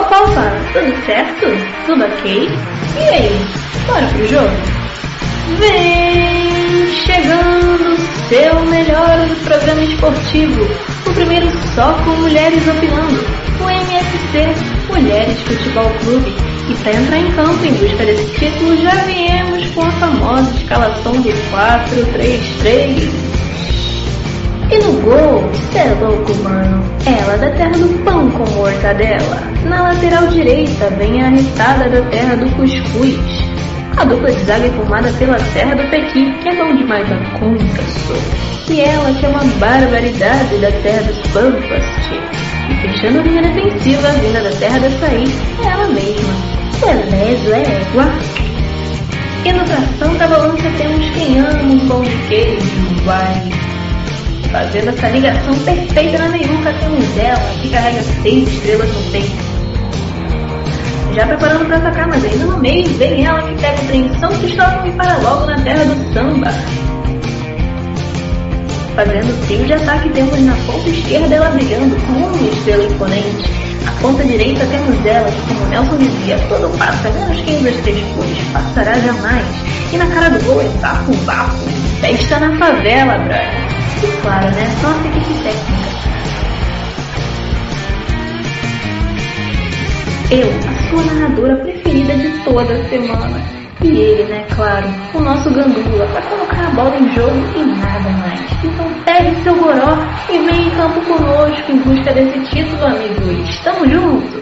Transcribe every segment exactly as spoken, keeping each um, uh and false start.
Opa, opa, tudo certo? Tudo ok? E aí, bora pro jogo? Vem chegando o seu melhor programa esportivo, o primeiro só com mulheres opinando, o M F C, Mulheres Futebol Clube. E para entrar em campo em busca desse título, já viemos com a famosa escalação do quatro três três. E no gol, cê é louco, mano, ela da terra do pão com mortadela. Na lateral direita vem a arrestada da terra do cuscuz. A dupla de zaga é formada pela terra do Pequi, que é bom demais da conta, sou. E ela que é uma barbaridade da terra dos pampas, tchê. E fechando a linha defensiva, vinda da terra do açaí, é ela mesma. Beleza, é égua. E no tração da balança temos quem ama um pão de queijo, vai. Fazendo essa ligação perfeita na meiuca temos ela, que carrega seis estrelas no peito. Já preparando para atacar, mas ainda no meio vem ela que pega o trem de São Cristóvão e para logo na terra do samba. Fazendo o trio de ataque temos na ponta esquerda ela brilhando como uma estrela imponente. Na ponta direita temos ela que, como Nelson dizia, todo passa, menos quem das três cores, passará jamais. E na cara do gol é bafo, bafo, festa na favela, brother. E claro, né? Nossa equipe técnica. Eu, a sua narradora preferida de toda a semana. E ele, né, claro, o nosso gandula, pra colocar a bola em jogo e nada mais. Então pegue seu goró e vem em campo conosco em busca desse título, amigos. Tamo junto!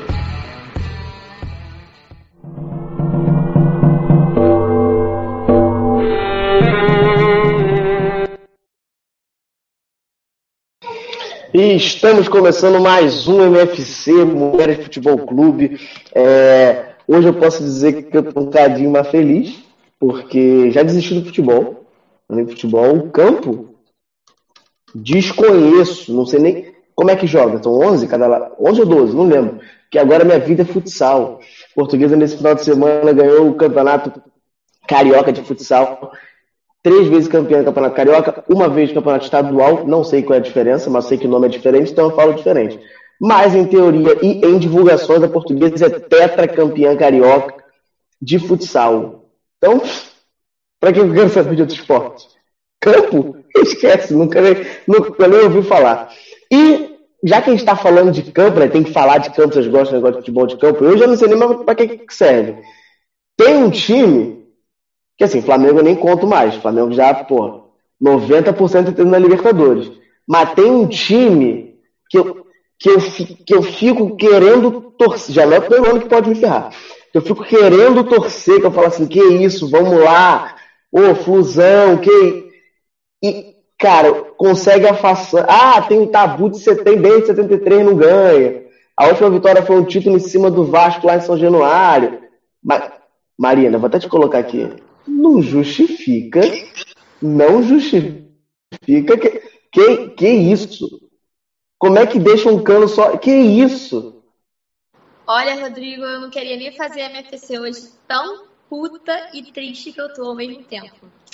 E estamos começando mais um M F C, Mulheres Futebol Clube. É, hoje eu posso dizer que eu estou um bocadinho mais feliz, porque já desisti do futebol. No futebol, o campo, desconheço, não sei nem como é que joga. São onze, cada, onze ou doze, não lembro. Porque agora minha vida é futsal. A Portuguesa, nesse final de semana, ganhou o campeonato carioca de futsal. Três vezes campeã do Campeonato Carioca, uma vez Campeonato Estadual, não sei qual é a diferença, mas sei que o nome é diferente, então eu falo diferente. Mas em teoria e em divulgações, a Portuguesa é tetracampeã carioca de futsal. Então, para quem quer saber de outro esporte? Campo? Esquece, nunca nem, nunca nem ouviu falar. E já que a gente está falando de campo, né, tem que falar de campo, vocês gostam de negócio de futebol de campo, eu já não sei nem mais para que, que serve. Tem um time que assim, Flamengo eu nem conto mais. Flamengo já, pô, noventa por cento tendo na Libertadores. Mas tem um time que eu, que eu, que eu fico querendo torcer. Já não é o primeiro ano que pode me ferrar. Eu fico querendo torcer, que eu falo assim, que isso, vamos lá. Ô, Flusão, que... E, cara, consegue a façanha. Ah, tem o tabu de setenta, desde setenta e três não ganha. A última vitória foi um título em cima do Vasco lá em São Januário. Mas, Marina, vou até te colocar aqui. Não justifica, não justifica, que, que, que isso? Como é que deixa um cano só? Que isso? Olha, Rodrigo, eu não queria nem fazer a M F C hoje, tão puta e triste que eu tô ao mesmo tempo.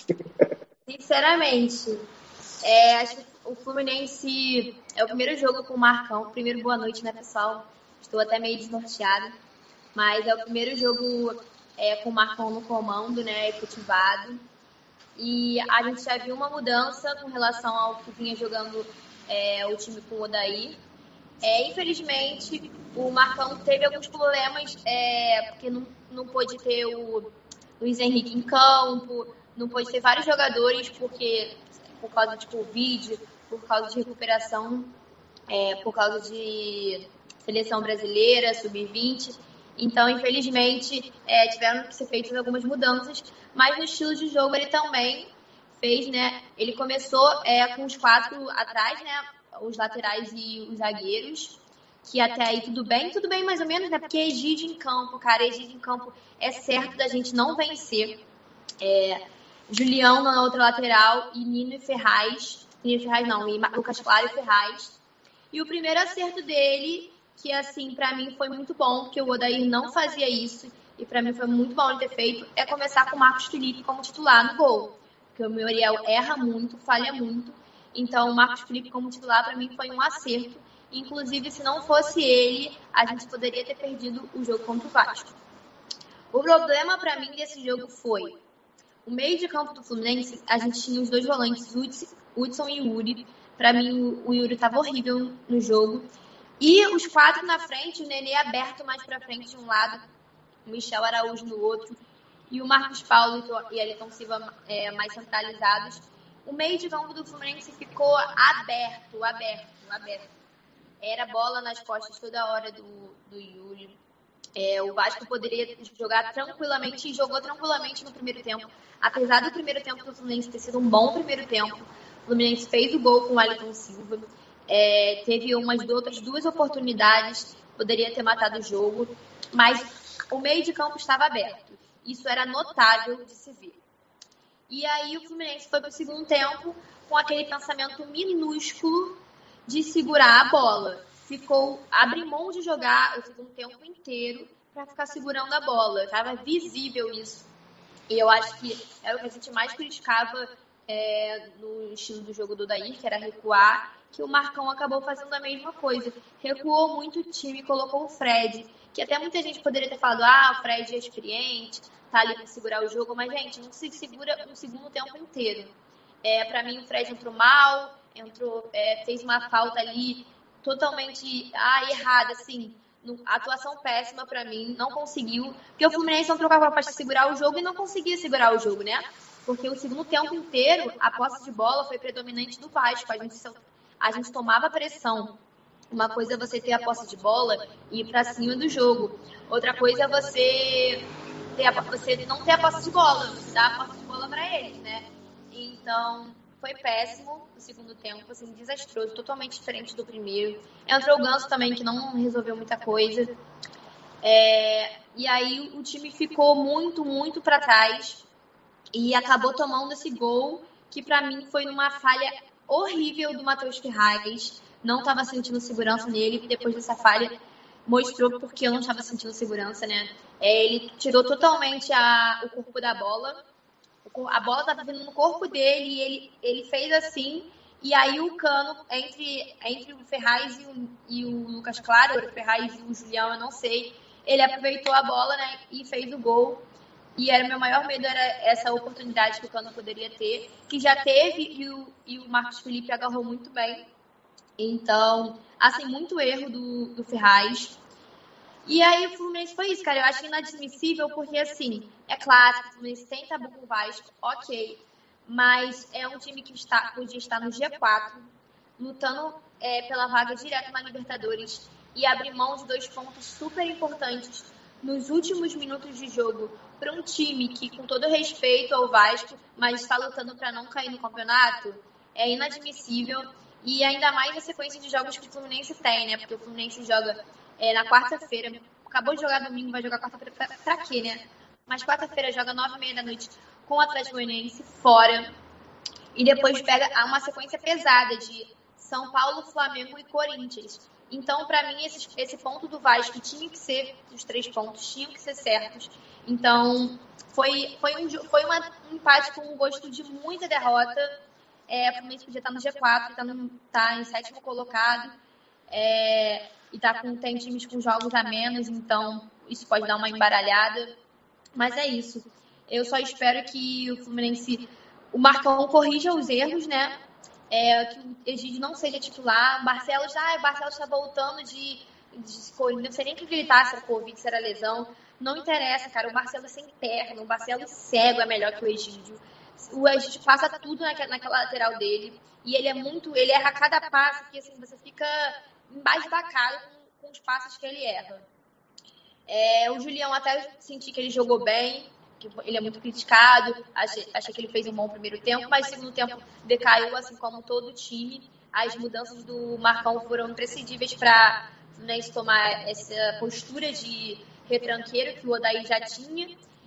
Sinceramente, é, acho que o Fluminense é o primeiro jogo com o Marcão. Primeiro, boa noite, né, pessoal? Estou até meio desnorteada, mas é o primeiro jogo... É, com o Marcão no comando, né, efetivado. E a gente já viu uma mudança com relação ao que vinha jogando é, o time com o Odair. É, infelizmente, o Marcão teve alguns problemas, é, porque não, não pôde ter o Luiz Henrique em campo, não pôde ter vários jogadores, porque por causa de Covid, por causa de recuperação, é, por causa de seleção brasileira, sub vinte. Então, infelizmente, é, tiveram que ser feitas algumas mudanças, mas no estilo de jogo ele também fez, né? Ele começou é, com os quatro atrás, né? Os laterais e os zagueiros, que até aí tudo bem, tudo bem mais ou menos, né? Porque Egídio em campo, cara, Egídio em campo é certo da gente não vencer. É, Julião na outra lateral e Nino e Ferraz, Nino e Ferraz não, e Lucas Claro e Ferraz. E o primeiro acerto dele... que, assim, pra mim foi muito bom, porque o Odair não fazia isso, e pra mim foi muito bom ele ter feito, é começar com o Marcos Felipe como titular no gol. Porque o Muriel erra muito, falha muito, então o Marcos Felipe como titular pra mim foi um acerto, Inclusive, se não fosse ele, a gente poderia ter perdido o jogo contra o Vasco. O problema para mim desse jogo foi o meio de campo do Fluminense. A gente tinha os dois volantes, Hudson e Yuri. Para mim, o Yuri estava horrível no jogo. E os quatro na frente, o Nenê aberto mais para frente de um lado, o Michel Araújo no outro, e o Marcos Paulo e a Elton Silva é, mais centralizados. O meio de campo do Fluminense ficou aberto, aberto, aberto. Era bola nas costas toda hora do, do Yuri. É, o Vasco poderia jogar tranquilamente e jogou tranquilamente no primeiro tempo. Apesar do primeiro tempo do Fluminense ter sido um bom primeiro tempo, o Fluminense fez o gol com o Elton Silva. É, teve umas outras duas oportunidades, poderia ter matado o jogo, mas o meio de campo estava aberto. Isso era notável de se ver. E aí o Fluminense foi para o segundo tempo com aquele pensamento minúsculo de segurar a bola. Ficou, abriu mão de jogar o segundo tempo inteiro para ficar segurando a bola. Estava visível isso. E eu acho que é o que a gente mais criticava é, no estilo do jogo do Odair, que era recuar, que o Marcão acabou fazendo a mesma coisa. Recuou muito o time, colocou o Fred, que até muita gente poderia ter falado, ah, o Fred é experiente, tá ali para segurar o jogo, mas, gente, não se segura no segundo tempo inteiro. É, para mim, o Fred entrou mal, entrou, é, fez uma falta ali totalmente ah, errada, assim, no, atuação péssima pra mim, não conseguiu, porque o Fluminense entrou com a proposta de segurar o jogo e não conseguia segurar o jogo, né? Porque o segundo tempo inteiro, a posse de bola foi predominante do Vasco, a gente, a gente tomava pressão. Uma coisa é você ter a posse de bola e ir pra cima do jogo, outra coisa é você, ter a, você não ter a posse de bola, você dá a posse de bola pra eles, né? Então, foi péssimo o segundo tempo, assim, desastroso, totalmente diferente do primeiro. Entrou o Ganso também, que não resolveu muita coisa. É, e aí o time ficou muito, muito para trás e acabou tomando esse gol, que para mim foi numa falha horrível do Matheus Ferraz. Não estava sentindo segurança nele, depois dessa falha mostrou porque eu não estava sentindo segurança, né? É, ele tirou totalmente a, o corpo da bola. A bola estava vindo no corpo dele e ele, ele fez assim. E aí o Cano, entre, entre o Ferraz e o, e o Lucas Claro, o Ferraz e o Julião, eu não sei, ele aproveitou a bola, né, e fez o gol. E era meu maior medo, era essa oportunidade que o Cano poderia ter, que já teve e o, e o Marcos Felipe agarrou muito bem. Então, assim, muito erro do, do Ferraz. E aí o Fluminense foi isso, cara. Eu acho inadmissível porque, assim, é clássico, o Fluminense tem tabu com o Vasco, ok. Mas é um time que está, podia estar no G quatro, lutando é, pela vaga direta na Libertadores e abrir mão de dois pontos super importantes nos últimos minutos de jogo para um time que, com todo respeito ao Vasco, mas está lutando para não cair no campeonato, é inadmissível. E ainda mais a sequência de jogos que o Fluminense tem, né? Porque o Fluminense joga é, na quarta-feira, acabou de jogar domingo, vai jogar quarta-feira pra, pra quê, né? Mas quarta-feira joga nove e meia da noite com o Atlético Goianiense fora. E depois pega uma sequência pesada de São Paulo, Flamengo e Corinthians. Então, pra mim, esse, esse ponto do Vasco tinha que ser, os três pontos tinham que ser certos. Então, foi, foi, um, foi uma, um empate com um gosto de muita derrota. É, o Fluminense podia estar no G quatro, está tá em sétimo colocado, é, e tá com, tem times com jogos a menos, então isso pode dar uma embaralhada. Mas é isso. Eu só espero que o Fluminense, o Marcão corrija os erros, né? É, que o Egídio não seja titular. O Barcelos, ah, o Barcelos está voltando de, de... Não sei nem o que ele tá, se era Covid, se era lesão. Não interessa, cara. O Barcelos sem perna, o Barcelos cego é melhor que o Egídio. O Egídio passa tudo naquela, naquela lateral dele. E ele é muito... Ele erra cada passe, que assim, você fica embasbacado com, com os passes que ele erra. É, o Julião até senti que ele jogou bem, que ele é muito criticado, achei, achei que ele fez um bom primeiro tempo, mas no segundo tempo decaiu, assim como todo o time. As mudanças do Marcão foram imprescindíveis para o Fluminense tomar essa postura de retranqueiro que o Odair já tinha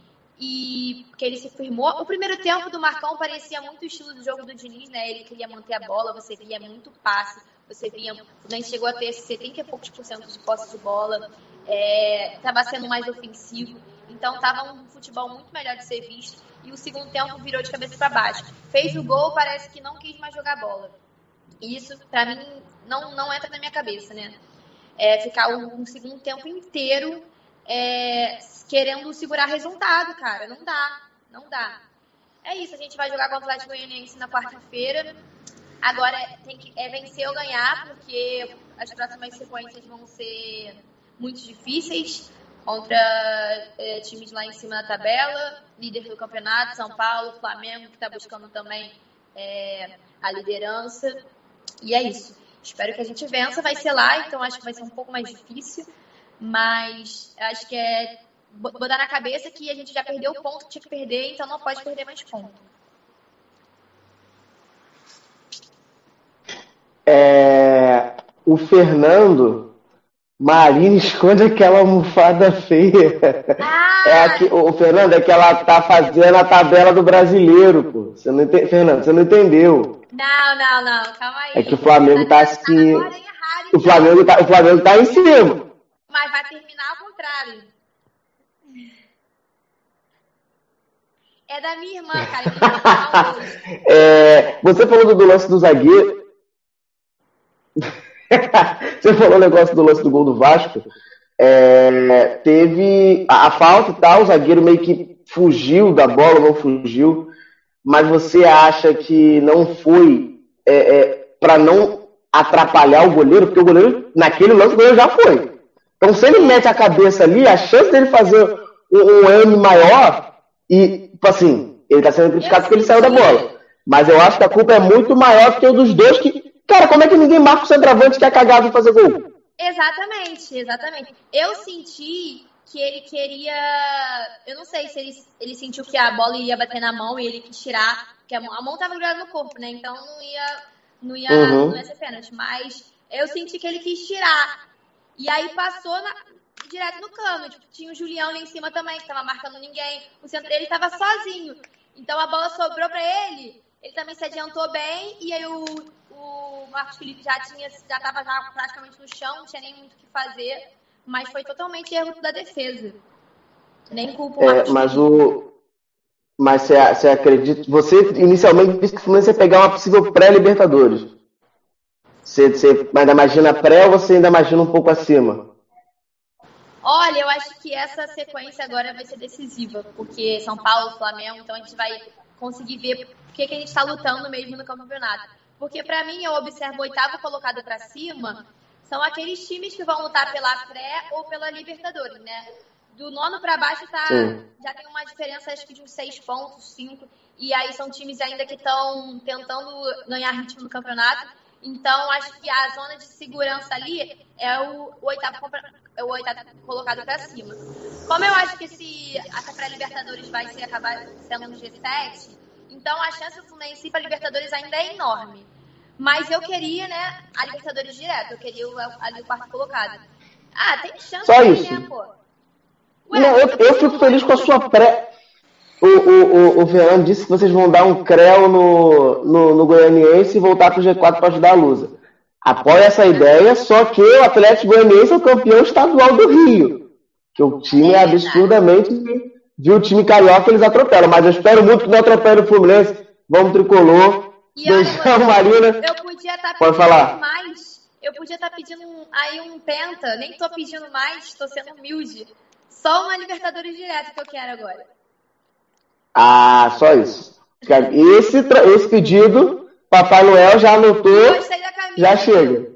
e que ele se firmou. O primeiro tempo do Marcão parecia muito o estilo do jogo do Diniz, né? Ele queria manter a bola, você via muito passe, você via, o Fluminense chegou a ter setenta e poucos por cento de posse de bola, estava é, sendo mais ofensivo, então estava um futebol muito melhor de ser visto, e o segundo tempo virou de cabeça para baixo. Fez o gol, parece que não quis mais jogar bola. E isso, para mim, não, não entra na minha cabeça, né? É ficar um, um segundo tempo inteiro é, querendo segurar resultado, cara. Não dá, não dá. É isso, a gente vai jogar contra o Atlético Goianiense na quarta-feira. Agora tem que é vencer ou ganhar, porque as próximas sequências vão ser muito difíceis contra é, times lá em cima da tabela, líder do campeonato, São Paulo, Flamengo, que está buscando também é, a liderança. E é isso. Espero que a gente vença, vai ser lá, então acho que vai ser um pouco mais difícil, mas acho que é botar na cabeça que a gente já perdeu o ponto que tinha que perder, então não pode perder mais ponto. É, o Fernando Marina esconde aquela almofada feia. Ah! É aqui, o Fernando, é que ela tá fazendo a tabela do brasileiro, pô. Você não ente... Fernando, você não entendeu. Não, não, não, calma aí. É que o Flamengo tá, tá assim. Tá errado, então. o, Flamengo tá, o Flamengo tá em cima. Mas vai terminar ao contrário. É da minha irmã, cara. Que minha irmã hoje. É, você falou do, do lance do zagueiro. Você falou o negócio do lance do gol do Vasco. É, teve a, a falta e tal, o zagueiro meio que fugiu da bola, não fugiu. Mas você acha que não foi é, é, para não atrapalhar o goleiro? Porque o goleiro, naquele lance, o goleiro já foi. Então, se ele mete a cabeça ali, a chance dele fazer um, um M maior, e, tipo assim, ele tá sendo criticado porque ele saiu da bola. Mas eu acho que a culpa é muito maior do que o dos dois que. Cara, como é que ninguém marca o centroavante que é cagado em fazer gol? Exatamente, exatamente. Eu senti que ele queria... Eu não sei se ele, ele sentiu que a bola ia bater na mão e ele quis tirar, porque a mão, a mão tava grudada no corpo, né? Então não ia, não ia, Uhum. não ia ser pênalti. Mas eu senti que ele quis tirar. E aí passou na, direto no cano. Tipo, tinha o Julião ali em cima também, que tava marcando ninguém. O centro dele tava sozinho. Então a bola sobrou pra ele. Ele também se adiantou bem. E aí o, o Marcos Felipe já tinha, já tava já praticamente no chão, não tinha nem muito o que fazer. Mas foi totalmente erro da defesa. Nem culpa o É, Marcos mas Felipe. o. Mas você, você acredita. Você inicialmente disse que o Fluminense ia pegar uma possível pré-Libertadores. Você, você ainda imagina pré ou você ainda imagina um pouco acima? Olha, eu acho que essa sequência agora vai ser decisiva, porque São Paulo, Flamengo, então a gente vai conseguir ver o que, que a gente está lutando mesmo no campeonato. Porque para mim, eu observo o oitavo colocado para cima, são aqueles times que vão lutar pela pré ou pela Libertadores, né? Do nono para baixo tá, já tem uma diferença, acho que de uns seis pontos, cinco, e aí são times ainda que estão tentando ganhar ritmo no campeonato. Então, acho que a zona de segurança ali é o, o, oitavo, é o oitavo colocado para cima. Como eu acho que esse, essa pré-Libertadores vai ser, acabar sendo no G sete, então a chance do Fluminense ir para a Libertadores ainda é enorme. Mas eu queria, né, a Libertadores direto, eu queria o, ali o quarto colocado. Ah, tem chance Só aí, isso. né, pô? Ué, Não, eu, eu fico feliz com a sua pré. O, o, o, o Fernando disse que vocês vão dar um creu no, no, no Goianiense e voltar para o G quatro para ajudar a Lusa. Apoio essa ideia, só que o Atlético Goianiense é o campeão estadual do Rio. Que o time é absurdamente. Viu o time carioca, eles atropelam. Mas eu espero muito que não atropele o Fluminense. Vamos, tricolor. E olha, Beijão, Marina. Eu podia estar tá Pode pedindo falar. mais. Eu podia estar tá pedindo um, aí um penta. Nem tô pedindo mais, tô sendo humilde. Só uma Libertadores direto que eu quero agora. Ah, só isso. Esse, esse pedido, Papai Noel já anotou, Gostei da camisa. já chega.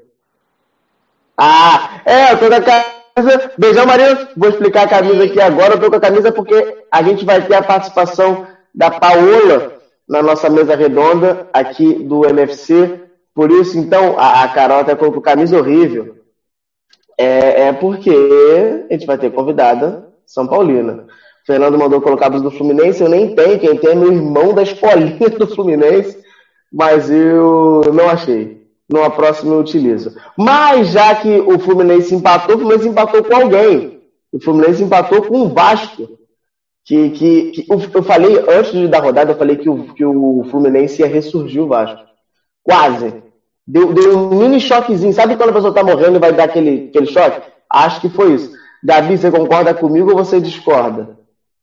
Ah, é, eu tô com a camisa. Beijão, Marina. Vou explicar a camisa aqui agora. Eu tô com a camisa porque a gente vai ter a participação da Paola na nossa mesa redonda aqui do M F C. Por isso, então, a, a Carol até colocou camisa horrível. É, é porque a gente vai ter convidada São Paulina. O Fernando mandou colocar a blusa do Fluminense, eu nem tenho, quem tem é meu irmão da escolinha do Fluminense, mas eu não achei. Numa próxima eu utilizo. Mas já que o Fluminense empatou, o Fluminense empatou com alguém. O Fluminense empatou com o Vasco. Que, que, que eu falei, antes da rodada, eu falei que o, que o Fluminense ia ressurgir o Vasco. Quase. Deu, deu um mini choquezinho. Sabe quando a pessoa tá morrendo e vai dar aquele, aquele choque? Acho que foi isso. Gabi, você concorda comigo ou você discorda?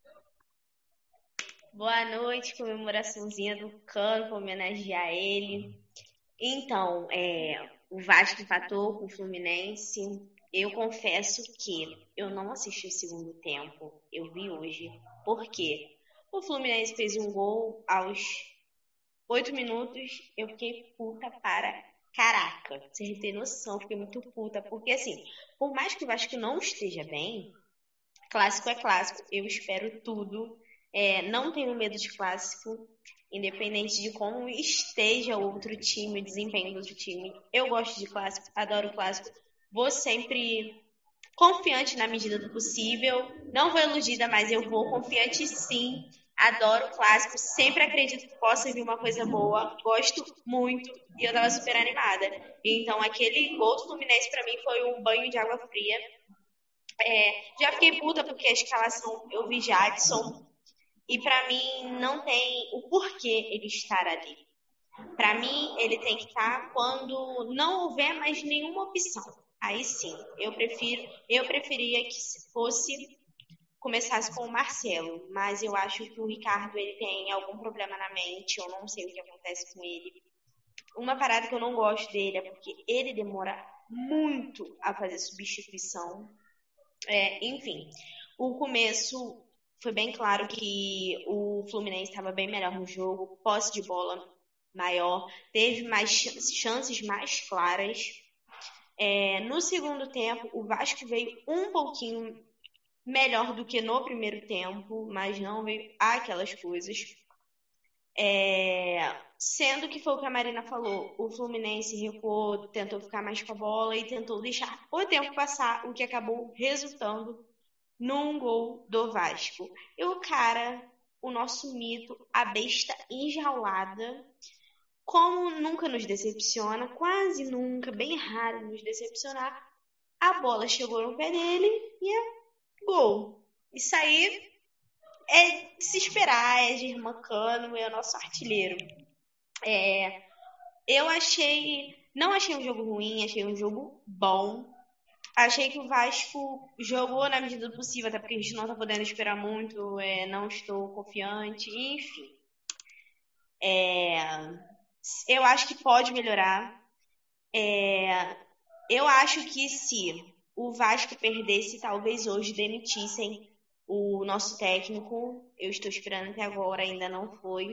Boa noite, comemoraçãozinha do Cano, para homenagear ele. Então, é, o Vasco empatou com o Fluminense. Eu confesso que eu não assisti o segundo tempo, eu vi hoje. Por quê? O Fluminense fez um gol aos oito minutos, eu fiquei puta para caraca. Você tem noção, eu fiquei muito puta. Porque assim, por mais que o Vasco não esteja bem, clássico é clássico, eu espero tudo. É, não tenho medo de clássico, independente de como esteja o outro time, o desempenho do outro time. Eu gosto de clássico, adoro clássico. Vou sempre confiante na medida do possível. Não vou iludida, mas eu vou confiante sim. Adoro clássico, sempre acredito que possa vir uma coisa boa. Gosto muito e eu tava super animada. Então aquele gol do Fluminense pra mim foi um banho de água fria. É, já fiquei puta porque a escalação eu vi Jadson e pra mim não tem o porquê ele estar ali. Pra mim ele tem que estar quando não houver mais nenhuma opção. Aí sim, eu prefiro, eu preferia que fosse começasse com o Marcelo, mas eu acho que o Ricardo ele tem algum problema na mente, eu não sei o que acontece com ele. Uma parada que eu não gosto dele é porque ele demora muito a fazer substituição. É, enfim, o começo foi bem claro que o Fluminense estava bem melhor no jogo, posse de bola maior, teve mais chances mais claras. É, no segundo tempo, o Vasco veio um pouquinho melhor do que no primeiro tempo, mas não veio aquelas coisas. É, sendo que foi o que a Marina falou, o Fluminense recuou, tentou ficar mais com a bola e tentou deixar o tempo passar, o que acabou resultando num gol do Vasco. E o cara, o nosso mito, a besta enjaulada, como nunca nos decepciona, quase nunca, bem raro nos decepcionar, a bola chegou no pé dele e é gol. Isso aí é de se esperar, é Germancano, é o nosso artilheiro. É, eu achei, não achei um jogo ruim, achei um jogo bom. Achei que o Vasco jogou na medida do possível, até porque a gente não tá podendo esperar muito, é, não estou confiante, enfim. É, eu acho que pode melhorar. É, eu acho que se o Vasco perdesse, talvez hoje demitissem o nosso técnico. Eu estou esperando até agora, ainda não foi.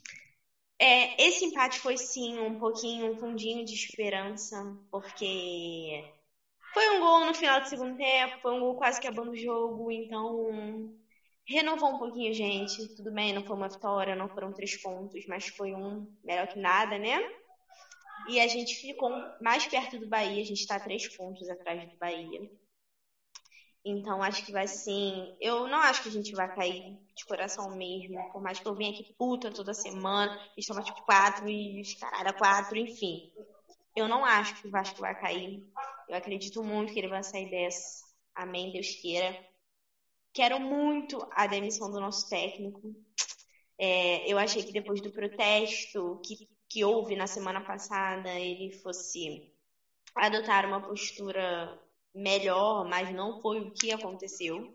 É, esse empate foi sim um pouquinho, um fundinho de esperança, porque foi um gol no final do segundo tempo, foi um gol quase que acabando o jogo, então renovou um pouquinho, gente. Tudo bem, não foi uma vitória, não foram três pontos, mas foi um melhor que nada, né? E a gente ficou mais perto do Bahia, a gente está três pontos atrás do Bahia. Então, acho que vai sim. Eu não acho que a gente vai cair de coração mesmo. Por mais que eu venha aqui puta toda semana, a gente toma tipo quatro e os caralho, quatro, enfim. Eu não acho que o Vasco vai cair. Eu acredito muito que ele vai sair dessa. Amém, Deus queira. Quero muito a demissão do nosso técnico. É, eu achei que depois do protesto que, que houve na semana passada, ele fosse adotar uma postura melhor, mas não foi o que aconteceu.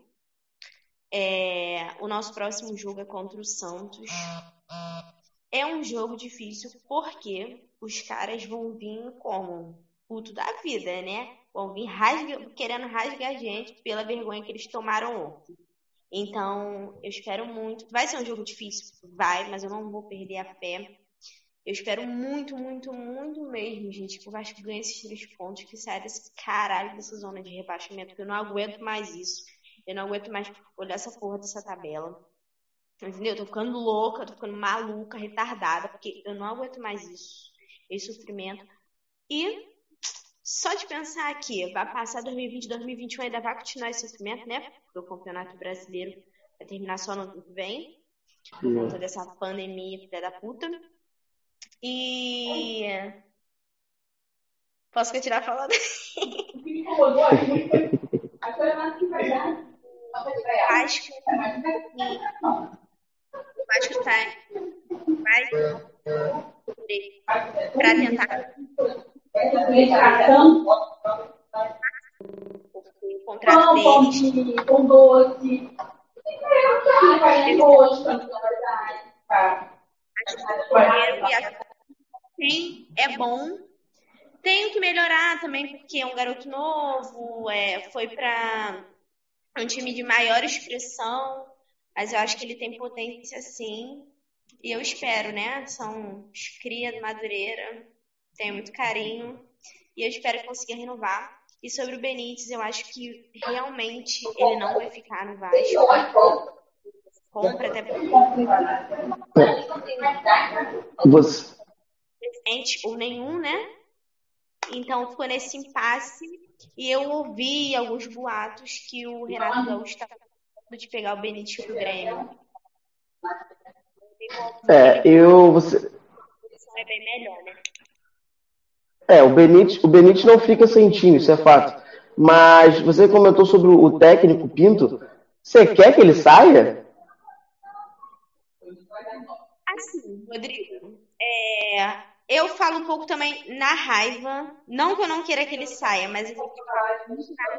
É, o nosso próximo jogo é contra o Santos. É um jogo difícil porque os caras vão vir como puto da vida, né? Vão vir rasga, querendo rasgar a gente pela vergonha que eles tomaram ontem. Então, eu espero muito. Vai ser um jogo difícil? Vai, mas eu não vou perder a fé. Eu espero muito, muito, muito mesmo, gente, que o Vasco ganhe esses três pontos, que saia desse caralho dessa zona de rebaixamento, porque eu não aguento mais isso. Eu não aguento mais olhar essa porra dessa tabela. Entendeu? Eu tô ficando louca, tô ficando maluca, retardada, porque eu não aguento mais isso. Esse sofrimento. E só de pensar aqui, vai passar dois mil e vinte, dois mil e vinte e um, ainda vai continuar esse sofrimento, né? Porque o Campeonato Brasileiro vai terminar só no ano que vem, por conta dessa pandemia, filha da puta. E posso continuar falando? Acho que o Vasco tá mais para tentar o contrato deles. Acho que o primeiro e a quem é bom Tenho que melhorar também, porque é um garoto novo, é, foi para um time de maior expressão, mas eu acho que ele tem potência sim. E eu espero, né? São os cria de Madureira, tenho muito carinho e eu espero conseguir renovar. E sobre o Benítez, eu acho que realmente ele não vai ficar no Vasco. Compra até porque Você... presente ou nenhum, né? Então ficou nesse impasse e eu ouvi alguns boatos que o Renato Gaúcho está tentando de pegar o Benítez pro Grêmio. É, eu... Você... É bem melhor, né? É, o Benítez, o Benítez não fica sem time, isso é fato. Mas você comentou sobre o técnico Pinto. Você quer que ele saia? Assim, Rodrigo, é, eu falo um pouco também na raiva. Não que eu não queira que ele saia, mas a gente fala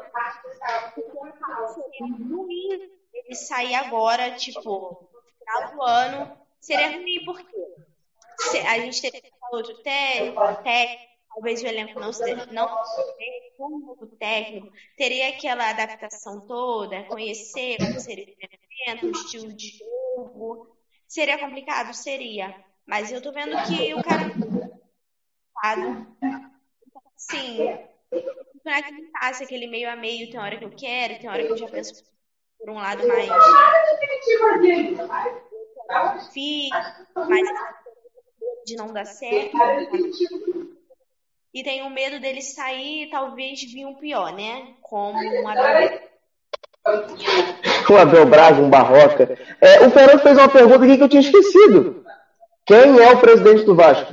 seria ruim ele sair agora, tipo, no final do ano. Seria ruim porque a gente teria que falar outro técnico, técnico, talvez o elenco não se não como o técnico, teria aquela adaptação toda, conhecer como seria o treinamento, o estilo de jogo. Seria complicado? Seria. Mas eu tô vendo que o cara sim, não é que me passa aquele meio a meio, tem hora que eu quero, tem hora que eu já penso por um lado mais fixe, mais de não dar certo. E tenho medo dele sair e talvez vir um pior, né? Como um Abel. Um Abel Braga, um Barroca. É, o Fernando fez uma pergunta aqui que eu tinha esquecido. Quem é o presidente do Vasco?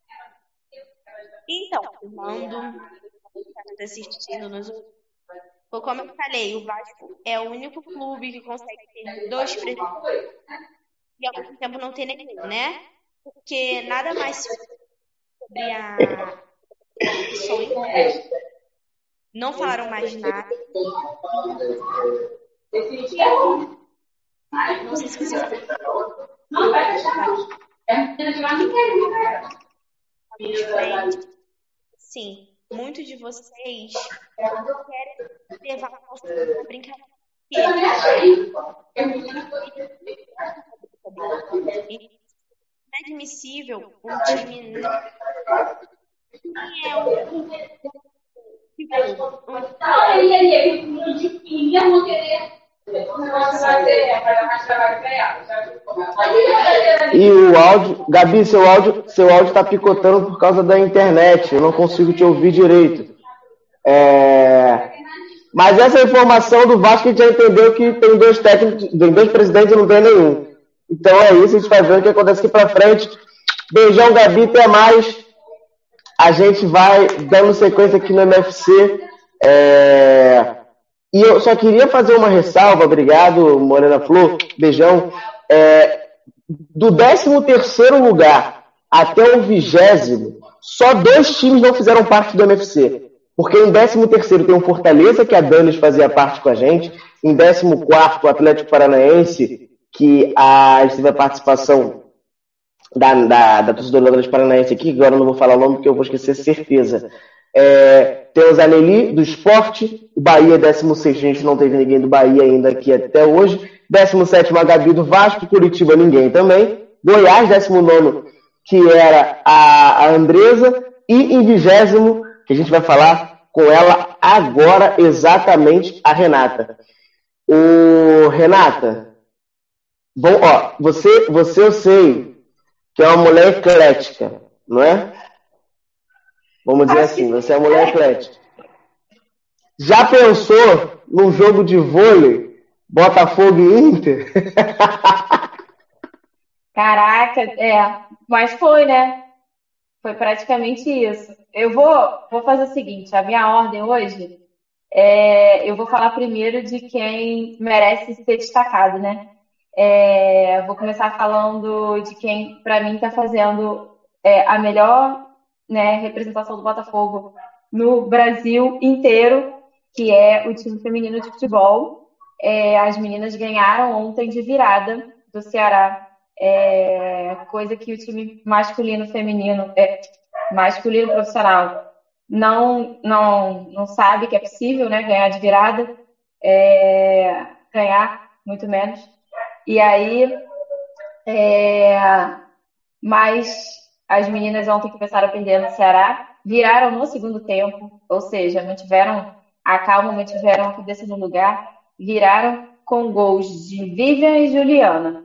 Então, mando assistindo nos Foi como eu falei, o Vasco é o único clube que consegue ter dois presidentes e ao mesmo tempo não ter nenhum, né? Porque nada mais sobre a sonho. Não falaram mais nada. Não sei se vocês sim, muitos de vocês querem levar a brincadeira. Inadmissível um time não é um E o áudio, Gabi, seu áudio, seu áudio tá picotando por causa da internet. Eu não consigo te ouvir direito. É... Mas essa informação do Vasco a gente já entendeu que tem dois técnicos, tem dois presidentes e não tem nenhum. Então é isso, a gente vai ver o que acontece aqui pra frente. Beijão, Gabi, até mais. A gente vai dando sequência aqui no M F C. É... E eu só queria fazer uma ressalva, obrigado, Morena Flor, beijão. É... Do décimo terceiro lugar até o vigésimo, só dois times não fizeram parte do M F C. Porque em décimo terceiro tem o Fortaleza, que a Danis fazia parte com a gente. Em décimo quarto, o Atlético Paranaense, que a gente teve a participação da, da, da torcida do Atlético Paranaense aqui, agora eu não vou falar o nome porque eu vou esquecer certeza. É, tem o Zanelli do Sport, o Bahia décimo sexto, a gente não teve ninguém do Bahia ainda aqui até hoje. décimo sétimo, a Gabi do Vasco, Curitiba ninguém também. Goiás, décimo nono, que era a, a Andresa. E em vigésimo, que a gente vai falar com ela agora, exatamente a Renata. O Renata, bom, ó, você, você eu sei que é uma mulher eclética, não é? Vamos dizer assim, você é uma mulher eclética. Já pensou num jogo de vôlei, Botafogo e Inter? Caraca, é, mas foi, né? Foi praticamente isso. Eu vou, vou fazer o seguinte, a minha ordem hoje, é, eu vou falar primeiro de quem merece ser destacado, né? É, vou começar falando de quem, para mim, está fazendo é, a melhor, né, representação do Botafogo no Brasil inteiro, que é o time feminino de futebol. É, as meninas ganharam ontem de virada do Ceará. É, coisa que o time masculino feminino, é, masculino profissional não, não, não sabe que é possível, né, ganhar de virada, é, ganhar, muito menos. E aí, é, mas as meninas ontem começaram a perder no Ceará, viraram no segundo tempo, ou seja, mantiveram a calma, mantiveram a cabeça no lugar, viraram com gols de Vivian e Juliana.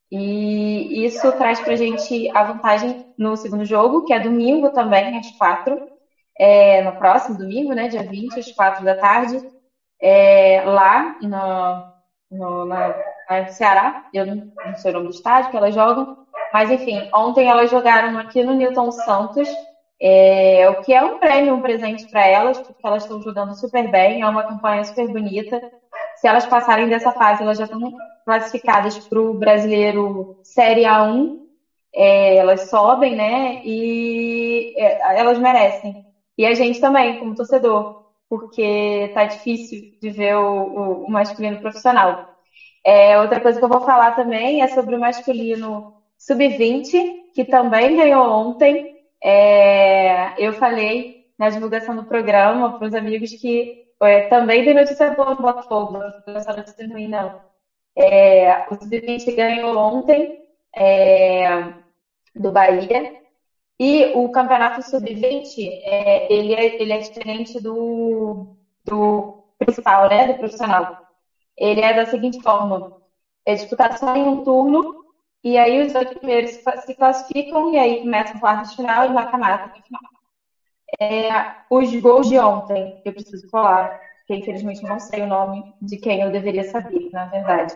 E isso traz pra gente a vantagem no segundo jogo, que é domingo também, às quatro, é, no próximo domingo, né, dia vinte, às quatro da tarde, é, lá no, no, na, na Ceará. Eu não, não sei o nome do estádio que elas jogam, mas enfim, ontem elas jogaram aqui no Newton Santos, é, o que é um prêmio, um presente para elas, porque elas estão jogando super bem, é uma campanha super bonita. Se elas passarem dessa fase, elas já estão classificadas para o Brasileiro Série A um, é, elas sobem, né? E é, elas merecem. E a gente também, como torcedor, porque tá difícil de ver o, o, o masculino profissional. É, outra coisa que eu vou falar também é sobre o masculino sub vinte, que também ganhou ontem. É, eu falei na divulgação do programa para os amigos que é, também tem notícia boa no Botafogo, não é só notícia ruim, não. É, o sub vinte ganhou ontem, é, do Bahia. E o campeonato sub vinte, é, ele, é, ele é diferente do, do principal, né, do profissional. Ele é da seguinte forma: é disputado só em um turno, e aí os oito primeiros se classificam, e aí começa o quarto de final e mata-mata no final. É, os gols de ontem, eu preciso falar, porque infelizmente não sei o nome de quem eu deveria saber, na verdade.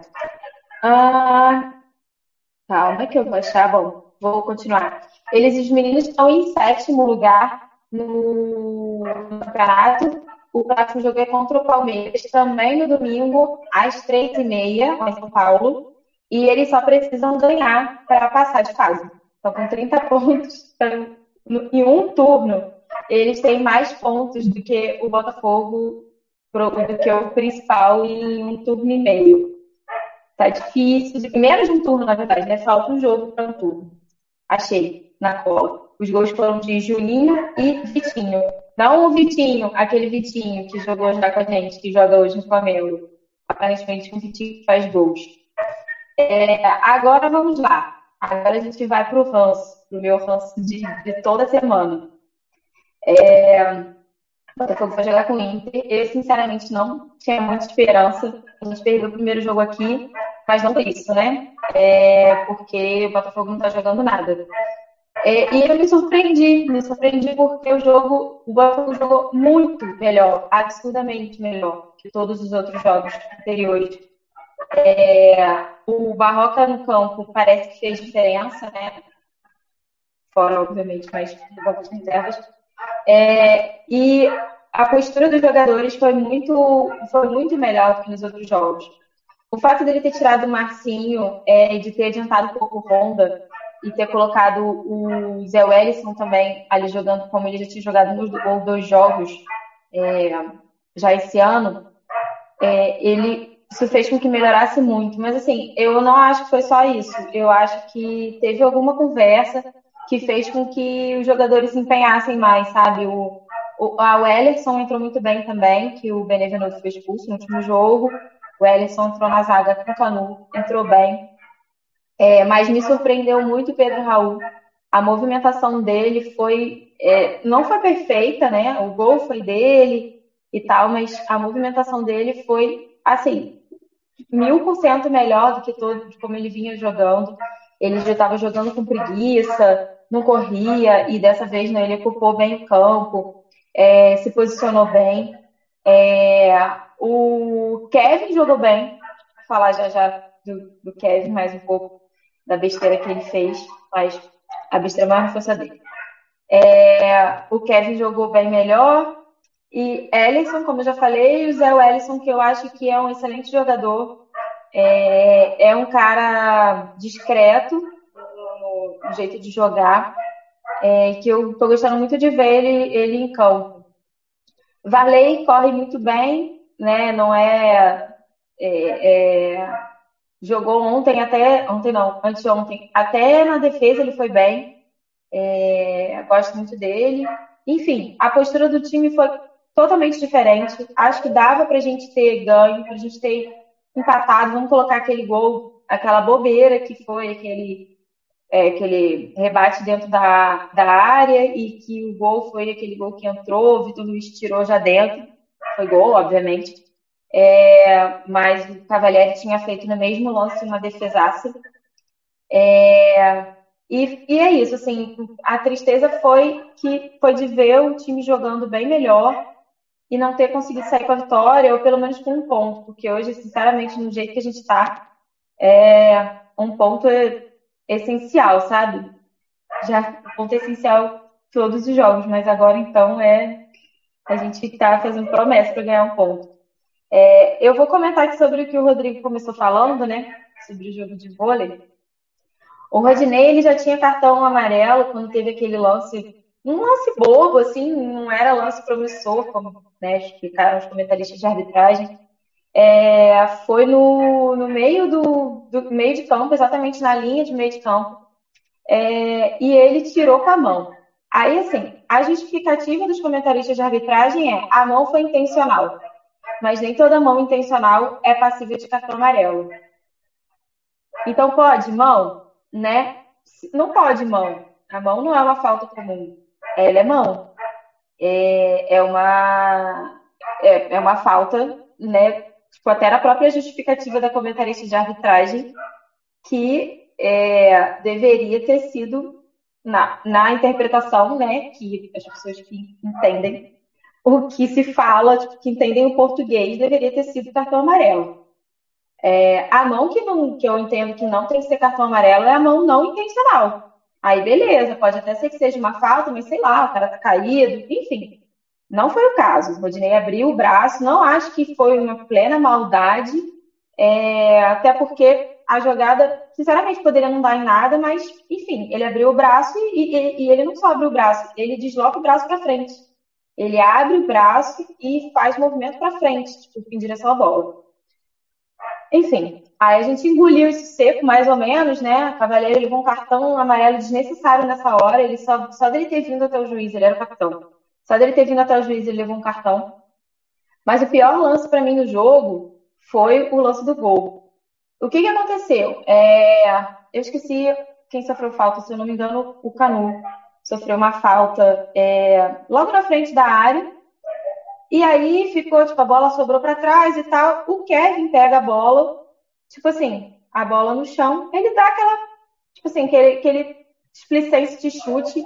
Ah, calma que eu vou achar. Bom, vou continuar. Eles, os meninos, estão em sétimo lugar no, no campeonato. O próximo jogo é contra o Palmeiras, também no domingo, às três e meia, lá em São Paulo. E eles só precisam ganhar para passar de fase. Então, com trinta pontos então, no- em um turno, eles têm mais pontos do que o Botafogo, pro- do que o principal em um turno e meio. Tá difícil. de- Menos de um turno, na verdade, né? Falta um jogo para um turno. Achei na cola. Os gols foram de Juninho e Vitinho. Não o Vitinho, aquele Vitinho que jogou já com a gente, que joga hoje no Flamengo. Aparentemente, um Vitinho que faz gols. É, agora vamos lá. Agora a gente vai pro ranço, pro meu ranço de, de toda semana. O Botafogo foi jogar com o Inter. Eu, sinceramente, não tinha muita esperança. A gente perdeu o primeiro jogo aqui, mas não por isso, né? É porque o Botafogo não tá jogando nada. É, e eu me surpreendi, me surpreendi porque o jogo, o Botafogo jogou muito melhor, absurdamente melhor que todos os outros jogos anteriores. É, o Barroca no campo parece que fez diferença, né? Fora, obviamente, mas jogos reservas. É, e a postura dos jogadores foi muito, foi muito melhor do que nos outros jogos. O fato dele ter tirado o Marcinho, é, de ter adiantado um pouco o Honda e ter colocado o Zé Wellison também ali jogando como ele já tinha jogado nos do- dois jogos, é, já esse ano, é, ele isso fez com que melhorasse muito. Mas assim, eu não acho que foi só isso. Eu acho que teve alguma conversa que fez com que os jogadores se empenhassem mais, sabe? O, o, a Wellerson entrou muito bem também, que o Benevenuto foi expulso no último jogo. O Wellerson entrou na zaga com o Canu, entrou bem. É, mas me surpreendeu muito o Pedro Raul. A movimentação dele foi, é, não foi perfeita, né? O gol foi dele e tal, mas a movimentação dele foi, assim, mil por cento melhor do que todo, de como ele vinha jogando. Ele já estava jogando com preguiça, não corria, e dessa vez, né, ele ocupou bem o campo, é, se posicionou bem. É, o Kevin jogou bem, vou falar já já do, do Kevin mais um pouco da besteira que ele fez, mas a besteira mais não foi essa dele. É, o Kevin jogou bem melhor. E Ellison, como eu já falei, e o Zé Wellison, que eu acho que é um excelente jogador. É, é um cara discreto no, no jeito de jogar, é, que eu tô gostando muito de ver ele, ele em campo. Varley corre muito bem, né? Não é, é, é, jogou ontem até, ontem não, anteontem, até na defesa ele foi bem. É, gosto muito dele. enfim, a postura do time foi totalmente diferente. Acho que dava pra gente ter ganho, pra gente ter empatado. Vamos colocar aquele gol, aquela bobeira que foi aquele, é, aquele rebate dentro da, da área e que o gol foi aquele gol que entrou, o Vitor Luiz tirou já dentro. Foi gol, obviamente. É, mas o Cavalieri tinha feito no mesmo lance uma defesaça. É, e, e é isso, assim, a tristeza foi que foi de ver o time jogando bem melhor e não ter conseguido sair com a vitória, ou pelo menos com um ponto, porque hoje, sinceramente, no jeito que a gente está, é um ponto essencial, sabe? Já um ponto essencial todos os jogos, mas agora então é a gente está fazendo promessa para ganhar um ponto. É, eu vou comentar aqui sobre o que o Rodrigo começou falando, né? Sobre o jogo de vôlei. O Rodinei, ele já tinha cartão amarelo quando teve aquele lance, um lance bobo, assim, não era lance promissor, como, né, explicaram os comentaristas de arbitragem. É, foi no, no meio do, do meio de campo, exatamente na linha de meio de campo, é, e ele tirou com a mão. Aí, assim, a justificativa dos comentaristas de arbitragem é: a mão foi intencional, mas nem toda mão intencional é passível de cartão amarelo. Então pode, mão, né? Não pode, mão. A mão não é uma falta comum. Ela é mão. É, é uma é, é uma falta, né? Tipo, até na própria justificativa da comentarista de arbitragem, que é, deveria ter sido na, na interpretação, né? Que as pessoas que entendem o que se fala, tipo, que entendem o português, deveria ter sido cartão amarelo. É, a mão que, não, que eu entendo que não tem que ser cartão amarelo é a mão não intencional. Aí, beleza, pode até ser que seja uma falta, mas sei lá, o cara tá caído, enfim. Não foi o caso. O Rodinei abriu o braço, não acho que foi uma plena maldade, é, até porque a jogada, sinceramente, poderia não dar em nada, mas, enfim, ele abriu o braço e, e, e ele não só abre o braço, ele desloca o braço para frente. Ele abre o braço e faz movimento para frente, tipo, em direção à bola. Enfim, aí a gente engoliu isso seco, mais ou menos, né? O Cavalieri levou um cartão amarelo desnecessário nessa hora. Ele só, só dele ter vindo até o juiz, ele era o capitão. Só dele ter vindo até o juiz, ele levou um cartão. Mas o pior lance para mim no jogo foi o lance do gol. O que, que aconteceu? É, eu esqueci quem sofreu falta, se eu não me engano, o Canu sofreu uma falta é, logo na frente da área. E aí ficou, tipo, a bola sobrou para trás e tal. O Kevin pega a bola, tipo assim, a bola no chão, ele dá aquela, tipo assim, aquele, aquele displicência de chute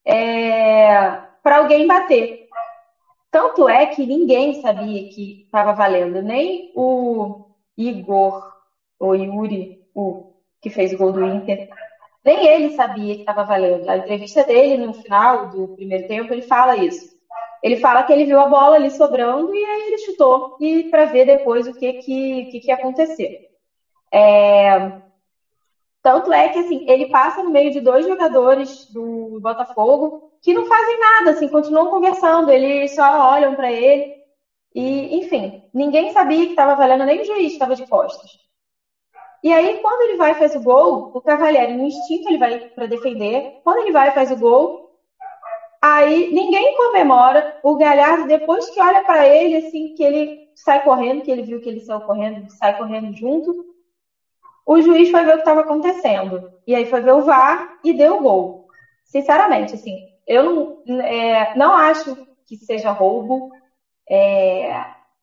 é, para alguém bater. Tanto é que ninguém sabia que estava valendo, nem o Igor, ou Yuri, o que fez o gol do Inter, nem ele sabia que estava valendo. Na entrevista dele, no final do primeiro tempo, ele fala isso. Ele fala que ele viu a bola ali sobrando e aí ele chutou e para ver depois o que que, que, que ia acontecer. É... Tanto é que assim, ele passa no meio de dois jogadores do Botafogo que não fazem nada, assim, continuam conversando, eles só olham para ele e, enfim, ninguém sabia que estava valendo, nem o juiz estava de costas. E aí, quando ele vai e faz o gol, o Cavalieri, no instinto, ele vai para defender. Quando ele vai e faz o gol, aí ninguém comemora. O Galhardo, depois que olha para ele, assim, que ele sai correndo, que ele viu que ele saiu correndo, sai correndo junto, o juiz foi ver o que estava acontecendo. E aí foi ver o V A R e deu o gol. Sinceramente, assim, eu não, é, não acho que seja roubo, é,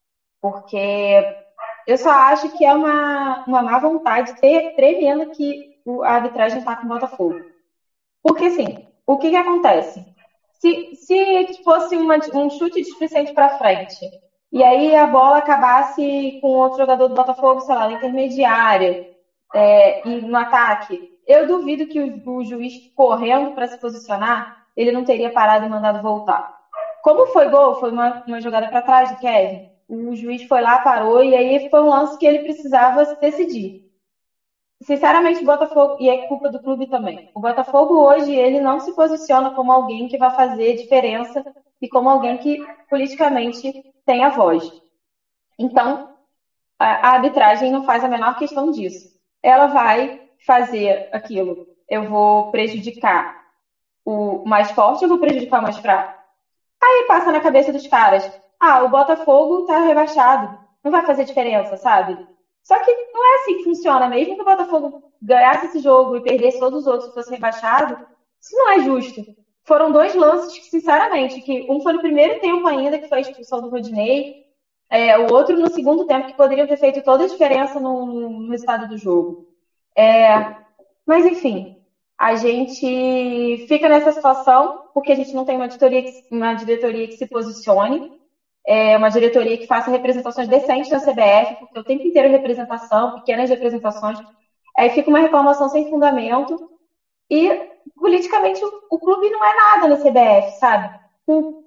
porque eu só acho que é uma, uma má vontade tremenda que a arbitragem está com o Botafogo. Porque, assim, o que, que acontece? Se, se fosse uma, um chute displicente para frente, e aí a bola acabasse com outro jogador do Botafogo, sei lá, na intermediária, é, e no ataque, eu duvido que o, o juiz correndo para se posicionar, ele não teria parado e mandado voltar. Como foi gol, foi uma, uma jogada para trás do Kevin. O juiz foi lá, parou, e aí foi um lance que ele precisava decidir. Sinceramente, o Botafogo, e é culpa do clube também, o Botafogo hoje, ele não se posiciona como alguém que vai fazer diferença e como alguém que politicamente tem a voz. Então, a, a arbitragem não faz a menor questão disso. Ela vai fazer aquilo, eu vou prejudicar o mais forte ou vou prejudicar o mais fraco? Aí passa na cabeça dos caras, ah, o Botafogo tá rebaixado, não vai fazer diferença, sabe? Só que não é assim que funciona. Mesmo que o Botafogo ganhasse esse jogo e perdesse todos os outros e fosse rebaixado, isso não é justo. Foram dois lances que, sinceramente, que um foi no primeiro tempo ainda, que foi a expulsão do Rodinei, é, o outro no segundo tempo, que poderiam ter feito toda a diferença no, no resultado do jogo. É, mas, enfim, a gente fica nessa situação porque a gente não tem uma diretoria que, uma diretoria que se posicione, é, uma diretoria que faça representações decentes na C B F, porque o tempo inteiro é representação, pequenas representações, aí fica uma reclamação sem fundamento e, politicamente, o, o clube não é nada na C B F, sabe? Por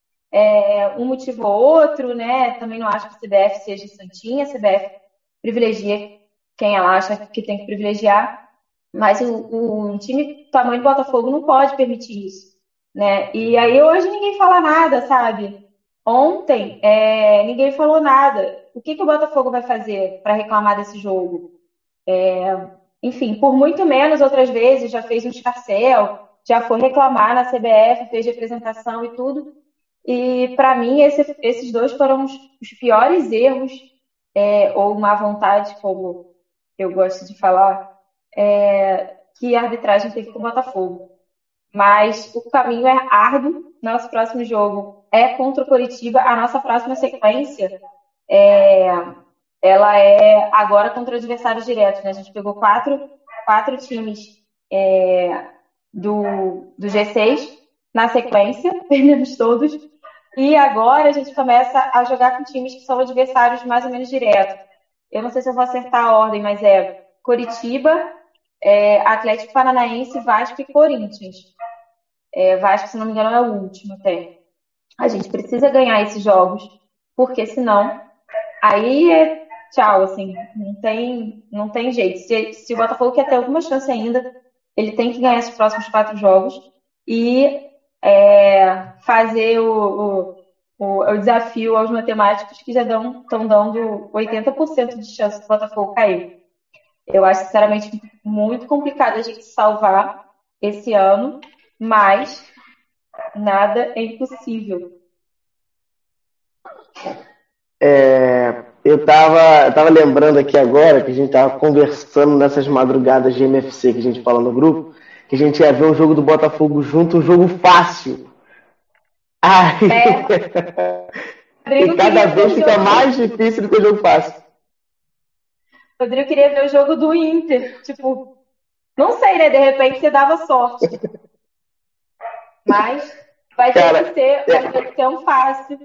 é, um motivo ou outro, né? Também não acho que a C B F seja santinha, a C B F privilegia quem ela acha que tem que privilegiar, mas o, o, um time do tamanho do Botafogo não pode permitir isso, né? E aí hoje ninguém fala nada, sabe? Ontem é, ninguém falou nada. O que, que o Botafogo vai fazer para reclamar desse jogo? É, enfim, por muito menos outras vezes já fez um escarcéu, já foi reclamar na C B F, fez representação e tudo. E para mim esse, esses dois foram os, os piores erros, é, ou má vontade, como eu gosto de falar, é, que a arbitragem teve com o Botafogo. Mas o caminho é árduo. Nosso próximo jogo é contra o Coritiba. A nossa próxima sequência é, ela é agora contra adversários diretos, né? A gente pegou quatro, quatro times é, do, do G seis na sequência, perdemos todos. E agora a gente começa a jogar com times que são adversários mais ou menos diretos. Eu não sei se eu vou acertar a ordem, mas é Coritiba, é, Atlético Paranaense, Vasco e Corinthians. É, Vasco, se não me engano, é o último até. A gente precisa ganhar esses jogos, porque senão aí é tchau, assim, não tem, não tem jeito. Se, se o Botafogo quer ter alguma chance ainda, ele tem que ganhar esses próximos quatro jogos e é, fazer o, o, o, o desafio aos matemáticos que já estão dando oitenta por cento de chance do Botafogo cair. Eu acho, sinceramente, muito complicado a gente salvar esse ano, mas nada é impossível. É, eu tava, eu tava lembrando aqui agora que a gente tava conversando nessas madrugadas de M F C que a gente fala no grupo, que a gente ia ver um jogo do Botafogo junto, um jogo fácil. Ai, É. e cada vez fica mais difícil do que o jogo fácil. Rodrigo queria ver o jogo do Inter. Tipo, não sei, né? De repente você dava sorte. Mas vai ter Cara, que ser, vai ter que ser um fácil.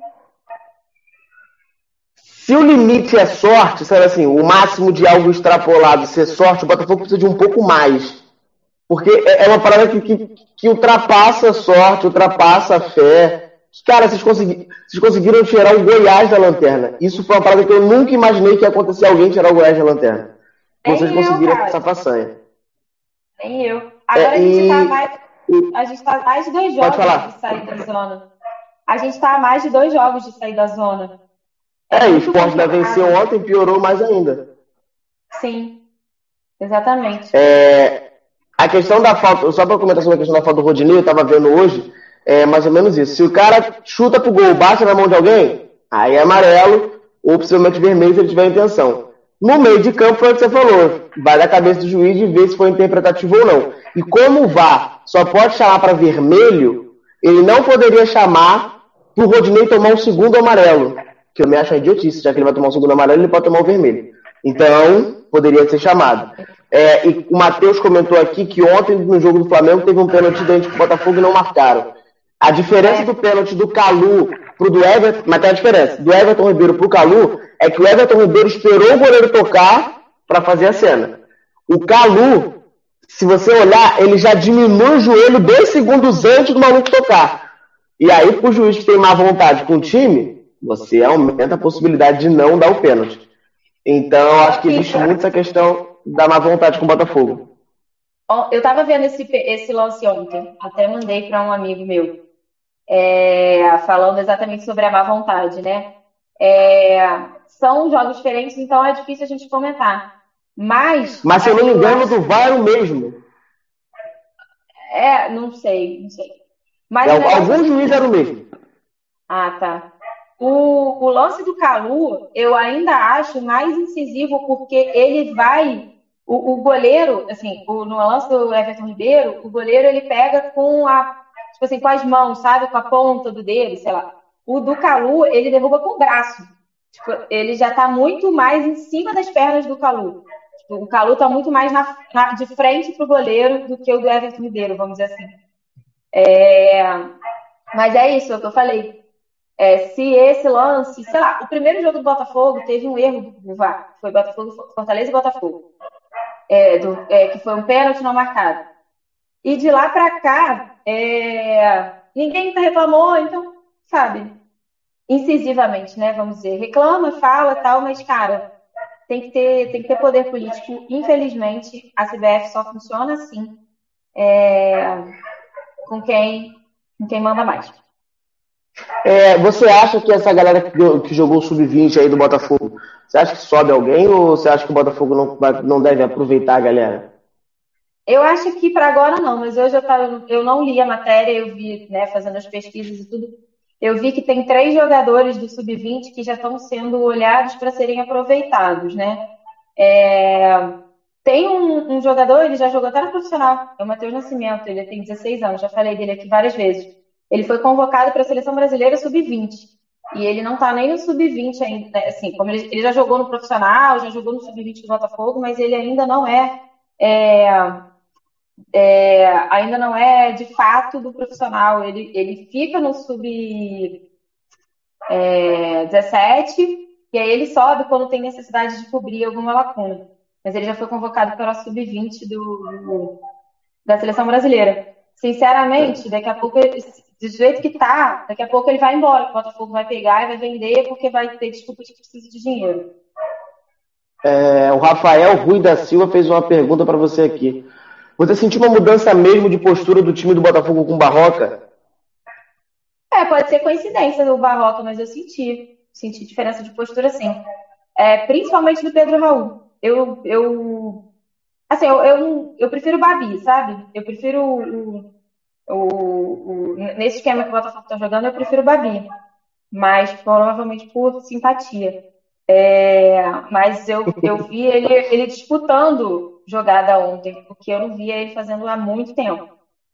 Se o limite é sorte, sabe assim, o máximo de algo extrapolado ser sorte, o Botafogo precisa de um pouco mais. Porque é uma parada que, que, que ultrapassa a sorte, ultrapassa a fé. Cara, vocês, consegui, vocês conseguiram tirar o Goiás da lanterna. Isso foi uma parada que eu nunca imaginei que ia acontecer alguém tirar o Goiás da lanterna. Nem Vocês eu, conseguiram cara. essa façanha. Nem eu. Agora É, a gente e- tá mais. A gente tá a mais de dois jogos falar. de sair da zona. A gente tá a mais de dois jogos de sair da zona. É, e o muito Sport da complicado. venceu ontem, piorou mais ainda. Sim, exatamente. É, a questão da falta, só para comentar sobre a questão da falta do Rodinei, eu tava vendo hoje, é mais ou menos isso. Se o cara chuta pro gol, bate na mão de alguém, aí é amarelo, ou possivelmente vermelho se ele tiver intenção. No meio de campo, foi o que você falou, vai da cabeça do juiz de ver se foi interpretativo ou não. E como o V A R só pode chamar para vermelho, ele não poderia chamar pro Rodinei tomar um segundo amarelo, que eu me acho uma idiotice, já que ele vai tomar um segundo amarelo, ele pode tomar o vermelho. Então, poderia ser chamado. É, e o Matheus comentou aqui que ontem, no jogo do Flamengo, teve um pênalti dentro do Botafogo e não marcaram. A diferença do pênalti do Calu pro do Everton, mas tem a diferença, do Everton Ribeiro pro Calu, é que o Everton Ribeiro esperou o goleiro tocar para fazer a cena. O Calu, se você olhar, ele já diminui o joelho dois segundos antes do maluco tocar. E aí, pro juiz que tem má vontade com o time, você aumenta a possibilidade de não dar o pênalti. Então, eu acho que existe muito essa questão da má vontade com o Botafogo. Ó, eu tava vendo esse, pe- esse lance ontem, até mandei para um amigo meu, é, falando exatamente sobre a má vontade, né? É, são jogos diferentes, então é difícil a gente comentar. Mas, Mas se eu não me eu engano, acho- do V A R é o mesmo. é, não sei, não sei. Mas É, o negócio algum juiz era o mesmo. Ah, tá. O, o lance do Calu, eu ainda acho mais incisivo, porque ele vai. O, o goleiro, assim, o, no lance do Everton Ribeiro, o goleiro ele pega com a, tipo assim, com as mãos, sabe? Com a ponta do dedo, sei lá. O do Calu, ele derruba com o braço. Tipo, ele já tá muito mais em cima das pernas do Calu. Tipo, o Calu tá muito mais na, na- de frente pro goleiro do que o do Everton Ribeiro, vamos dizer assim. Mas é isso, é o que eu falei. É, se esse lance, sei lá, o primeiro jogo do Botafogo teve um erro do V A R, foi Botafogo, Fortaleza e Botafogo, é, do- é, que foi um pênalti não marcado. E de lá pra cá, é, ninguém reclamou, então, sabe, incisivamente, né, vamos dizer, reclama, fala tal, mas, cara, tem que ter, tem que ter poder político. Infelizmente, a C B F só funciona assim, com quem, com quem manda mais. É, você acha que essa galera que, que jogou o sub vinte aí do Botafogo, você acha que sobe alguém ou você acha que o Botafogo não, vai- não deve aproveitar a galera? Eu acho que para agora não, mas hoje eu, tava, eu não li a matéria, eu vi, né, fazendo as pesquisas e tudo, eu vi que tem três jogadores do sub vinte que já estão sendo olhados para serem aproveitados, né? É, tem um, um jogador, ele já jogou até no profissional, é o Matheus Nascimento, ele tem dezesseis anos, já falei dele aqui várias vezes. Ele foi convocado para a seleção brasileira sub vinte. E ele não está nem no sub vinte ainda, né? Assim, como ele, ele já jogou no profissional, já jogou no sub vinte do Botafogo, mas ele ainda não é, é, é, ainda não é de fato do profissional. Ele, ele fica no sub dezessete e aí ele sobe quando tem necessidade de cobrir alguma lacuna. Mas ele já foi convocado para o sub vinte do, do- da seleção brasileira. Sinceramente, daqui a pouco, do jeito que tá, daqui a pouco ele vai embora. O Botafogo vai pegar e vai vender porque vai ter desculpa de que precisa de dinheiro. É, o Rafael Rui da Silva fez uma pergunta para você aqui. Você sentiu uma mudança mesmo de postura do time do Botafogo com o Barroca? É, pode ser coincidência do Barroca, mas eu senti. Senti diferença de postura, sim. É, principalmente do Pedro Raul. Eu, eu assim, eu, eu, eu prefiro o Babi, sabe? Eu prefiro o, o, o- nesse esquema que o Botafogo tá jogando, eu prefiro o Babi. Mas provavelmente por simpatia. É, mas eu, eu vi ele, ele disputando jogada ontem, porque eu não via ele fazendo há muito tempo.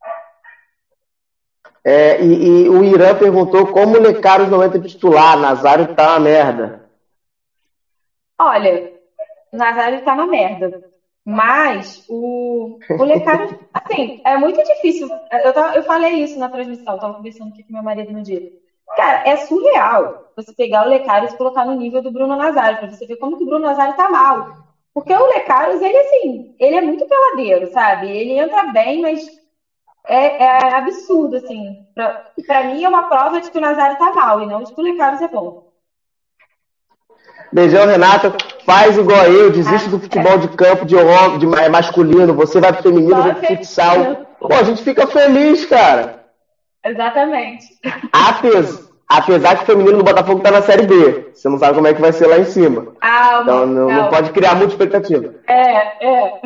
É, e, e o Irã perguntou como o Lecaros não entra titular. Nazário tá uma merda. Olha, o Nazário tá na merda. Mas o, o Lecaro, assim, é muito difícil. Eu, tava- eu falei isso na transmissão, eu tava conversando aqui com meu marido no dia. Cara, é surreal você pegar o Lecaros e colocar no nível do Bruno Nazário, pra você ver como que o Bruno Nazário tá mal. Porque o Lecaros, ele assim, ele é muito peladeiro, sabe? Ele entra bem, mas é, é absurdo, assim. Pra, pra mim é uma prova de que o Nazário tá mal e não de que o Lecaros é bom. Beijão, Renata. Faz igual eu, desiste Ah, do futebol de campo de, hom- de ma- masculino. Você vai pro feminino, vai só pro feminino. futsal. Pô, a gente fica feliz, cara. Exatamente. Apes- apesar que o feminino do Botafogo tá na Série B. Você não sabe como é que vai ser lá em cima. Então Calma, não, não calma. pode criar muita expectativa. É, é.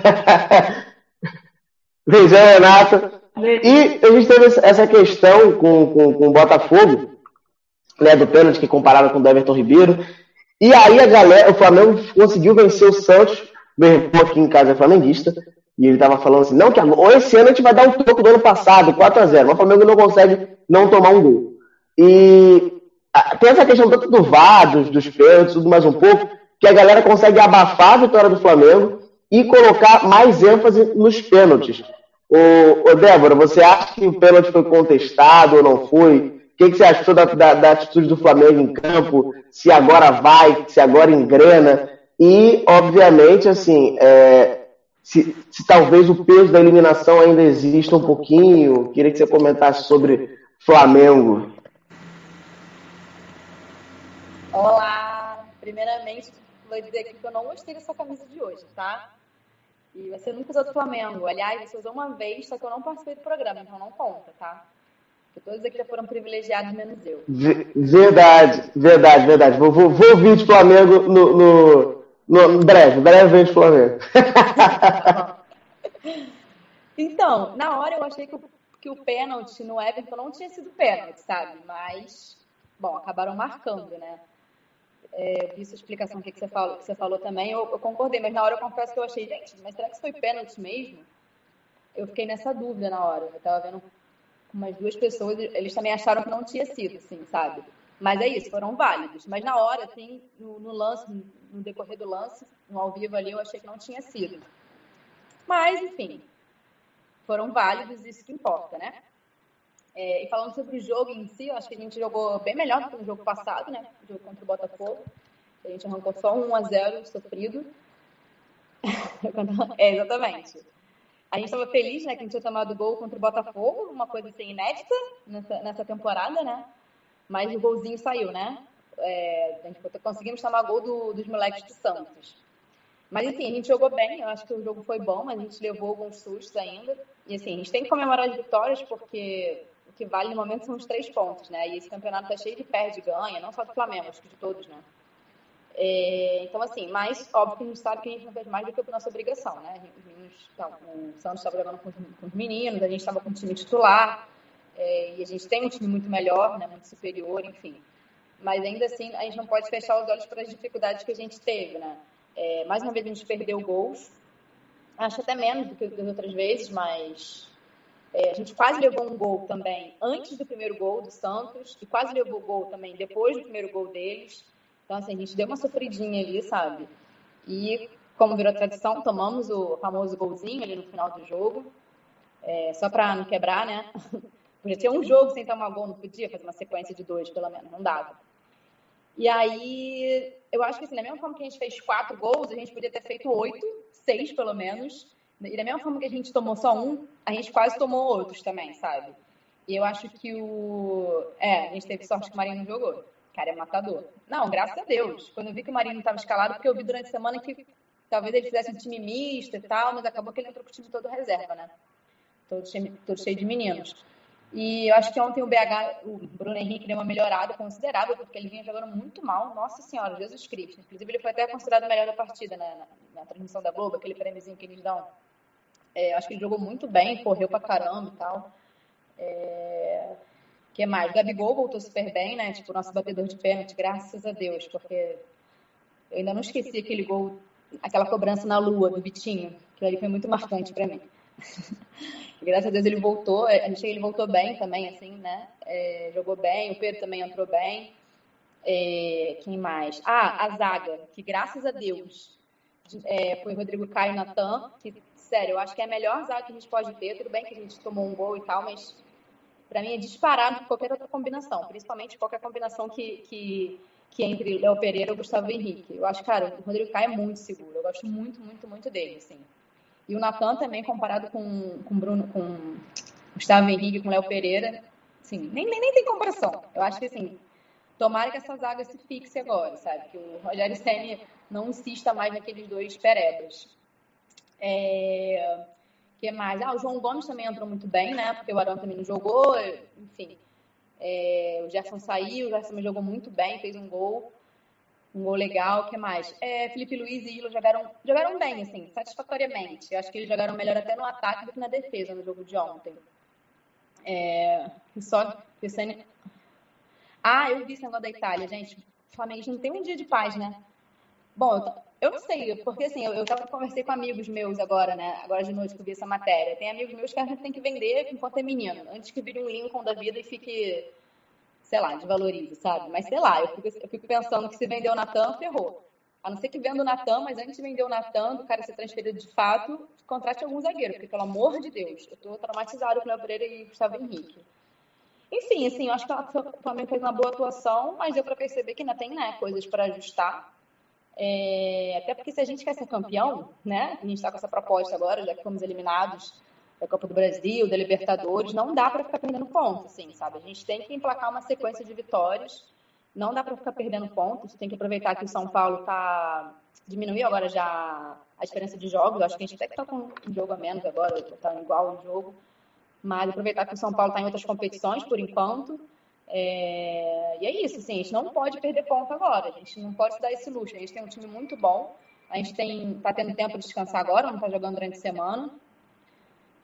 Beijão, Renata. Beleza. E a gente teve essa questão com, com, com o Botafogo, né, do pênalti que compararam com o do Everton Ribeiro. E aí a galera, o Flamengo conseguiu vencer o Santos. Meu irmão aqui em casa é flamenguista. E ele tava falando assim, não, que agora, ou esse ano a gente vai dar um troco do ano passado, quatro a zero. Mas o Flamengo não consegue não tomar um gol. E ah, tem essa questão tanto do V A R, dos, dos pênaltis, tudo mais um pouco, que a galera consegue abafar a vitória do Flamengo e colocar mais ênfase nos pênaltis. Ô, ô Débora, você acha que o pênalti foi contestado ou não foi? O que, que você achou da, da, da atitude do Flamengo em campo? Se agora vai, se agora engrena? E, obviamente, assim, é, se, se talvez o peso da eliminação ainda exista um pouquinho. Queria que você comentasse sobre Flamengo. Olá! Primeiramente, vou dizer aqui que eu não gostei dessa camisa de hoje, tá? E você nunca usou do Flamengo. Aliás, você usou uma vez, só que eu não participei do programa, então não conta, tá? Porque todos aqui já foram privilegiados, menos eu. Verdade, verdade, verdade. Vou, vou, vou ouvir de Flamengo no, no, no, no breve, breve vem de Flamengo. Então, na hora eu achei que o, que o pênalti no Everton não tinha sido pênalti, sabe? Mas bom, acabaram marcando, né? É, eu vi sua explicação, o que, que, você falou, que você falou também, eu, eu concordei, mas na hora eu confesso que eu achei, gente, mas será que isso foi pênalti mesmo? Eu fiquei nessa dúvida na hora. Eu tava vendo umas duas pessoas, eles também acharam que não tinha sido, assim, sabe? Mas é isso, foram válidos. Mas na hora, assim, no, no lance, no decorrer do lance, no ao vivo ali, eu achei que não tinha sido. Mas, enfim, foram válidos, isso que importa, né? É, e falando sobre o jogo em si, eu acho que a gente jogou bem melhor do que no jogo passado, né? O jogo contra o Botafogo. A gente arrancou só um a zero sofrido. É, exatamente. A gente estava feliz, né, que a gente tinha tomado gol contra o Botafogo, uma coisa assim inédita nessa, nessa temporada, né? Mas o golzinho saiu, né? É, a gente conseguimos tomar gol do, dos moleques de Santos. Mas, assim, a gente jogou bem, eu acho que o jogo foi bom, mas a gente levou alguns sustos ainda. E, assim, a gente tem que comemorar as vitórias, porque o que vale no momento são os três pontos, né? E esse campeonato tá cheio de perde e ganha, não só do Flamengo, acho que de todos, né? É, então, assim, mas óbvio que a gente sabe que a gente não fez mais do que a nossa obrigação, né? Os meninos, então, o Santos estava jogando com, com os meninos, a gente estava com um time titular, é, e a gente tem um time muito melhor, né? Muito superior, enfim. Mas ainda assim, a gente não pode fechar os olhos para as dificuldades que a gente teve, né? É, mais uma vez a gente perdeu gols, acho até menos do que das outras vezes, mas é, a gente quase levou um gol também antes do primeiro gol do Santos, e quase levou gol também depois do primeiro gol deles. Então, assim, a gente deu uma sofridinha ali, sabe? E, como virou tradição, tomamos o famoso golzinho ali no final do jogo, é, só para não quebrar, né? Podia ter um jogo sem tomar gol, não podia fazer uma sequência de dois, pelo menos, não dava. E aí, eu acho que assim, da mesma forma que a gente fez quatro gols, a gente podia ter feito oito, seis pelo menos. E da mesma forma que a gente tomou só um, a gente quase tomou outros também, sabe? E eu acho que o... É, a gente teve sorte que o Marinho não jogou. Cara, é matador. Não, graças a Deus. Quando eu vi que o Marinho não estava escalado, porque eu vi durante a semana que talvez ele fizesse um time misto e tal, mas acabou que ele entrou com o time todo reserva, né? Todo cheio, todo cheio de meninos. E eu acho que ontem o B H, o Bruno Henrique, deu uma melhorada considerável, porque ele vinha jogando muito mal. Nossa Senhora, Jesus Cristo. Inclusive, ele foi até considerado o melhor da partida, né? Na, na transmissão da Globo, aquele prêmiozinho que eles dão. É, acho que ele jogou muito bem, correu pra caramba e tal. É... O que mais? Gabigol voltou super bem, né? Tipo, nosso batedor de pênalti, graças a Deus, porque eu ainda não esqueci aquele gol, aquela cobrança na lua do Vitinho, que ali foi muito marcante pra mim. Graças a Deus ele voltou, a gente ele voltou bem também, assim, né? É, jogou bem, o Pedro também entrou bem. É, quem mais? Ah, a zaga, que graças a Deus é, foi Rodrigo Caio e Natan, que, sério, eu acho que é a melhor zaga que a gente pode ter. Tudo bem que a gente tomou um gol e tal, mas pra mim é disparado qualquer outra combinação, principalmente qualquer combinação que, que, que entre Léo Pereira ou Gustavo Henrique. Eu acho, cara, o Rodrigo Caio é muito seguro, eu gosto muito, muito, muito dele, assim. E o Natan também, comparado com com Bruno, com Gustavo Henrique, com Léo Pereira, assim, nem, nem, nem tem comparação. Eu acho que, assim, tomara que essa zaga se fixe agora, sabe? Que o Rogério Ceni não insista mais naqueles dois perebas. É... O que mais? Ah, o João Gomes também entrou muito bem, né? Porque o Arão também não jogou, enfim. É... O Gerson saiu, o Gerson também jogou muito bem, fez um gol. Um gol legal, o que mais? É, Felipe Luiz e Ilo jogaram, jogaram bem, assim, satisfatoriamente. Eu acho que eles jogaram melhor até no ataque do que na defesa no jogo de ontem. É, só pensando... Ah, eu vi esse negócio da Itália, gente. O Flamengo não tem um dia de paz, né? Bom, eu, eu não sei, porque assim, eu, eu tava, conversei com amigos meus agora, né? Agora de noite que eu vi essa matéria. Tem amigos meus que a gente tem que vender enquanto é menino, antes que vire um Lincoln da vida e fique... sei lá, desvalorize, sabe? Mas sei lá, eu fico, eu fico pensando que se vender o Natan, ferrou. A não ser que venda o Natan, mas antes de vender o Natan, do cara ser transferido de fato, contrate algum zagueiro, porque pelo amor de Deus, eu tô traumatizado com o Léo Pereira e Gustavo Henrique. Enfim, assim, eu acho que o Flamengo fez uma boa atuação, mas deu pra perceber que ainda tem, né, coisas para ajustar. É, até porque se a gente quer ser campeão, né, a gente tá com essa proposta agora, já que fomos eliminados da Copa do Brasil, da Libertadores, não dá para ficar perdendo ponto, assim, sabe? A gente tem que emplacar uma sequência de vitórias, não dá para ficar perdendo ponto, a gente tem que aproveitar que o São Paulo tá... diminuiu agora já a diferença de jogos, acho que a gente até que tá com um jogo a menos agora, tá igual o jogo, mas aproveitar que o São Paulo tá em outras competições, por enquanto, é... e é isso, assim, a gente não pode perder ponto agora, a gente não pode se dar esse luxo, a gente tem um time muito bom, a gente tem, tá tendo tempo de descansar agora, não tá jogando durante a semana.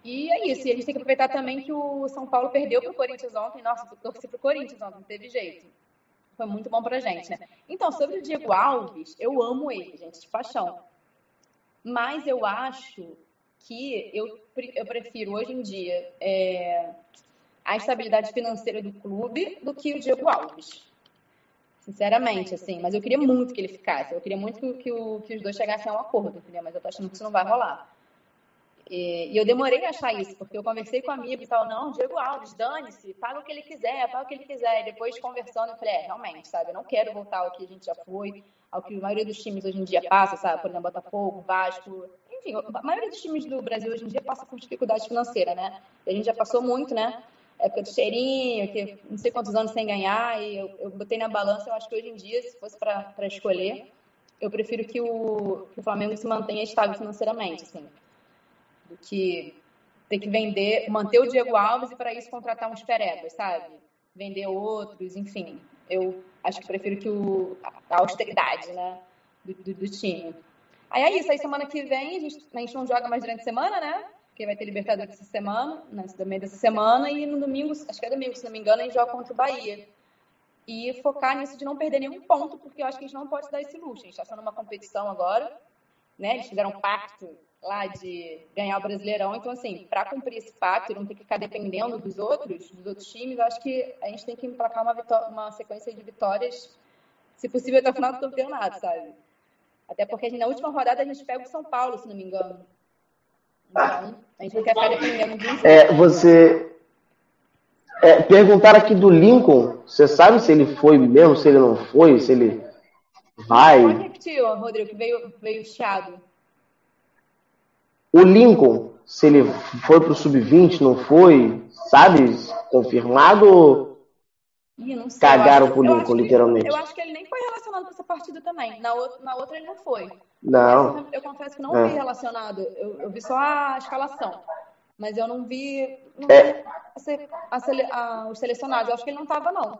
E é isso, e a gente tem que aproveitar também que o São Paulo perdeu pro Corinthians ontem. Nossa, eu torci pro Corinthians ontem, não teve jeito. Foi muito bom pra gente, né? Então, sobre o Diego Alves, eu amo ele, gente, de paixão. Mas eu acho que eu, eu prefiro, hoje em dia, é, a estabilidade financeira do clube do que o Diego Alves. Sinceramente, assim. Mas eu queria muito que ele ficasse. Eu queria muito que, que, o, que os dois chegassem a um acordo, entendeu? Mas eu tô achando que isso não vai rolar. E, e eu demorei a achar isso, porque eu conversei com amigos e tal, não, Diego Alves, dane-se, paga o que ele quiser, paga o que ele quiser. E depois, conversando, eu falei, é, realmente, sabe, eu não quero voltar ao que a gente já foi, ao que a maioria dos times hoje em dia passa, sabe, por exemplo, Botafogo, Vasco, enfim, a maioria dos times do Brasil hoje em dia passa por dificuldade financeira, né? E a gente já passou muito, né? Época do cheirinho, que não sei quantos anos sem ganhar, e eu, eu botei na balança, eu acho que hoje em dia, se fosse para escolher, eu prefiro que o, que o Flamengo se mantenha estável financeiramente, assim, do que ter que vender, manter o Diego Alves e para isso contratar uns perebas, sabe? Vender outros, enfim. Eu acho que prefiro que o, a austeridade, né, do, do, do time. Aí é isso, aí semana que vem a gente, a gente não joga mais durante a semana, né? Porque vai ter Libertadores essa semana, né, no meio dessa semana, e no domingo, acho que é domingo, se não me engano, a gente joga contra o Bahia. E focar nisso de não perder nenhum ponto, porque eu acho que a gente não pode dar esse luxo. A gente está sendo uma competição agora, né? Eles fizeram um pacto lá de ganhar o Brasileirão. Então, assim, para cumprir esse pacto e não ter que ficar dependendo dos outros, dos outros times, eu acho que a gente tem que emplacar uma, vitó- uma sequência de vitórias, se possível, até o final do campeonato, sabe? Até porque a gente, na última rodada a gente pega o São Paulo, se não me engano. Então, a gente não quer ficar dependendo de um jogo. É, você... É, perguntaram aqui do Lincoln. Você sabe se ele foi mesmo, se ele não foi, se ele vai? Pode repetir, Rodrigo, que veio, veio chiado. O Lincoln, se ele foi pro sub vinte, não foi? Sabe? Confirmado ou Ih, não sei, cagaram eu acho, pro eu Lincoln, acho que, literalmente? eu acho que ele nem foi relacionado com essa partida também. Na outra, na outra ele não foi. Não. Eu, eu confesso que não É. vi relacionado. Eu, eu vi só a escalação. Mas eu não vi, não É. vi a se- a sele- a- os selecionados. Eu acho que ele não estava, não.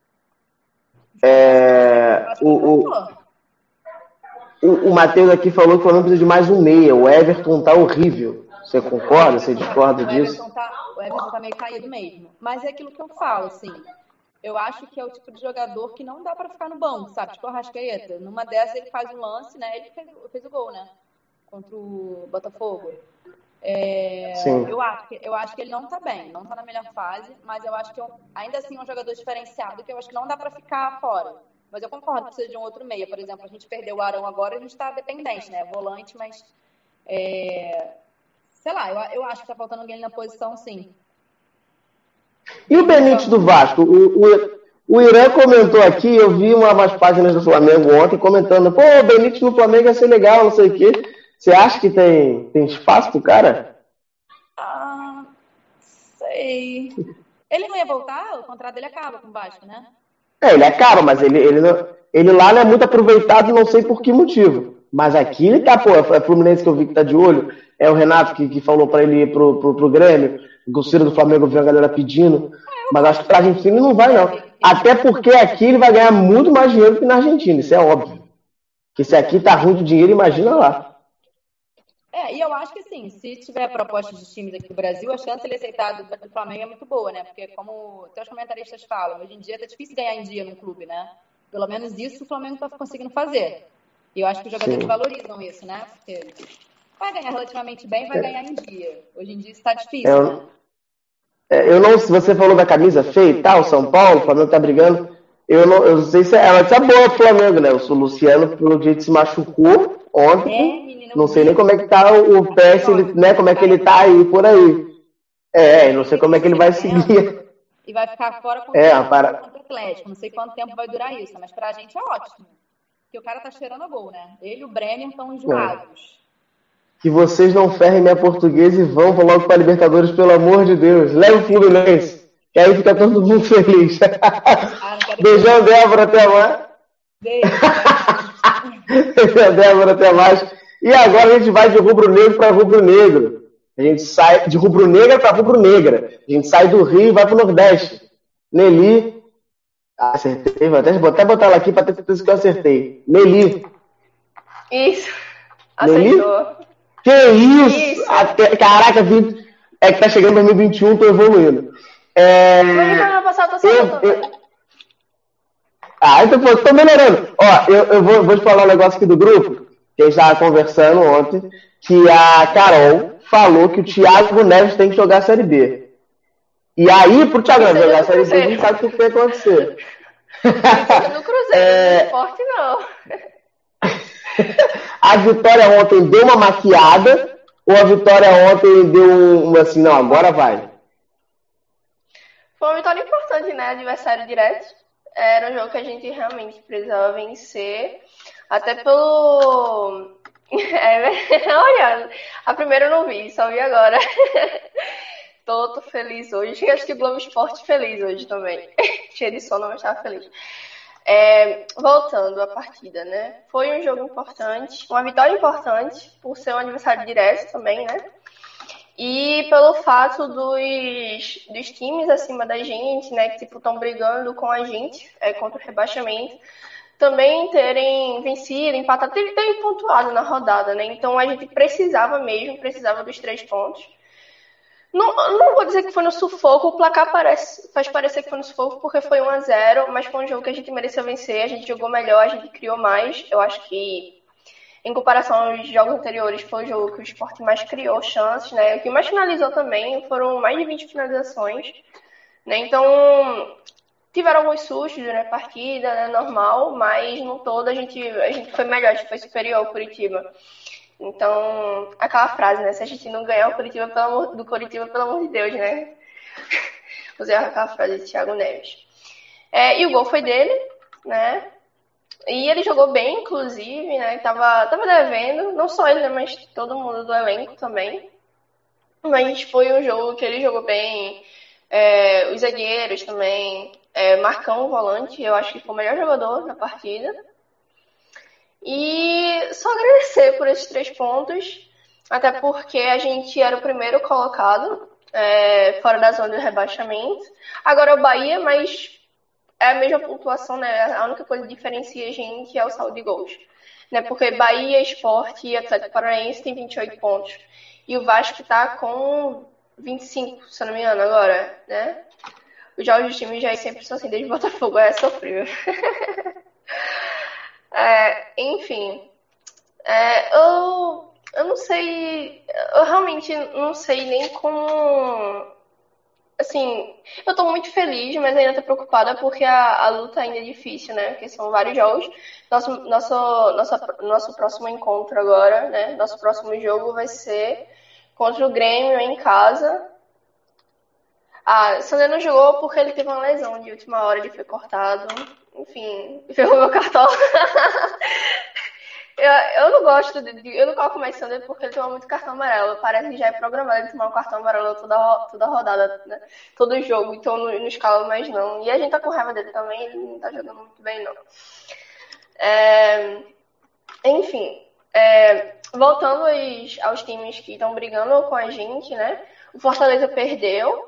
É, Eu acho que ele o, não o, entrou. o, o Matheus aqui falou que o Flamengo precisa de mais um meia. O Everton tá horrível. Você concorda? Você discorda O disso? Everton tá, o Everton tá meio caído mesmo. Mas é aquilo que eu falo, assim. Eu acho que é o tipo de jogador que não dá pra ficar no banco, sabe? Tipo o Arrascaeta. Numa dessas ele faz um lance, né? Ele fez, fez o gol, né? Contra o Botafogo. É, Sim. eu, acho que, eu acho que ele não tá bem, não tá na melhor fase, mas eu acho que é um- ainda assim é um jogador diferenciado, que eu acho que não dá pra ficar fora. Mas eu concordo que precisa de um outro meia. Por exemplo, a gente perdeu o Arão agora, a gente tá dependente, né? Volante, mas... é, sei lá, eu, eu acho que tá faltando alguém na posição, sim. E o Benítez do Vasco? O, o, o Irã comentou aqui, eu vi uma, umas páginas do Flamengo ontem comentando, pô, o Benítez no Flamengo ia ser legal, não sei o quê. Você acha que tem, tem espaço pro cara? Ah, sei. Ele não ia voltar? O contrato dele acaba com o Vasco, né? É, ele acaba, mas ele, ele, não, ele lá não é muito aproveitado, não sei por que motivo. Mas aqui ele tá, pô, é Fluminense que eu vi que tá de olho, é o Renato que, que falou pra ele ir pro, pro, pro Grêmio, o Gulseiro do Flamengo viu a galera pedindo, mas acho que pra Argentina ele não vai, não. Até porque aqui ele vai ganhar muito mais dinheiro que na Argentina, isso é óbvio. Porque se aqui tá ruim de dinheiro, imagina lá. É, e eu acho que assim, se tiver propostas de times aqui do Brasil, a chance de ele aceitar do, do Flamengo é muito boa, né? Porque como até os comentaristas falam, hoje em dia tá difícil ganhar em dia no clube, né? Pelo menos isso o Flamengo tá conseguindo fazer. E eu acho que os jogadores Sim. valorizam isso, né? Porque vai ganhar relativamente bem, vai ganhar em dia. Hoje em dia isso tá difícil, É, né? É, eu não, se você falou da camisa feia e tal, São Paulo, o Flamengo tá brigando. Eu não, eu não sei se ela tá boa pro Flamengo, né? O Luciano, pelo jeito, se machucou ontem. É, menino, Não sei nem como é que tá o, o pé, se ele, né? Como é que ele tá aí por aí. É, não sei como é que ele vai seguir. E vai ficar fora contra, É, para... contra o Atlético. Não sei quanto tempo vai durar isso, mas pra gente é ótimo. Porque o cara tá cheirando a gol, né? Ele e o Brenner estão enjoados. Que vocês não ferrem minha portuguesa e vão logo pra Libertadores, pelo amor de Deus. Leve o Fluminense, que aí fica todo mundo feliz. Ah, não quero Beijão, Débora, até mais. Beijo. Beijão, Débora, até mais. E agora a gente vai de rubro-negro para rubro-negro. A gente sai de rubro-negra para rubro-negra. A gente sai do Rio e vai para o Nordeste. Nelly. Ah, acertei. Vou até botar, botar ela aqui para ter certeza que eu acertei. Nelly. Isso. Nelly? Aceitou. Que isso? Isso. Até, caraca, vi, É que tá chegando dois mil e vinte e um, tô evoluindo. É... Mas ano passado eu tô eu, sabendo também. eu... Ah, então pô, tô melhorando. Ó, eu, eu vou, vou te falar um negócio aqui do grupo, que a gente tava conversando ontem, que a Carol falou que o Thiago Neves tem que jogar a Série B. E aí, pro Thiago Neves jogar a Série B, a gente sabe o que vai acontecer. Isso no Cruzeiro, é... no esporte não. A Vitória ontem deu uma maquiada, ou a Vitória ontem deu um, assim, não, agora vai? Foi uma vitória importante, né? Adversário direto. Era um jogo que a gente realmente precisava vencer. Até pelo... É, olha, a primeira eu não vi, só vi agora. Tô, tô feliz hoje. Acho que o Globo Esporte feliz hoje também. Cheio de sono, mas estava feliz. É, voltando à partida, né? Foi um jogo importante, uma vitória importante, por ser um adversário direto também, né? E pelo fato dos, dos times acima da gente, né, que tipo estão brigando com a gente é, contra o rebaixamento, também terem vencido, empatado, terem, terem pontuado na rodada, né? Então a gente precisava mesmo, precisava dos três pontos. Não, não vou dizer que foi no sufoco, o placar parece, faz parecer que foi no sufoco porque foi um a zero, mas foi um jogo que a gente mereceu vencer, a gente jogou melhor, a gente criou mais. Eu acho que, em comparação aos jogos anteriores, foi o jogo que o Sport mais criou chances, né? O que mais finalizou também, foram mais de vinte finalizações, né? Então, tiveram alguns sustos durante a partida, né? Normal, mas no todo a gente, a gente foi melhor, a gente foi superior ao Curitiba. Então, aquela frase, né? Se a gente não ganhar o Curitiba, pelo amor, do Curitiba, pelo amor de Deus, né? Usei aquela frase de Thiago Neves. É, e o gol foi dele, né? E ele jogou bem, inclusive, né? Tava, tava devendo, não só ele, né? Mas todo mundo do elenco também. Mas foi um jogo que ele jogou bem. É, os zagueiros também. É, Marcão, o volante, eu acho que foi o melhor jogador na partida. E só agradecer por esses três pontos, até porque a gente era o primeiro colocado é, fora da zona de rebaixamento. Agora é o Bahia, mas é a mesma pontuação, né? A única coisa que diferencia a gente é o saldo de gols, né? Porque Bahia, Sport e Atlético Paranaense tem vinte e oito pontos e o Vasco tá com vinte e cinco, se eu não me engano, agora, né? Os jogos dos times já sempre são assim, desde Botafogo, é sofrível. É, enfim, é, eu, eu não sei, eu realmente não sei nem como, assim, eu tô muito feliz, mas ainda tô preocupada porque a, a luta ainda é difícil, né, porque são vários jogos. Nosso, nosso, nosso, nosso próximo encontro agora, né, nosso próximo jogo vai ser contra o Grêmio em casa. Ah, Sander não jogou porque ele teve uma lesão de última hora, ele foi cortado. Enfim, ferrou meu cartão. eu, eu não gosto, de, eu não coloco mais Sander porque ele toma muito cartão amarelo. Parece que já é programado ele tomar um cartão amarelo toda, toda rodada, né? Todo jogo, então não, não escala mais não. E a gente tá com raiva dele também, ele não tá jogando muito bem não. É, enfim, é, voltando aos, aos times que estão brigando com a gente, né? O Fortaleza perdeu.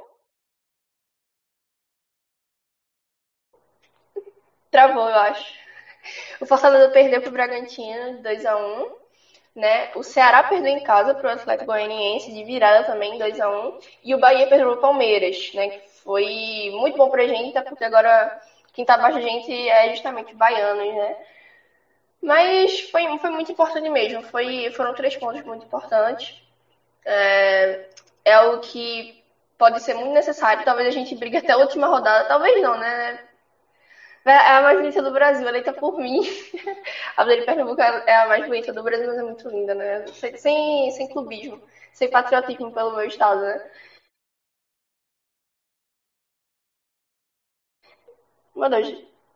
Travou, eu acho. O Fortaleza perdeu pro Bragantino de dois a um, né? O Ceará perdeu em casa pro Atlético Goianiense de virada também, dois a um, e o Bahia perdeu pro Palmeiras, né? Que foi muito bom pra gente, até porque agora quem tá abaixo da gente é justamente baianos, né? Mas foi, foi muito importante mesmo. Foi, foram três pontos muito importantes. É, é algo que pode ser muito necessário. Talvez a gente brigue até a última rodada. Talvez não, né? É a mais bonita do Brasil, eleita por mim. A Bandeira de Pernambuco é a mais bonita do Brasil, mas é muito linda, né? Sem, sem clubismo, sem patriotismo pelo meu estado, né? Uma, dois.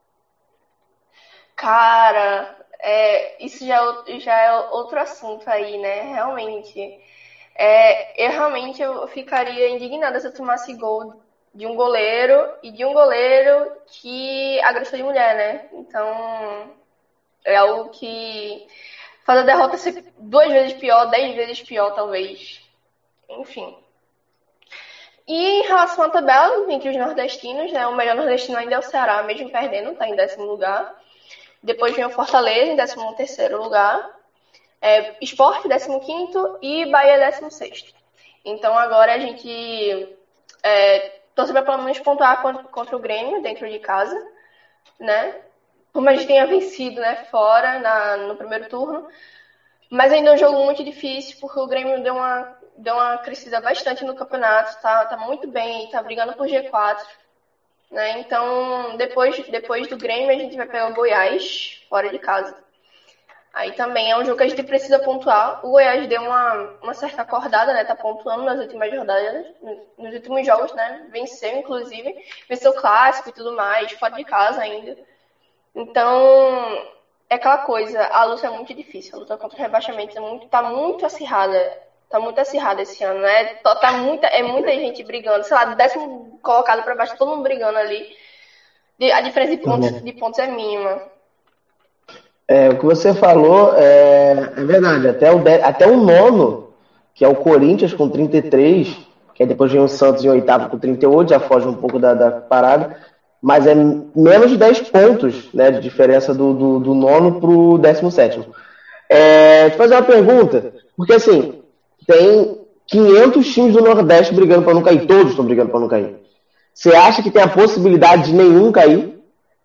Cara, é, isso já é, já é outro assunto aí, né? Realmente. É, eu realmente eu ficaria indignada se eu tomasse gol de um goleiro e de um goleiro que agressou de mulher, né? Então, é algo que faz a derrota ser duas vezes pior, dez vezes pior, talvez. Enfim. E em relação à tabela, entre os nordestinos, né? O melhor nordestino ainda é o Ceará, mesmo perdendo, tá em décimo lugar. Depois vem o Fortaleza, em décimo terceiro lugar. É, Sport, décimo quinto e Bahia, décimo sexto. Então agora a gente é, torce para pelo menos pontuar contra, contra o Grêmio dentro de casa, né? Como a gente tenha vencido, né, fora na, no primeiro turno. Mas ainda é um jogo muito difícil, porque o Grêmio deu uma, deu uma crescida bastante no campeonato, tá, tá muito bem, tá brigando por G quatro. Né? Então, depois, depois do Grêmio, a gente vai pegar o Goiás fora de casa. Aí também é um jogo que a gente precisa pontuar. O Goiás deu uma, uma certa acordada, né? Tá pontuando nas últimas rodadas, nos últimos jogos, né? Venceu, inclusive. Venceu o Clássico e tudo mais, fora de casa ainda. Então, é aquela coisa, a luta é muito difícil. A luta contra o rebaixamento é muito, tá muito acirrada. Tá muito acirrada esse ano, né? Tá, tá muita, é muita gente brigando. Sei lá, do décimo colocado pra baixo, todo mundo brigando ali. A diferença de pontos, de pontos é mínima. É, o que você falou é, é verdade. Até o, de, até o nono, que é o Corinthians com trinta e três, que aí depois vem o Santos em oitavo com trinta e oito, já foge um pouco da, da parada, mas é menos de dez pontos, né, de diferença do, do, do nono pro décimo sétimo. É, deixa eu fazer uma pergunta, porque assim, tem quinhentos times do Nordeste brigando para não cair, todos estão brigando para não cair. Você acha que tem a possibilidade de nenhum cair?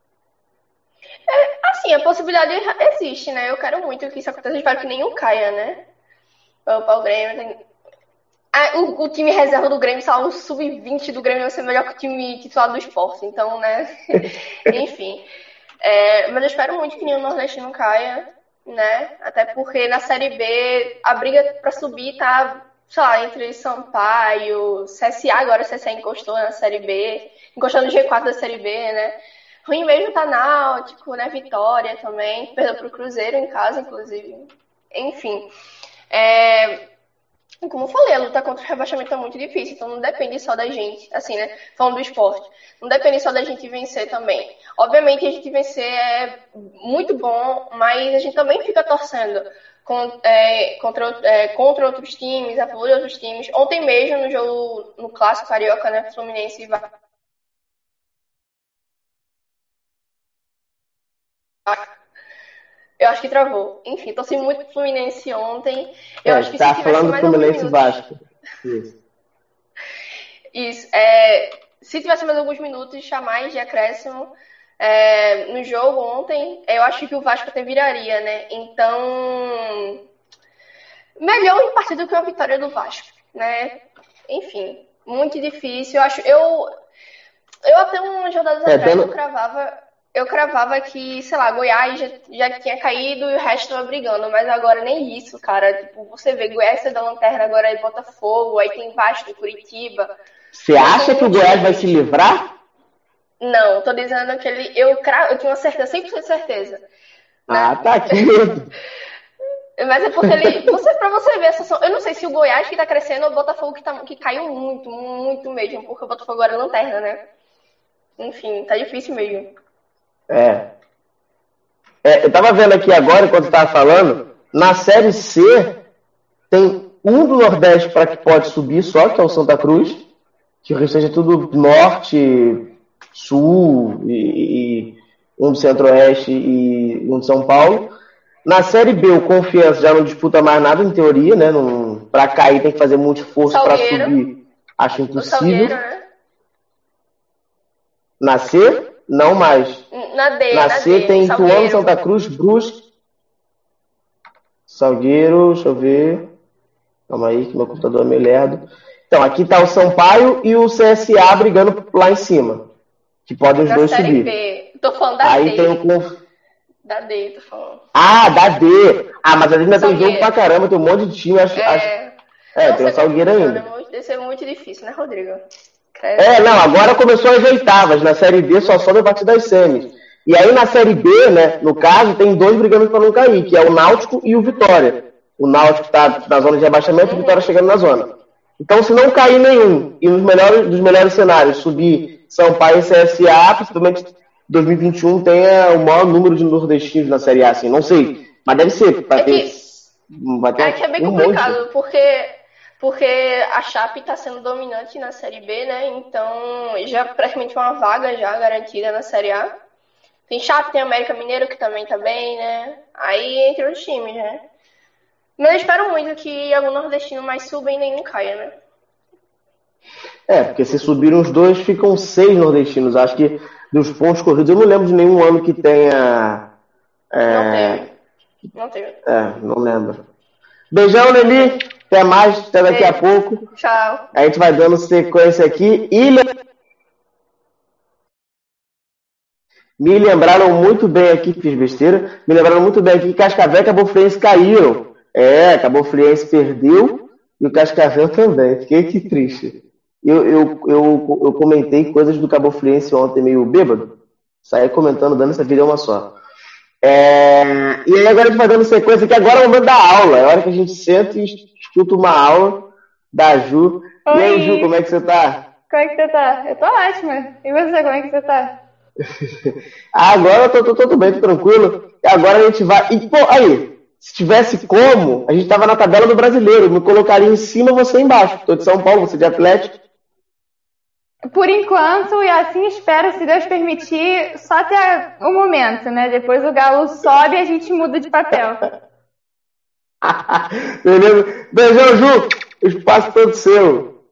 Sim, a possibilidade existe, né? Eu quero muito que isso aconteça. Eu espero que nenhum caia, né? Para o Grêmio. Tem... Ah, o, o time reserva do Grêmio, sei lá, o sub vinte do Grêmio vai ser melhor que o time titular do Sport. Então, né? Enfim. É, mas eu espero muito que nenhum nordestino caia, né? Até porque na Série B a briga para subir tá, sei lá, entre Sampaio, C S A, agora o C S A encostou na Série B, encostou no G quatro da Série B, né? Ruim mesmo tá Náutico, né? Vitória também. Perdeu pro Cruzeiro em casa, inclusive. Enfim. É... Como eu falei, a luta contra o rebaixamento é muito difícil. Então não depende só da gente. Assim, né? Falando do esporte. Não depende só da gente vencer também. Obviamente a gente vencer é muito bom, mas a gente também fica torcendo contra, é, contra, é, contra outros times, a favor de outros times. Ontem mesmo, no jogo, no Clássico Carioca, né? Fluminense e Eu acho que travou. Enfim, torci muito pro Fluminense ontem. Eu é, acho que tá se tivesse falando mais Fluminense alguns minutos... Vasco. Isso. Isso. É, se tivesse mais alguns minutos a mais de acréscimo é, no jogo ontem, eu acho que o Vasco até viraria, né? Então, melhor em partida que a vitória do Vasco, né? Enfim, muito difícil. Eu acho, eu, eu até umas rodadas É, atrás pelo- eu cravava. Eu cravava que, sei lá, Goiás já, já tinha caído e o resto tava brigando, mas agora nem isso, cara. Tipo, você vê Goiás é da lanterna, agora aí Botafogo, aí tem Vasco, Curitiba. Você acha que o Goiás vai se livrar? Não, tô dizendo que ele. Eu, cra... eu tinha uma certeza, cem por cento de certeza. Ah, tá aqui mesmo. Mas é porque ele. Você, pra você ver a situação. Eu não sei se o Goiás que tá crescendo ou o Botafogo que, tá... que caiu muito, muito mesmo, porque o Botafogo agora é lanterna, né? Enfim, tá difícil mesmo. É. É, eu tava vendo aqui agora, enquanto eu tava falando, na Série C tem um do Nordeste para que pode subir só, que é o Santa Cruz, que o restante é tudo Norte, Sul, e, e um do Centro-Oeste e um de São Paulo. Na Série B, o Confiança já não disputa mais nada, em teoria, né? Não, pra cair tem que fazer muito esforço para Salgueiro. subir. Acho O impossível. Salgueiro, né? Na C, não mais. Na D, Na na C D, tem Salgueiro. Ituano, Santa Cruz, Brusque, Salgueiro, deixa eu ver. Calma aí, que meu computador é meio lerdo. Então, aqui tá o Sampaio e o C S A brigando lá em cima. Que podem os Na dois Série subir. B. Tô falando da Aí D. tem o Conf... Da D, tô falando. Ah, da D. Ah, mas ainda tem Salgueiro. jogo pra caramba, tem um monte de time. Acho, acho... É, é não tem o sei Salgueiro como ainda. funciona, mas Deve ser muito difícil, né, Rodrigo? Credo. É, não, agora começou as oitavas. Na Série D só sobe a partir das semis. E aí na Série B, né, no caso, tem dois brigando para não cair, que é o Náutico e o Vitória. O Náutico está na zona de rebaixamento e o Vitória chegando na zona. Então, se não cair nenhum, e nos melhores, dos melhores cenários, subir Sampaio e C S A, possivelmente dois mil e vinte e um tenha o maior número de nordestinos na Série A, assim, não sei. Mas deve ser, vai É ter, que- vai ter É que é bem um complicado, monte. porque, porque a Chape tá sendo dominante na Série B, né? Então, já praticamente uma vaga já garantida na Série A. Tem Chape, tem América Mineiro, que também tá bem, né? Aí entre os times, né? Mas eu espero muito que algum nordestino mais suba e nenhum caia, né? É, porque se subirem os dois, ficam seis nordestinos. Acho que dos pontos corridos, eu não lembro de nenhum ano que tenha. É, Não teve. Não teve. é, não lembro. Beijão, Nelly. Até mais, até daqui a pouco. Tchau. A gente vai dando sequência aqui. E me lembraram muito bem aqui, fiz besteira, me lembraram muito bem aqui que Cascavel e Cabo Friense caíram. É, Cabo Friense perdeu e o Cascavel também. Fiquei aqui triste. Eu, eu, eu, eu comentei coisas do Cabo Friense ontem meio bêbado. Saí comentando, dando essa vida uma só. É, e aí agora a gente vai dando sequência aqui. Agora é o momento da aula. É a hora que a gente senta e escuta uma aula da Ju. Oi. E aí, Ju, como é que você tá? Como é que você tá? Eu tô ótima. E você, como é que você tá? Agora eu tô, tô, tô tudo bem, tô tranquilo. E agora a gente vai. E, pô, aí, se tivesse como, a gente tava na tabela do brasileiro. Me colocaria em cima, você embaixo. Tô de São Paulo, você de Atlético. Por enquanto, e assim espero, se Deus permitir, só até o momento, né? Depois o Galo sobe e a gente muda de papel. Beleza? Beijão, Ju. O espaço todo seu.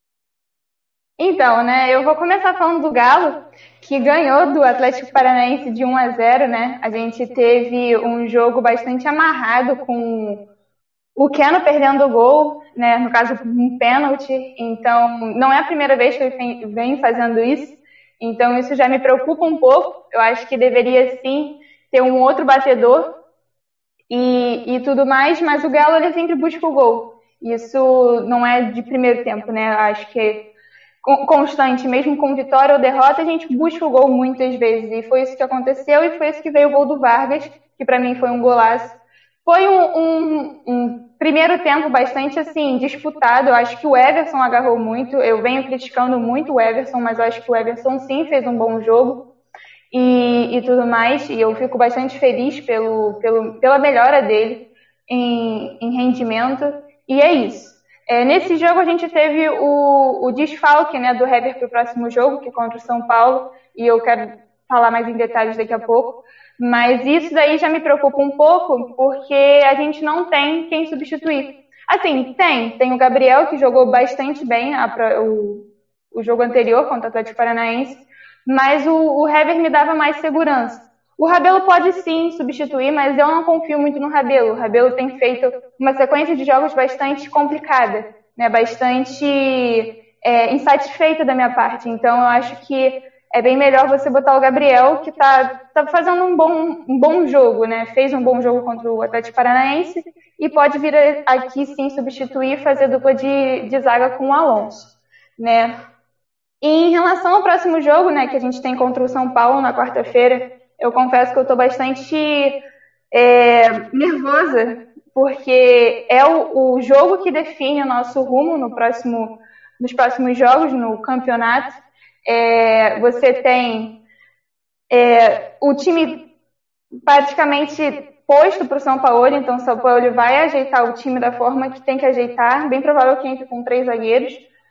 Então, né? Eu vou começar falando do Galo, que ganhou do Atlético Paranaense de um a zero, né? A gente teve um jogo bastante amarrado com o Keno perdendo o gol, né? No caso, um pênalti. Então, não é a primeira vez que ele vem fazendo isso. Então, isso já me preocupa um pouco. Eu acho que deveria, sim, ter um outro batedor e, e tudo mais. Mas o Galo, ele sempre busca o gol. Isso não é de primeiro tempo, né? Eu acho que constante, mesmo com vitória ou derrota, a gente busca o gol muitas vezes. E foi isso que aconteceu e foi isso que veio o gol do Vargas, que para mim foi um golaço. Foi um, um, um primeiro tempo bastante assim disputado. Eu acho que o Everson agarrou muito. Eu venho criticando muito o Everson, mas eu acho que o Everson sim fez um bom jogo e, e tudo mais. E eu fico bastante feliz pelo, pelo, pela melhora dele em, em rendimento. E é isso. É, nesse jogo a gente teve o, o desfalque, né, do Hever para o próximo jogo, que é contra o São Paulo. E eu quero falar mais em detalhes daqui a pouco. Mas isso daí já me preocupa um pouco, porque a gente não tem quem substituir. Assim, tem. Tem o Gabriel, que jogou bastante bem a, o, o jogo anterior contra o Atlético Paranaense, mas o, o Hever me dava mais segurança. O Rabelo pode sim substituir, mas eu não confio muito no Rabelo. O Rabelo tem feito uma sequência de jogos bastante complicada, né? Bastante é, insatisfeita da minha parte. Então eu acho que é bem melhor você botar o Gabriel, que tá, tá fazendo um bom, um bom jogo, né? Fez um bom jogo contra o Atlético Paranaense e pode vir aqui sim substituir e fazer dupla de, de zaga com o Alonso, né? E em relação ao próximo jogo, né, que a gente tem contra o São Paulo na quarta-feira, eu confesso que eu tô bastante é, nervosa, porque é o, o jogo que define o nosso rumo no próximo, nos próximos jogos, no campeonato. É, você tem é, o time praticamente posto para o São Paulo, então o São Paulo vai ajeitar o time da forma que tem que ajeitar, bem provável que entre com três zagueiros,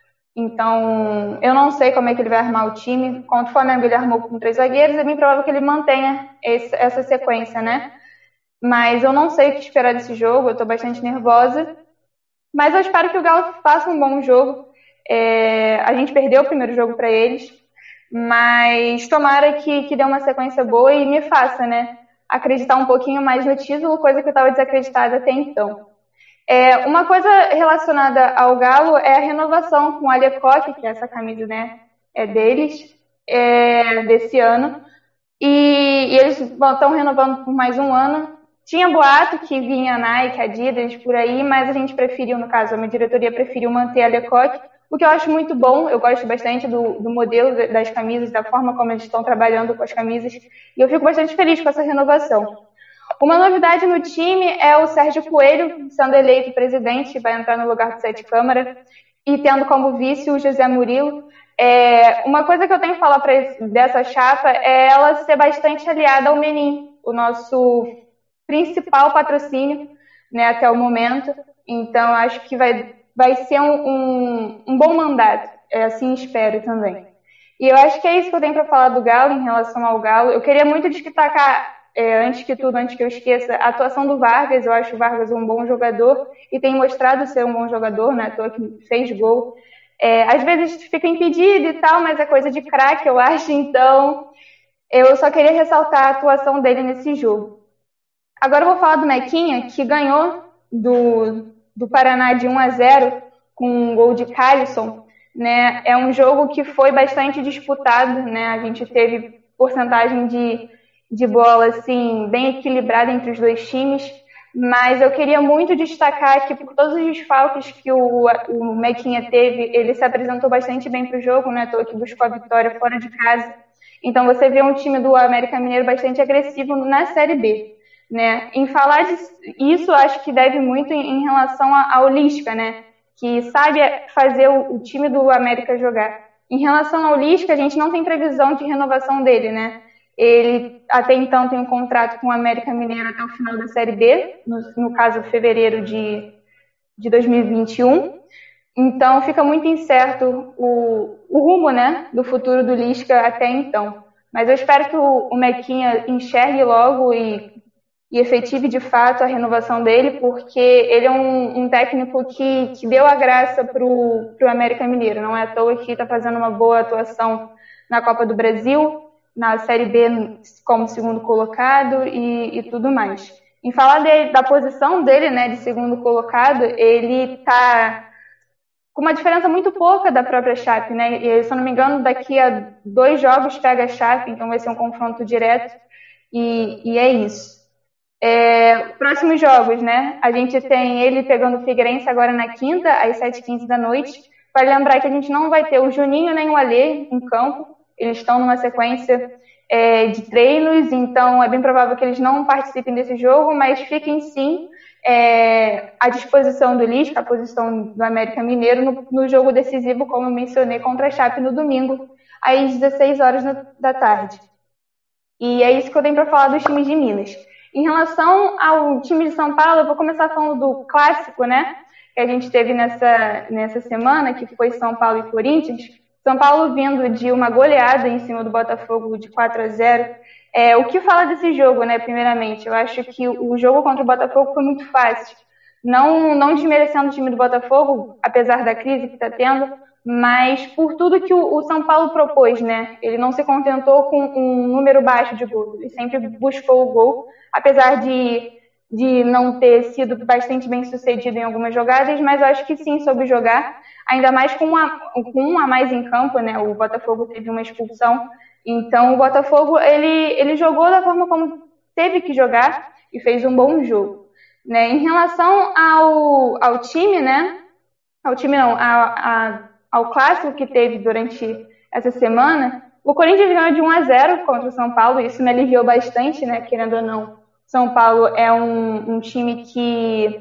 então eu não sei como é que ele vai armar o time. Contra o Flamengo ele armou com três zagueiros, é bem provável que ele mantenha esse, essa sequência, né? Mas eu não sei o que esperar desse jogo, eu estou bastante nervosa, mas eu espero que o Galo faça um bom jogo. É, a gente perdeu o primeiro jogo para eles, mas tomara que, que dê uma sequência boa e me faça, né, acreditar um pouquinho mais no título, coisa que eu estava desacreditada até então. É, uma coisa relacionada ao Galo é a renovação com o Alecoque, que é essa camisa, né, é deles, é, desse ano, e, e eles estão renovando por mais um ano. Tinha boato que vinha Nike, Adidas, por aí, mas a gente preferiu, no caso, a minha diretoria preferiu manter a Alecoque, o que eu acho muito bom. Eu gosto bastante do, do modelo das camisas, da forma como eles estão trabalhando com as camisas, e eu fico bastante feliz com essa renovação. Uma novidade no time é o Sérgio Coelho sendo eleito presidente, vai entrar no lugar do Sete Câmara, e tendo como vice o José Murilo. É, uma coisa que eu tenho que falar pra esse, dessa chapa é ela ser bastante aliada ao Menin, o nosso principal patrocínio, né, até o momento. Então acho que vai vai ser um, um, um bom mandato, é, assim espero também. E eu acho que é isso que eu tenho para falar do Galo, em relação ao Galo. Eu queria muito destacar, é, antes que tudo, antes que eu esqueça, a atuação do Vargas. Eu acho o Vargas um bom jogador e tem mostrado ser um bom jogador, né, à toa que fez gol. É, às vezes fica impedido e tal, mas é coisa de craque, eu acho. Então, eu só queria ressaltar a atuação dele nesse jogo. Agora eu vou falar do Mequinha, que ganhou do, do Paraná de um a zero com um gol de Calisson. Né? É um jogo que foi bastante disputado, né? A gente teve porcentagem de, de bola assim, bem equilibrada entre os dois times, mas eu queria muito destacar que por todos os desfalques que o, o Mequinha teve, ele se apresentou bastante bem para o jogo, né? Tô aqui buscou a vitória fora de casa. Então você vê um time do América Mineiro bastante agressivo na Série B. Né? Em falar disso, acho que deve muito em, em relação ao Lisca, né? Que sabe fazer o, o time do América jogar. Em relação ao Lisca, a gente não tem previsão de renovação dele, né? Ele até então tem um contrato com o América Mineiro até o final da Série B, no, no caso, fevereiro de, de dois mil e vinte e um. Então, fica muito incerto o, o rumo, né, do futuro do Lisca até então. Mas eu espero que o, o Mequinha enxergue logo e, e efetive de fato a renovação dele, porque ele é um, um técnico que, que deu a graça para o América Mineiro. Não é à toa que está fazendo uma boa atuação na Copa do Brasil, na Série B como segundo colocado e, e tudo mais. Em falar de, da posição dele, né, de segundo colocado, ele está com uma diferença muito pouca da própria Chape, né? E, se eu não me engano, daqui a dois jogos pega a Chape, então vai ser um confronto direto, e, e é isso. É, próximos jogos, né? A gente tem ele pegando o Figueirense agora na quinta, às sete e quinze da noite. Vale lembrar que a gente não vai ter o Juninho nem o Alê em campo, eles estão numa sequência é, de treinos, então é bem provável que eles não participem desse jogo, mas fiquem sim É, à disposição do Lisca, a posição do América Mineiro no, no jogo decisivo, como eu mencionei, contra a Chape no domingo, às dezesseis horas da tarde. E é isso que eu tenho para falar dos times de Minas. Em relação ao time de São Paulo, eu vou começar falando do clássico, né, que a gente teve nessa, nessa semana, que foi São Paulo e Corinthians. São Paulo vindo de uma goleada em cima do Botafogo de quatro a zero. É, o que fala desse jogo, né, primeiramente? Eu acho que o jogo contra o Botafogo foi muito fácil. Não, não desmerecendo o time do Botafogo, apesar da crise que está tendo, mas por tudo que o, o São Paulo propôs, né? Ele não se contentou com um número baixo de gols, ele sempre buscou o gol, apesar de, de não ter sido bastante bem sucedido em algumas jogadas, mas eu acho que sim, soube jogar, ainda mais com, uma, com um a mais em campo, né? O Botafogo teve uma expulsão. Então, o Botafogo, ele, ele jogou da forma como teve que jogar e fez um bom jogo. Né? Em relação ao, ao time, né? Ao time não, a, a, ao clássico que teve durante essa semana, o Corinthians ganhou de um a zero contra o São Paulo, e isso me aliviou bastante, né? Querendo ou não, São Paulo é um, um time que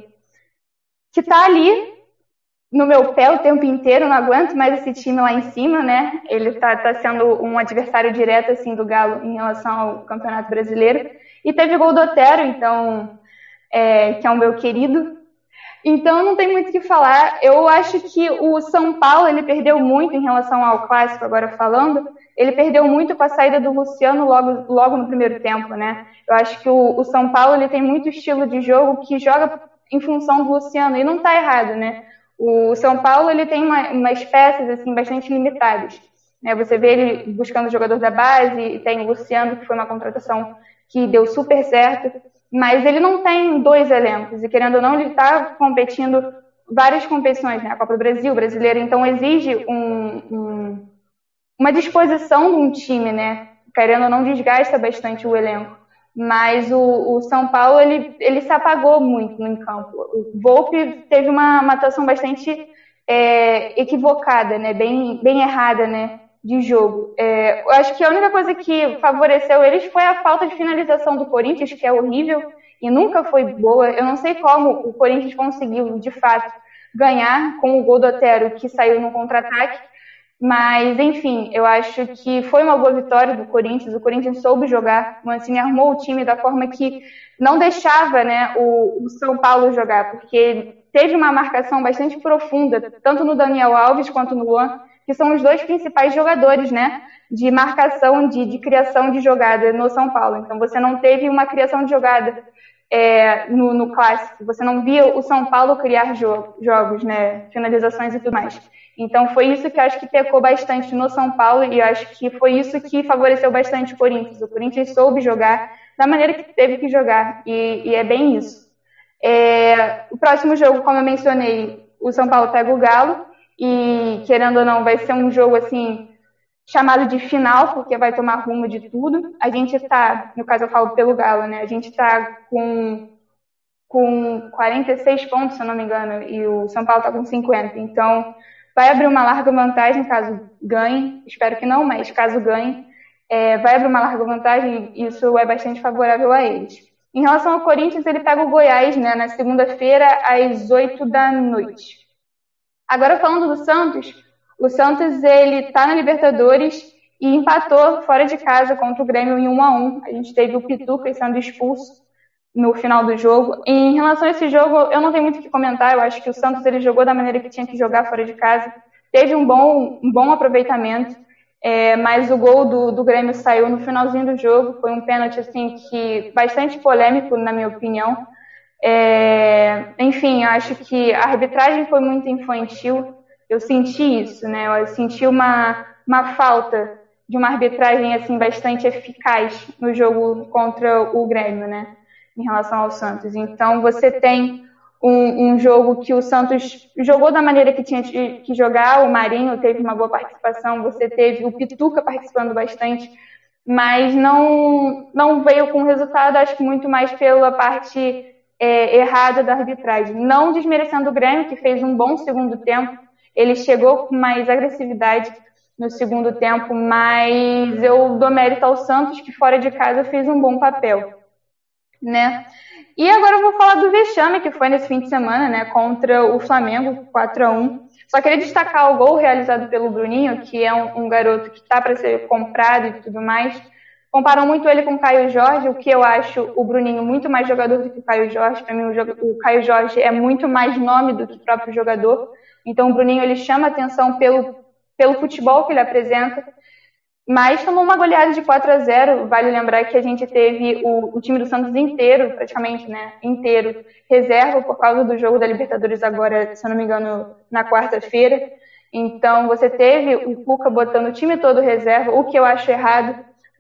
que tá ali no meu pé o tempo inteiro, não aguento mais esse time lá em cima, né? Ele tá, tá sendo um adversário direto, assim, do Galo em relação ao Campeonato Brasileiro. E teve gol do Otero, então, é, que é o meu querido. Então, não tem muito o que falar. Eu acho que o São Paulo, ele perdeu muito em relação ao Clássico, agora falando. Ele perdeu muito com a saída do Luciano logo, logo no primeiro tempo, né? Eu acho que o, o São Paulo, ele tem muito estilo de jogo que joga em função do Luciano, e não tá errado, né? O São Paulo, ele tem uma, umas peças assim, bastante limitadas. Né? Você vê ele buscando o jogador da base, tem o Luciano, que foi uma contratação que deu super certo, mas ele não tem dois elencos, e querendo ou não, ele está competindo várias competições, né? A Copa do Brasil, brasileira, então exige um, um, uma disposição de um time, né? Querendo ou não, desgasta bastante o elenco. Mas o, o São Paulo, ele, ele se apagou muito no campo. O Volpi teve uma, uma atuação bastante é, equivocada, né? bem, bem errada, né? De jogo. É, eu acho que a única coisa que favoreceu eles foi a falta de finalização do Corinthians, que é horrível e nunca foi boa. Eu não sei como o Corinthians conseguiu, de fato, ganhar com o gol do Otero, que saiu no contra-ataque. Mas, enfim, eu acho que foi uma boa vitória do Corinthians. O Corinthians soube jogar, o Mancini armou o time da forma que não deixava, né, o, o São Paulo jogar, porque teve uma marcação bastante profunda, tanto no Daniel Alves quanto no Luan, que são os dois principais jogadores, né, de marcação, de, de criação de jogada no São Paulo. Então, você não teve uma criação de jogada é, no, no Clássico, você não via o São Paulo criar jogo, jogos, né, finalizações e tudo mais. Então foi isso que eu acho que pecou bastante no São Paulo e eu acho que foi isso que favoreceu bastante o Corinthians. O Corinthians soube jogar da maneira que teve que jogar e, e é bem isso. É, o próximo jogo, como eu mencionei, o São Paulo pega o Galo e, querendo ou não, vai ser um jogo assim chamado de final, porque vai tomar rumo de tudo. A gente está, no caso eu falo pelo Galo, né? A gente está com, com quarenta e seis pontos, se eu não me engano, e o São Paulo está com cinquenta. Então, vai abrir uma larga vantagem caso ganhe. Espero que não, mas caso ganhe, é, vai abrir uma larga vantagem e isso é bastante favorável a eles. Em relação ao Corinthians, ele pega o Goiás, né, na segunda-feira, às oito da noite. Agora, falando do Santos, o Santos ele está na Libertadores e empatou fora de casa contra o Grêmio em um a um. A gente teve o Pituca sendo expulso no final do jogo. E em relação a esse jogo, eu não tenho muito o que comentar. Eu acho que o Santos ele jogou da maneira que tinha que jogar fora de casa. Teve um bom, um bom aproveitamento. É, mas o gol do, do Grêmio saiu no finalzinho do jogo, foi um pênalti assim, que, bastante polêmico, na minha opinião. É, enfim, eu acho que a arbitragem foi muito infantil, eu senti isso, né? Eu senti uma, uma falta de uma arbitragem assim, bastante eficaz no jogo contra o Grêmio, né? Em relação ao Santos. Então você tem Um, um jogo que o Santos jogou da maneira que tinha que jogar, o Marinho teve uma boa participação, você teve o Pituca participando bastante, mas não, não veio com resultado, acho que muito mais pela parte é, errada da arbitragem. Não desmerecendo o Grêmio, que fez um bom segundo tempo, ele chegou com mais agressividade no segundo tempo, mas eu dou mérito ao Santos, que fora de casa fez um bom papel, né? E agora eu vou falar do vexame que foi nesse fim de semana, né, contra o Flamengo, quatro a um. Só queria destacar o gol realizado pelo Bruninho, que é um, um garoto que está para ser comprado e tudo mais. Comparam muito ele com o Caio Jorge, o que eu acho o Bruninho muito mais jogador do que o Caio Jorge. Para mim, o, o Caio Jorge é muito mais nome do que o próprio jogador. Então, o Bruninho ele chama atenção pelo, pelo futebol que ele apresenta. Mas tomou uma goleada de quatro a zero. Vale lembrar que a gente teve o, o time do Santos inteiro, praticamente, né, inteiro, reserva por causa do jogo da Libertadores agora, se eu não me engano, na quarta-feira. Então, você teve o Cuca botando o time todo reserva, o que eu acho errado,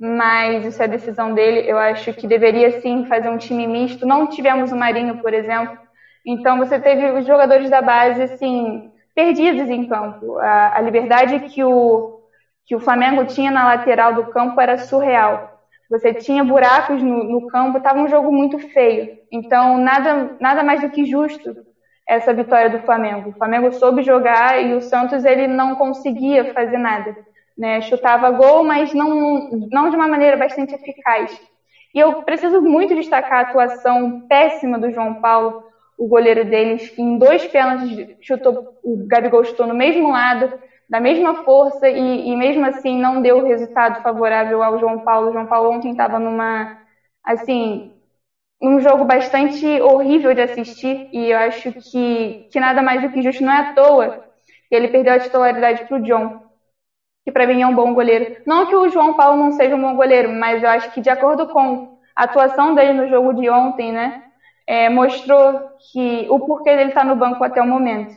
mas isso é a decisão dele. Eu acho que deveria, sim, fazer um time misto. Não tivemos o Marinho, por exemplo. Então, você teve os jogadores da base, assim, perdidos em campo. A, a liberdade que o que o Flamengo tinha na lateral do campo era surreal. Você tinha buracos no, no campo, estava um jogo muito feio. Então, nada, nada mais do que justo essa vitória do Flamengo. O Flamengo soube jogar e o Santos ele não conseguia fazer nada, né? Chutava gol, mas não, não de uma maneira bastante eficaz. E eu preciso muito destacar a atuação péssima do João Paulo, o goleiro deles, que em dois pênaltis chutou, o Gabigol chutou no mesmo lado, da mesma força e, e mesmo assim não deu resultado favorável ao João Paulo. O João Paulo ontem estava numa, assim, num jogo bastante horrível de assistir e eu acho que, que nada mais do que justo, não é à toa que ele perdeu a titularidade para o John, que para mim é um bom goleiro. Não que o João Paulo não seja um bom goleiro, mas eu acho que de acordo com a atuação dele no jogo de ontem, né, é, mostrou que o porquê dele estar no banco até o momento.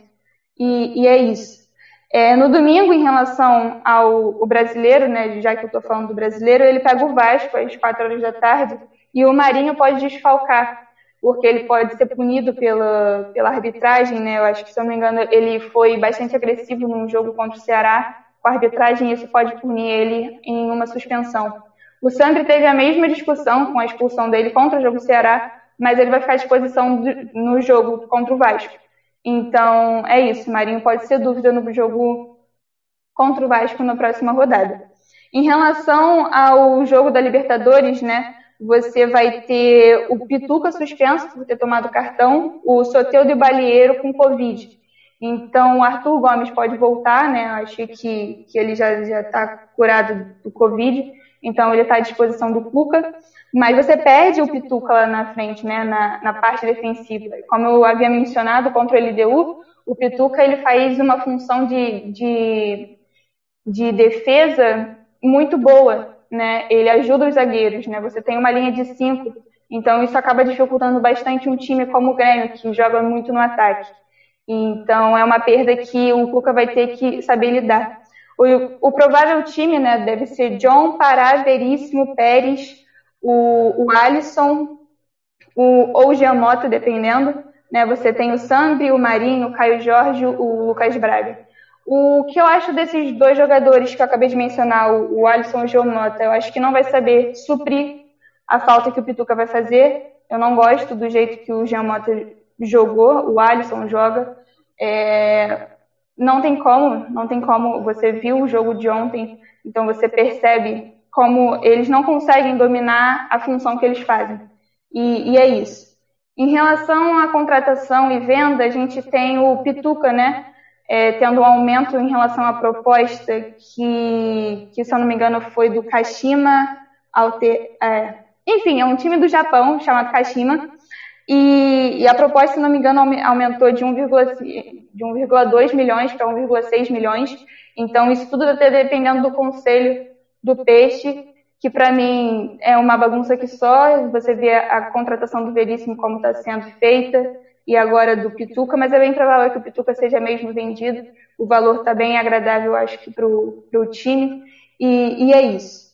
E, e é isso. É, no domingo, em relação ao, ao brasileiro, né, já que eu estou falando do brasileiro, ele pega o Vasco às quatro horas da tarde e o Marinho pode desfalcar, porque ele pode ser punido pela, pela arbitragem, né? Eu acho que, se eu não me engano, ele foi bastante agressivo num jogo contra o Ceará com a arbitragem e isso pode punir ele em uma suspensão. O Sandri teve a mesma discussão com a expulsão dele contra o jogo do Ceará, mas ele vai ficar à disposição do, no jogo contra o Vasco. Então, é isso. Marinho pode ser dúvida no jogo contra o Vasco na próxima rodada. Em relação ao jogo da Libertadores, né, você vai ter o Pituca suspenso por ter tomado cartão, o Soteldo e o Balieiro com Covid. Então, o Arthur Gomes pode voltar, né, acho que, que ele já está curado do Covid, então ele está à disposição do Cuca. Mas você perde o Pituca lá na frente, né, na, na parte defensiva. Como eu havia mencionado, contra o L D U, o Pituca ele faz uma função de, de, de defesa muito boa, né? Ele ajuda os zagueiros, né? Você tem uma linha de cinco, então isso acaba dificultando bastante um time como o Grêmio, que joga muito no ataque. Então, é uma perda que o Cuca vai ter que saber lidar. O, o provável time, né, deve ser John, Pará, Veríssimo, Pérez, o, o Alisson, o, ou o Giamotto, dependendo. Né, você tem o Sandri, o Marinho, o Caio Jorge, o Lucas Braga. O que eu acho desses dois jogadores que eu acabei de mencionar, o, o Alisson e o Giamotto, eu acho que não vai saber suprir a falta que o Pituca vai fazer. Eu não gosto do jeito que o Giamotto jogou, o Alisson joga. É... Não tem como, não tem como. Você viu o jogo de ontem, então você percebe como eles não conseguem dominar a função que eles fazem. E, e é isso. Em relação à contratação e venda, a gente tem o Pituca, né, é, tendo um aumento em relação à proposta que, que, se eu não me engano, foi do Kashima. Alter, é, enfim, é um time do Japão chamado Kashima. E, e a proposta, se não me engano, aumentou de um vírgula dois milhões para um vírgula seis milhões. Então, isso tudo está dependendo do conselho do Peixe, que para mim é uma bagunça que só. Você vê a, a contratação do Veríssimo como está sendo feita, e agora do Pituca, mas é bem provável que o Pituca seja mesmo vendido. O valor está bem agradável, acho que, para o time. E, e é isso.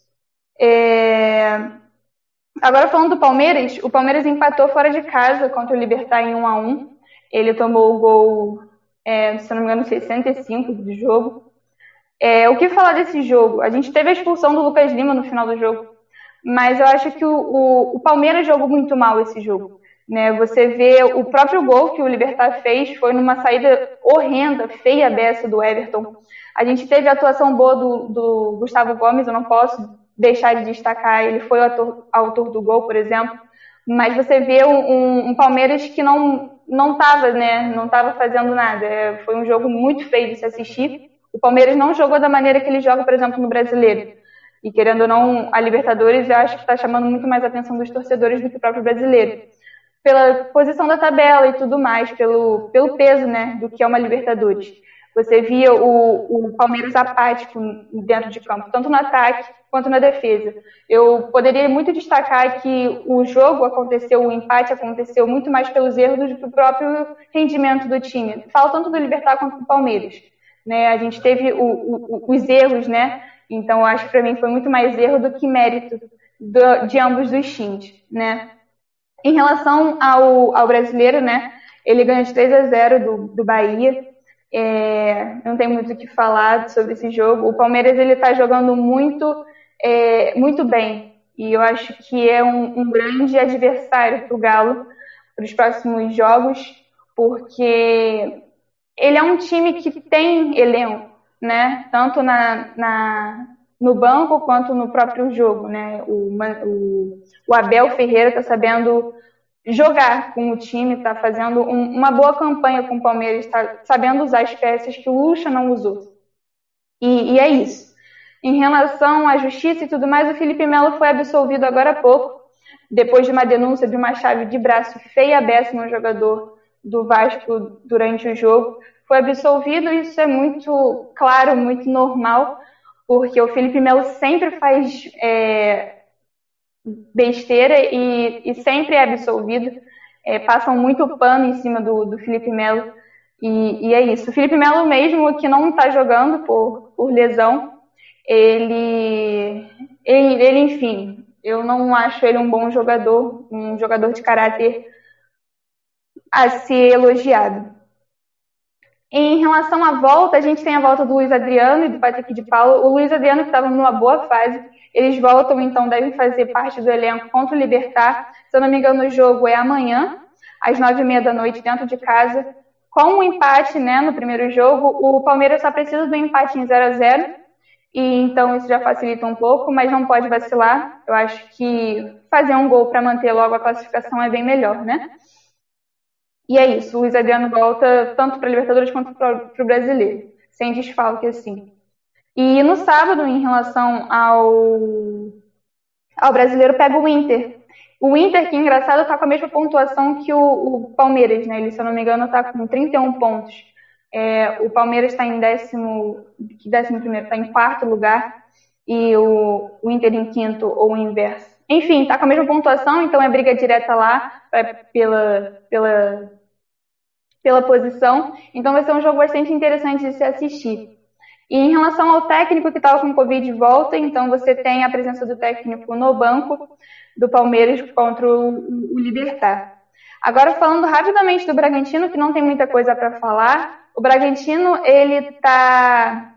É... Agora falando do Palmeiras, o Palmeiras empatou fora de casa contra o Libertad em um a um. Ele tomou o gol, é, se não me engano, sessenta e cinco do jogo. É, o que falar desse jogo? A gente teve a expulsão do Lucas Lima no final do jogo, mas eu acho que o, o, o Palmeiras jogou muito mal esse jogo. Né? Você vê o próprio gol que o Libertad fez, foi numa saída horrenda, feia a beça do Everton. A gente teve a atuação boa do, do Gustavo Gomes, eu não posso deixar de destacar, ele foi o autor, autor do gol, por exemplo, mas você vê um, um, um Palmeiras que não não estava, né, não estava fazendo nada. É, foi um jogo muito feio de se assistir. O Palmeiras não jogou da maneira que ele joga, por exemplo, no Brasileiro. E querendo ou não, a Libertadores, eu acho que está chamando muito mais a atenção dos torcedores do que o próprio Brasileiro. Pela posição da tabela e tudo mais, pelo, pelo peso, né, do que é uma Libertadores. Você via o, o Palmeiras apático dentro de campo, tanto no ataque quanto na defesa. Eu poderia muito destacar que o jogo aconteceu, o empate aconteceu muito mais pelos erros do que pelo próprio rendimento do time. Falo tanto do Libertad quanto do Palmeiras. Né? A gente teve o, o, os erros, né? Então eu acho que para mim foi muito mais erro do que mérito do, de ambos os times. Né? Em relação ao, ao brasileiro, né? Ele ganhou de três a zero do, do Bahia. É, não tem muito o que falar sobre esse jogo. O Palmeiras ele está jogando muito, é, muito bem, e eu acho que é um, um grande adversário para o Galo para os próximos jogos, porque ele é um time que tem elenco, né? Tanto na, na, no banco quanto no próprio jogo, né? O, o, o Abel Ferreira está sabendo jogar com o time, está fazendo um, uma boa campanha com o Palmeiras, está sabendo usar as peças que o Lucha não usou. E, e é isso. Em relação à justiça e tudo mais, o Felipe Melo foi absolvido agora há pouco, depois de uma denúncia de uma chave de braço feia a beça no jogador do Vasco durante o jogo. Foi absolvido, e isso é muito claro, muito normal, porque o Felipe Melo sempre faz... É, besteira e, e sempre é absolvido. É, passam muito pano em cima do, do Felipe Melo e, e é isso. O Felipe Melo mesmo, que não está jogando por, por lesão, ele, ele, ele, enfim, eu não acho ele um bom jogador, um jogador de caráter a ser elogiado. Em relação à volta, a gente tem a volta do Luiz Adriano e do Patrick de Paulo. O Luiz Adriano, que estava numa boa fase, eles voltam, então devem fazer parte do elenco contra o Libertad. Se eu não me engano, o jogo é amanhã, às nove e meia da noite, dentro de casa. Com o empate, né, no primeiro jogo, o Palmeiras só precisa do empate em zero a zero, e então isso já facilita um pouco, mas não pode vacilar. Eu acho que fazer um gol para manter logo a classificação é bem melhor, né? E é isso, o Luiz Adriano volta tanto para a Libertadores quanto para o Brasileiro, sem desfalque, assim. E no sábado, em relação ao, ao Brasileiro, pega o Inter. O Inter, que é engraçado, está com a mesma pontuação que o, o Palmeiras, né? Ele, se eu não me engano, está com trinta e um pontos. É, o Palmeiras está em décimo, décimo primeiro, está em quarto lugar, e o, o Inter em quinto, ou o inverso. Enfim, está com a mesma pontuação, então é briga direta lá, é, pela... pela pela posição. Então vai ser um jogo bastante interessante de se assistir. E em relação ao técnico que estava com Covid de volta, então você tem a presença do técnico no banco do Palmeiras contra o, o Libertad. Agora falando rapidamente do Bragantino, que não tem muita coisa para falar, o Bragantino ele está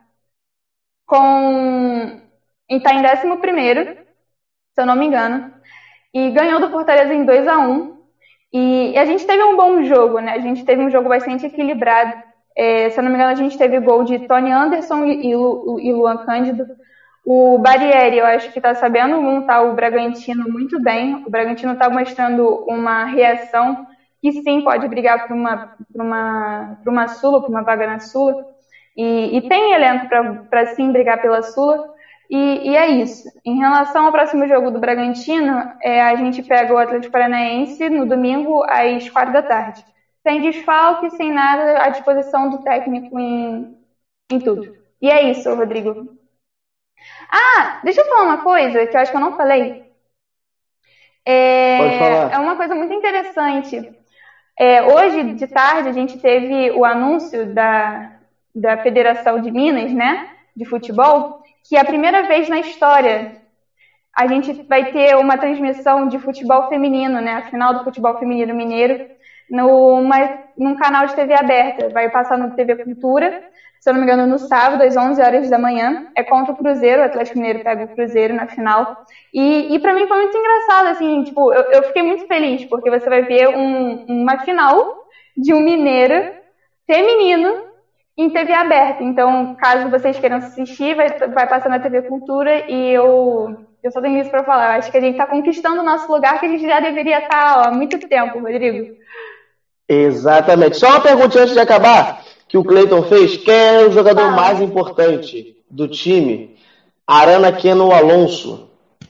com está em décimo primeiro, se eu não me engano, e ganhou do Fortaleza em dois a um. E, e a gente teve um bom jogo, né? A gente teve um jogo bastante equilibrado. É, se eu não me engano, a gente teve gol de Tony Anderson e, e, Lu, e Luan Cândido. O Barrieri, eu acho que está sabendo montar o Bragantino muito bem. O Bragantino está mostrando uma reação que sim pode brigar por uma, por uma, por uma Sula, por uma vaga na Sula. E, e tem elenco para sim brigar pela Sula. E, e é isso. Em relação ao próximo jogo do Bragantino, é, a gente pega o Atlético Paranaense no domingo às quatro da tarde. Sem desfalque, sem nada, à disposição do técnico em, em tudo. E é isso, Rodrigo. Ah, deixa eu falar uma coisa que eu acho que eu não falei. É, Pode falar. É uma coisa muito interessante. É, hoje, de tarde, a gente teve o anúncio da, da Federação de Minas, né, de futebol, que é a primeira vez na história a gente vai ter uma transmissão de futebol feminino, né, a final do futebol feminino mineiro, numa, num canal de T V aberta. Vai passar no T V Cultura, se eu não me engano, no sábado, às onze horas da manhã. É contra o Cruzeiro, o Atlético Mineiro pega o Cruzeiro na final. E, e pra mim foi muito engraçado, assim, tipo, eu, eu fiquei muito feliz, porque você vai ver um, uma final de um mineiro feminino em T V aberta. Então, caso vocês queiram assistir, vai, vai passar na T V Cultura e eu, eu só tenho isso pra falar. Eu acho que a gente tá conquistando o nosso lugar que a gente já deveria estar ó, há muito tempo, Rodrigo. Exatamente. Só uma pergunta antes de acabar, que o Cleiton fez. Quem é o jogador ah. mais importante do time? Arana, Keno ou Alonso?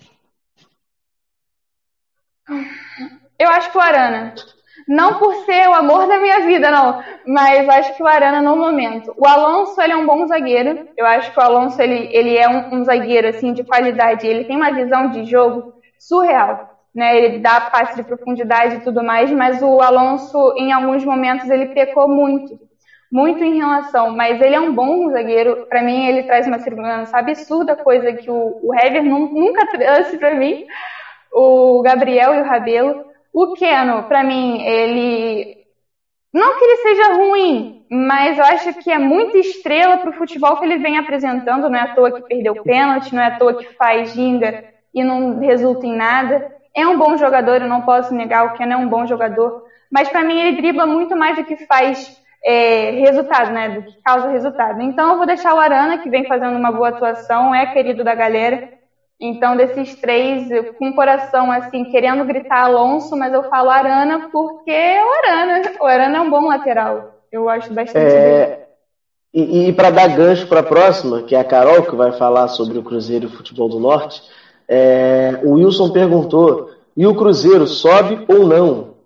Eu acho que o Arana. Não por ser o amor da minha vida, não. Mas acho que o Arana no momento. O Alonso, ele é um bom zagueiro. Eu acho que o Alonso, ele, ele é um, um zagueiro, assim, de qualidade. Ele tem uma visão de jogo surreal, né? Ele dá passe de profundidade e tudo mais. Mas o Alonso, em alguns momentos, ele pecou muito. Muito em relação. Mas ele é um bom zagueiro. Pra mim, ele traz uma segurança absurda, coisa que o, o Hever nunca trouxe pra mim. O Gabriel e o Rabelo. O Keno, pra mim, ele... Não que ele seja ruim, mas eu acho que é muita estrela pro futebol que ele vem apresentando. Não é à toa que perdeu pênalti, não é à toa que faz ginga e não resulta em nada. É um bom jogador, eu não posso negar, o Keno é um bom jogador. Mas pra mim ele dribla muito mais do que faz é, resultado, né? Do que causa resultado. Então eu vou deixar o Arana, que vem fazendo uma boa atuação, é querido da galera. Então, desses três, com o coração, assim, querendo gritar Alonso, mas eu falo Arana porque é o Arana. O Arana é um bom lateral. Eu acho bastante é... bem. E, e para dar gancho para a próxima, que é a Carol, que vai falar sobre o Cruzeiro e o Futebol do Norte, é... o Wilson perguntou, e o Cruzeiro sobe ou não?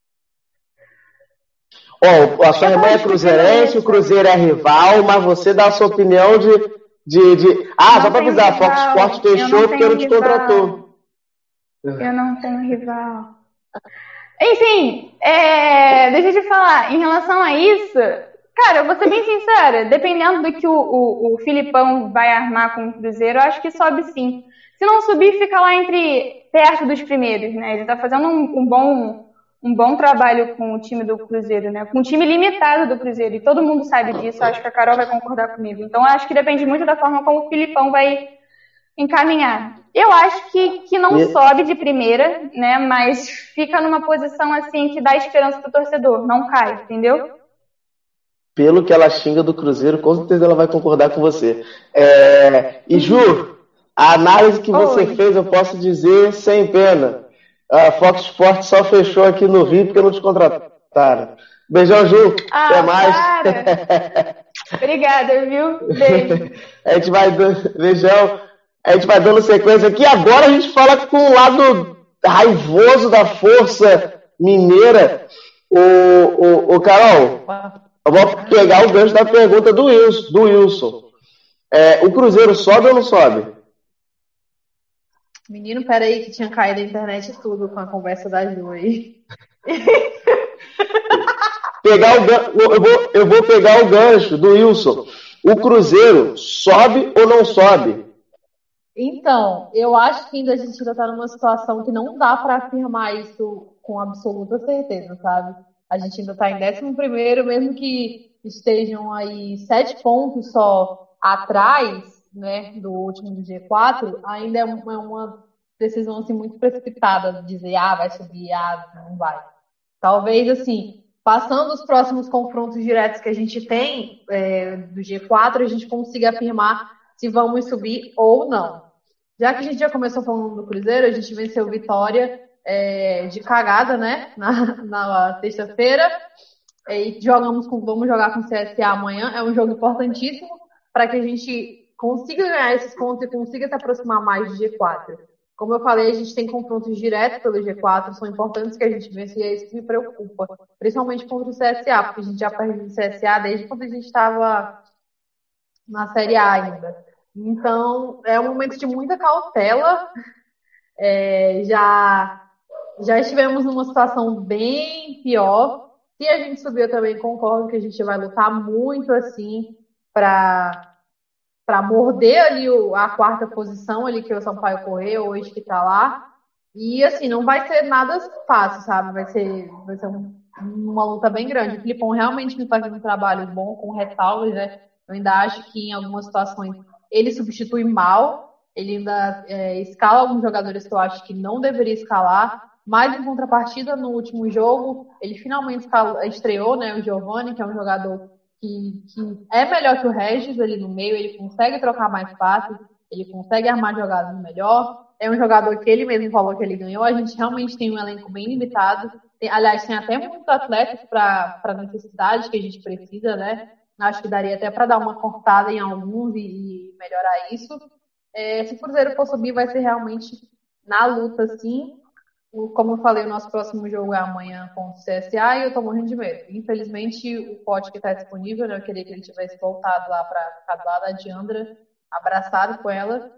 Ó, a sua irmã é cruzeirense, o Cruzeiro é rival, mas você dá a sua opinião de... De, de... Ah, não só para avisar, a Fox Sports fechou porque não te contratou. Eu não tenho rival. Enfim, é... deixa eu te falar, em relação a isso, cara, eu vou ser bem sincera, dependendo do que o, o, o Filipão vai armar com o Cruzeiro, eu acho que sobe sim. Se não subir, fica lá entre perto dos primeiros, né? Ele tá fazendo um, um bom... um bom trabalho com o time do Cruzeiro, né? Com o time limitado do Cruzeiro. E todo mundo sabe disso. Acho que a Carol vai concordar comigo. Então, acho que depende muito da forma como o Filipão vai encaminhar. Eu acho que, que não e... sobe de primeira, né? Mas fica numa posição, assim, que dá esperança pro torcedor. Não cai, entendeu? Pelo que ela xinga do Cruzeiro, com certeza ela vai concordar com você. É... E, Ju, a análise que você Oi. fez, eu posso dizer sem pena. A Fox Sports só fechou aqui no Rio porque não te contrataram. Beijão, Ju. Ah, até mais. Obrigada, viu? Beijo. A gente vai dando... Beijão. A gente vai dando sequência aqui. Agora a gente fala com o lado raivoso da força mineira. O, o, o Carol, eu vou pegar o gancho da pergunta do Wilson. Do Wilson. É, o Cruzeiro sobe ou não sobe? Menino, peraí, que tinha caído a internet e tudo com a conversa da Ju aí. pegar o, eu, vou, eu vou pegar o gancho do Wilson. O Cruzeiro sobe ou não sobe? Então, eu acho que ainda a gente ainda está numa situação que não dá para afirmar isso com absoluta certeza, sabe? A gente ainda está em décimo primeiro, mesmo que estejam aí sete pontos só atrás, né, do último do G quatro, ainda é uma, é uma decisão assim, muito precipitada de dizer, ah, vai subir, ah, não vai. Talvez, assim, passando os próximos confrontos diretos que a gente tem é, do G quatro, a gente consiga afirmar se vamos subir ou não. Já que a gente já começou falando do Cruzeiro, a gente venceu Vitória é, de cagada, né, na, na sexta-feira, e jogamos com, vamos jogar com o C S A amanhã. É um jogo importantíssimo para que a gente consiga ganhar esses pontos e consiga se aproximar mais do G quatro. Como eu falei, a gente tem confrontos diretos pelo G quatro, são importantes que a gente vença e é isso que me preocupa, principalmente contra o C S A, porque a gente já perdeu o C S A desde quando a gente estava na Série A ainda. Então, é um momento de muita cautela. É, já, já estivemos numa situação bem pior. Se a gente subir, eu também concordo que a gente vai lutar muito assim para para morder ali o, a quarta posição ali que o Sampaio Corrêa hoje que está lá. E assim, não vai ser nada fácil, sabe? Vai ser, vai ser um, uma luta bem grande. O Filipão realmente me faz um trabalho bom com ressalvas, né? Eu ainda acho que em algumas situações ele substitui mal, ele ainda é, escala alguns jogadores que eu acho que não deveria escalar, mas em contrapartida, no último jogo, ele finalmente escalou, estreou, né, o Giovani, que é um jogador que, que é melhor que o Regis ali no meio, ele consegue trocar mais passes, ele consegue armar jogadas melhor, é um jogador que ele mesmo falou que ele ganhou, a gente realmente tem um elenco bem limitado, tem, aliás, tem até muitos atletas para a necessidade que a gente precisa, né? Acho que daria até para dar uma cortada em alguns e, e melhorar isso. É, se o Cruzeiro for subir, vai ser realmente na luta, sim. O, como eu falei, o nosso próximo jogo é amanhã contra o C S A e eu tô morrendo de medo. Infelizmente, o pote que está disponível, né, eu queria que ele tivesse voltado lá para ficar do lado da Diandra, abraçado com ela.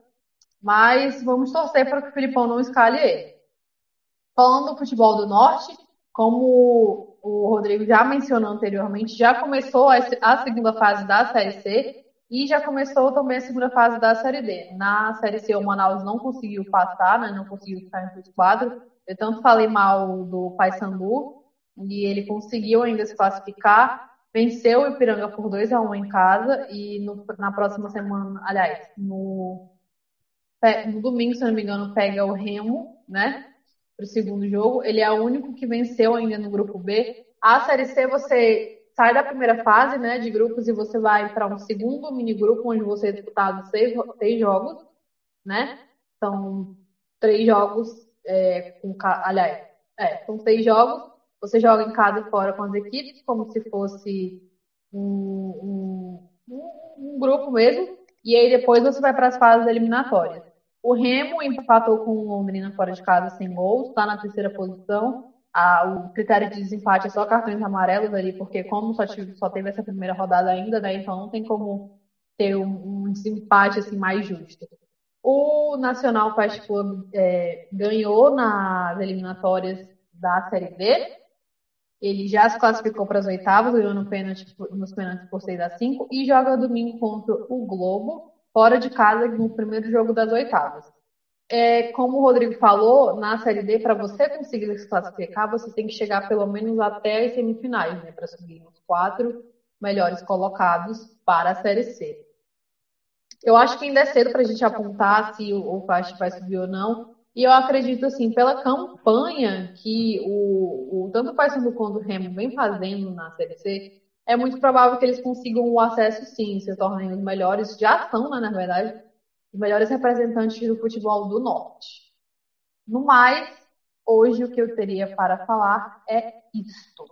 Mas vamos torcer para que o Filipão não escale ele. Falando do futebol do Norte, como o Rodrigo já mencionou anteriormente, já começou a segunda fase da Série C e já começou também a segunda fase da Série D. Na Série C, o Manaus não conseguiu passar, né, não conseguiu ficar entre os quadros. Eu tanto falei mal do Paysandu e ele conseguiu ainda se classificar, venceu o Ipiranga por dois a um em casa e no, na próxima semana, aliás, no, no domingo, se não me engano, pega o Remo, né? Para o segundo jogo. Ele é o único que venceu ainda no grupo B. A Série C, você sai da primeira fase, né, de grupos e você vai para um segundo mini-grupo onde você é disputado seis, seis jogos, né? São três jogos, é, com, aliás, é, são seis jogos. Você joga em casa e fora com as equipes, como se fosse um, um, um grupo mesmo. E aí depois você vai para as fases eliminatórias. O Remo empatou com o Londrina fora de casa sem gols, está na terceira posição. Ah, o critério de desempate é só cartões amarelos ali, porque como só, tive, só teve essa primeira rodada ainda, né, então não tem como ter um, um desempate assim, mais justo. O Nacional Fast Club é, ganhou nas eliminatórias da Série B. Ele já se classificou para as oitavas, ganhou no pênalti, nos pênaltis por seis a cinco e joga domingo contra o Globo, fora de casa, no primeiro jogo das oitavas. É, como o Rodrigo falou, na Série D, para você conseguir se classificar, você tem que chegar pelo menos até as semifinais, né, para subir os quatro melhores colocados para a Série C. Eu acho que ainda é cedo para a gente apontar se o, o Fast vai subir ou não, e eu acredito, assim, pela campanha que o, o tanto o Paysandu quanto o Remo vem fazendo na Série C, é muito provável que eles consigam o acesso, sim, se tornem os melhores, já são, né, na verdade, os melhores representantes do futebol do Norte. No mais, hoje o que eu teria para falar é isto.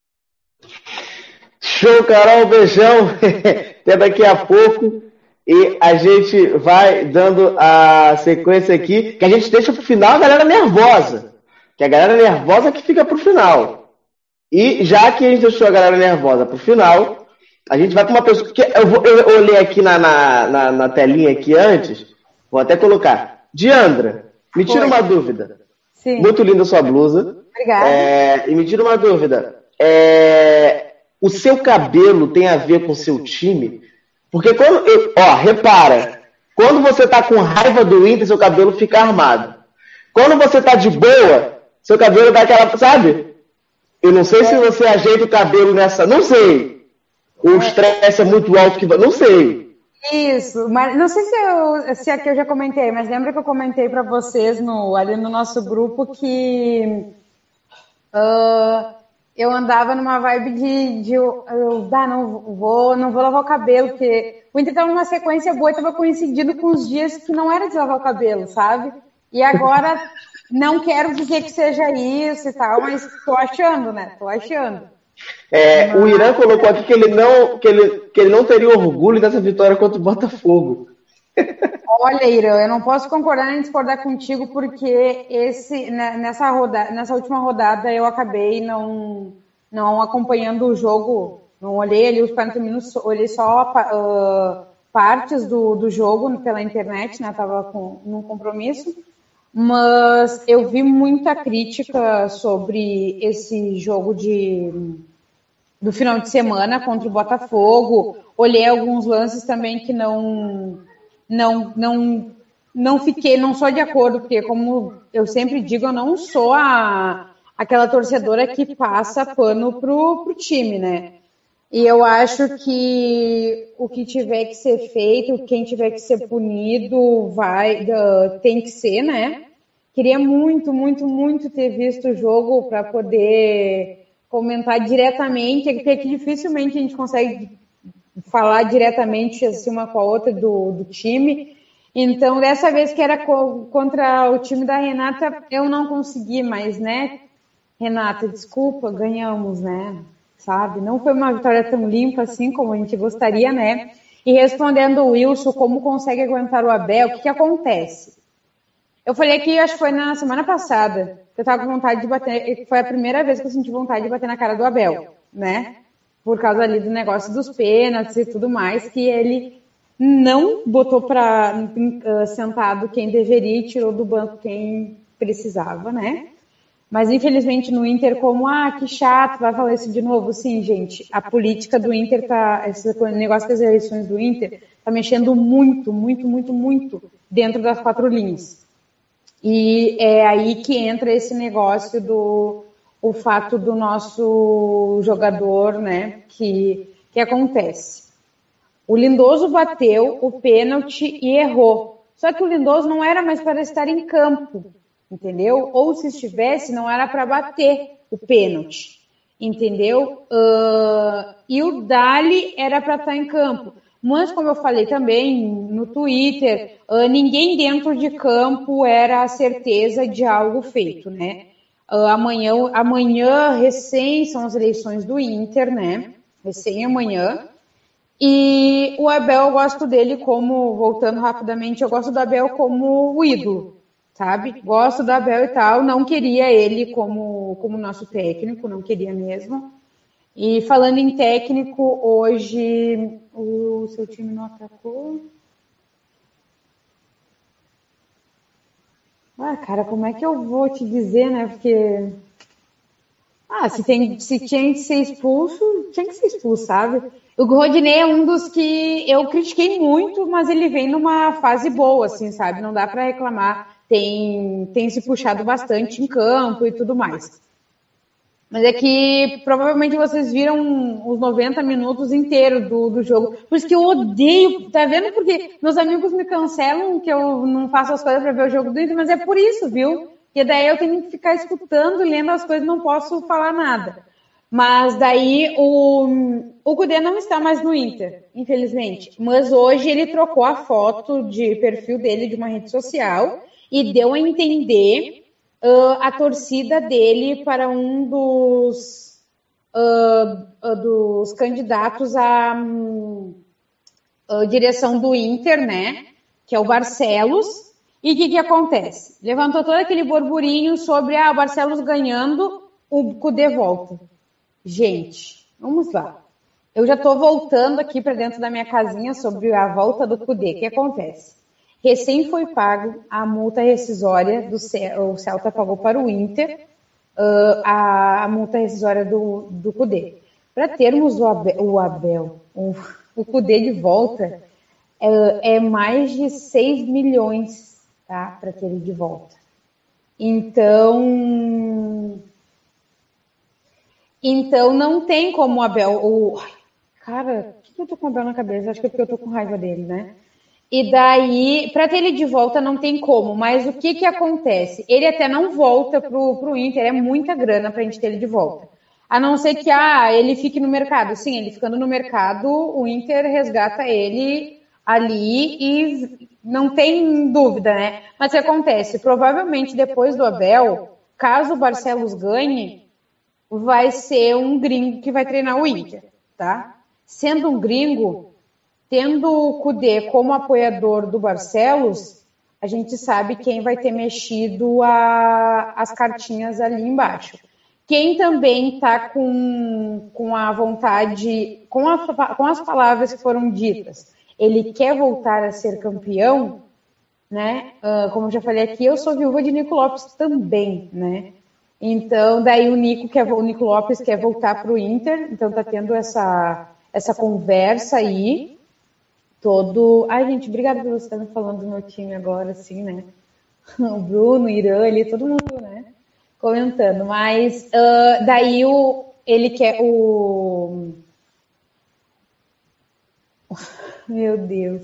Show, Carol, beijão. Até daqui a pouco. E a gente vai dando a sequência aqui, que a gente deixa pro final a galera nervosa. Que a galera nervosa que fica pro final. E já que a gente deixou a galera nervosa pro final, a gente vai para uma pessoa que eu, vou, eu olhei aqui na, na, na, na telinha aqui antes, vou até colocar. Diandra, me tira Foi. uma dúvida. Sim. Muito linda a sua blusa. Obrigada. É, e me tira uma dúvida. É, o seu cabelo tem a ver com o seu time? Porque quando, eu, ó, repara, quando você tá com raiva do Inter, seu cabelo fica armado. Quando você tá de boa, seu cabelo dá aquela, sabe? Eu não sei é. se você ajeita o cabelo nessa, não sei. O estresse é muito alto, que não sei. Isso, mas não sei se, eu, se aqui eu já comentei, mas lembra que eu comentei para vocês no, ali no nosso grupo que uh, eu andava numa vibe de, de eu, eu ah, não vou, não vou lavar o cabelo, porque o Inter estava numa sequência boa e estava coincidindo com os dias que não era de lavar o cabelo, sabe? E agora não quero dizer que seja isso e tal, mas tô achando, né? Tô achando. É, mas... O Irã colocou aqui que ele, não, que, ele, que ele não teria orgulho dessa vitória contra o Botafogo. Olha, Irã, eu não posso concordar nem discordar contigo, porque esse, nessa, roda, nessa última rodada eu acabei não, não acompanhando o jogo, não olhei ali os quarenta minutos, olhei só uh, partes do, do jogo pela internet, né? Tava com, num compromisso. Mas eu vi muita crítica sobre esse jogo de, do final de semana contra o Botafogo. Olhei alguns lances também que não, não, não, não fiquei, não sou de acordo, porque como eu sempre digo, eu não sou a, aquela torcedora que passa pano pro, pro time, né? E eu acho que o que tiver que ser feito, quem tiver que ser punido, vai, uh, tem que ser, né? Queria muito, muito, muito ter visto o jogo para poder comentar diretamente, porque aqui dificilmente a gente consegue falar diretamente assim, uma com a outra do, do time. Então, dessa vez que era co- contra o time da Renata, eu não consegui mais, né? Renata, desculpa, ganhamos, né? Sabe? Não foi uma vitória tão limpa assim como a gente gostaria, né? E respondendo o Wilson, como consegue aguentar o Abel, o que, que acontece? Eu falei aqui, acho que foi na semana passada, que eu tava com vontade de bater, foi a primeira vez que eu senti vontade de bater na cara do Abel, né? Por causa ali do negócio dos pênaltis e tudo mais, que ele não botou para uh, sentado quem deveria e tirou do banco quem precisava, né? Mas, infelizmente, no Inter, como, ah, que chato, vai falar isso de novo. Sim, gente, a política do Inter tá, esse negócio das eleições do Inter tá mexendo muito, muito, muito, muito dentro das quatro linhas. E é aí que entra esse negócio do, o fato do nosso jogador, né, que, que acontece. O Lindoso bateu o pênalti e errou. Só que o Lindoso não era mais para estar em campo. Entendeu? Ou se estivesse, não era para bater o pênalti, entendeu? Uh, e o Dali era para estar em campo. Mas, como eu falei também no Twitter, uh, ninguém dentro de campo era a certeza de algo feito, né? Uh, amanhã, amanhã, recém, são as eleições do Inter, né? Recém amanhã. E o Abel, eu gosto dele como, voltando rapidamente, eu gosto do Abel como o ídolo. Sabe? Gosto do Abel e tal, não queria ele como, como nosso técnico, não queria mesmo. E falando em técnico, hoje o seu time não atacou. Ah, cara, como é que eu vou te dizer, né? Porque ah, se, tem, se tinha que ser expulso, tinha que ser expulso, sabe? O Rodinei é um dos que eu critiquei muito, mas ele vem numa fase boa, assim, sabe? Não dá para reclamar. Tem, tem se puxado bastante em campo e tudo mais. Mas é que provavelmente vocês viram os noventa minutos inteiros do, do jogo. Por isso que eu odeio, tá vendo? Porque meus amigos me cancelam que eu não faço as coisas para ver o jogo do Inter, mas é por isso, viu? Porque daí eu tenho que ficar escutando, lendo as coisas, não posso falar nada. Mas daí o, o Kudê não está mais no Inter, infelizmente. Mas hoje ele trocou a foto de perfil dele de uma rede social e deu a entender uh, a torcida dele para um dos, uh, uh, dos candidatos à um, uh, direção do Inter, né? Que é o Barcelos. E o que, que acontece? Levantou todo aquele burburinho sobre ah, o Barcelos ganhando, o Kudê volta. Gente, vamos lá. Eu já estou voltando aqui para dentro da minha casinha sobre a volta do Kudê. O que acontece? Recém foi pago a multa rescisória, do Celta, o Celta pagou para o Inter uh, a, a multa rescisória do, do Kudê. para termos o Abel, o, Abel, o, o Kudê de volta, é, é mais de seis milhões, tá? Para ter ele de volta. Então, então não tem como o Abel... O, cara, por que eu tô com o Abel na cabeça? Acho que é porque eu tô com raiva dele, né? E daí, para ter ele de volta não tem como, mas o que que acontece? Ele até não volta pro, pro Inter, é muita grana pra gente ter ele de volta. A não ser que ah, ele fique no mercado. Sim, ele ficando no mercado, o Inter resgata ele ali e não tem dúvida, né? Mas o que acontece? Provavelmente depois do Abel, caso o Barcelos ganhe, vai ser um gringo que vai treinar o Inter, tá? Sendo um gringo, tendo o Kudê como apoiador do Barcelos, a gente sabe quem vai ter mexido a, as cartinhas ali embaixo. Quem também está com, com a vontade, com, a, com as palavras que foram ditas, ele quer voltar a ser campeão, né? Uh, como eu já falei aqui, eu sou viúva de Nico Lopes também, né? Então, daí o Nico, quer, o Nico Lopes quer voltar para o Inter, então tá tendo essa, essa conversa aí. Todo. Ai, gente, obrigada por você estar me falando do meu time agora, assim, né? O Bruno, o Irã ali, todo mundo, né? Comentando. Mas uh, daí o, ele quer o. Meu Deus.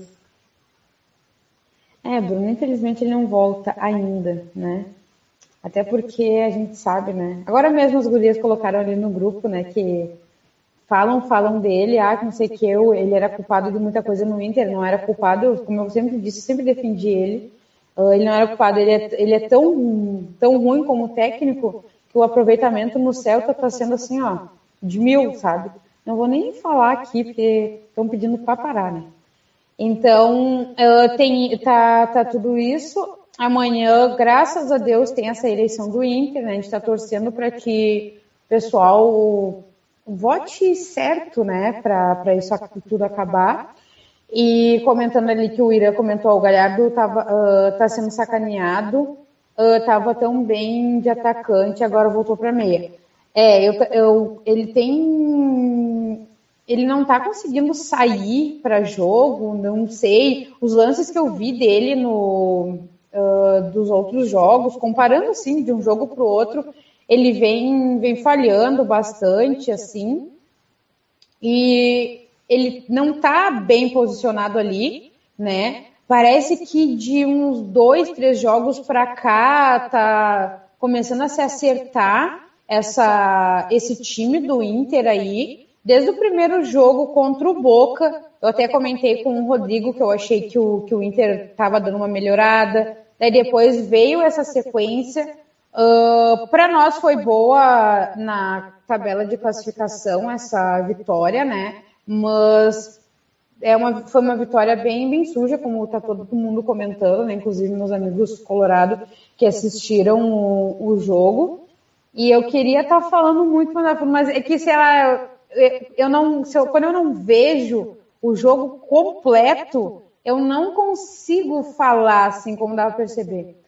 É, Bruno, infelizmente ele não volta ainda, né? Até porque a gente sabe, né? Agora mesmo as gurias colocaram ali no grupo, né, que. Falam, falam dele, ah, não sei o que, eu, ele era culpado de muita coisa no Inter, não era culpado, como eu sempre disse, sempre defendi ele, uh, ele não era culpado, ele é, ele é tão, tão ruim como técnico que o aproveitamento no Celta tá sendo assim, ó, de mil, sabe? Não vou nem falar aqui, porque estão pedindo para parar, né? Então, uh, tem, tá, tá tudo isso, amanhã, graças a Deus, tem essa eleição do Inter, né? A gente tá torcendo para que o pessoal... vote certo, né, para isso tudo acabar. E comentando ali que o Irã comentou, o Galhardo tava, uh, tá sendo sacaneado, uh, tava tão bem de atacante, agora voltou para meia. É, eu, eu, ele tem... Ele não tá conseguindo sair para jogo, não sei. Os lances que eu vi dele no, uh, dos outros jogos, comparando, assim, de um jogo para o outro, ele vem, vem falhando bastante, assim, e ele não está bem posicionado ali, né? Parece que de uns dois, três jogos para cá tá começando a se acertar essa, esse time do Inter aí. Desde o primeiro jogo contra o Boca, eu até comentei com o Rodrigo que eu achei que o, que o Inter estava dando uma melhorada. Daí depois veio essa sequência. Uh, para nós foi boa na tabela de classificação essa vitória, né? Mas é uma, foi uma vitória bem, bem suja, como está todo mundo comentando, né? Inclusive meus amigos colorados que assistiram o, o jogo. E eu queria estar tá falando muito, mas é que se ela, eu não, se eu, quando eu não vejo o jogo completo, eu não consigo falar assim como dá para perceber.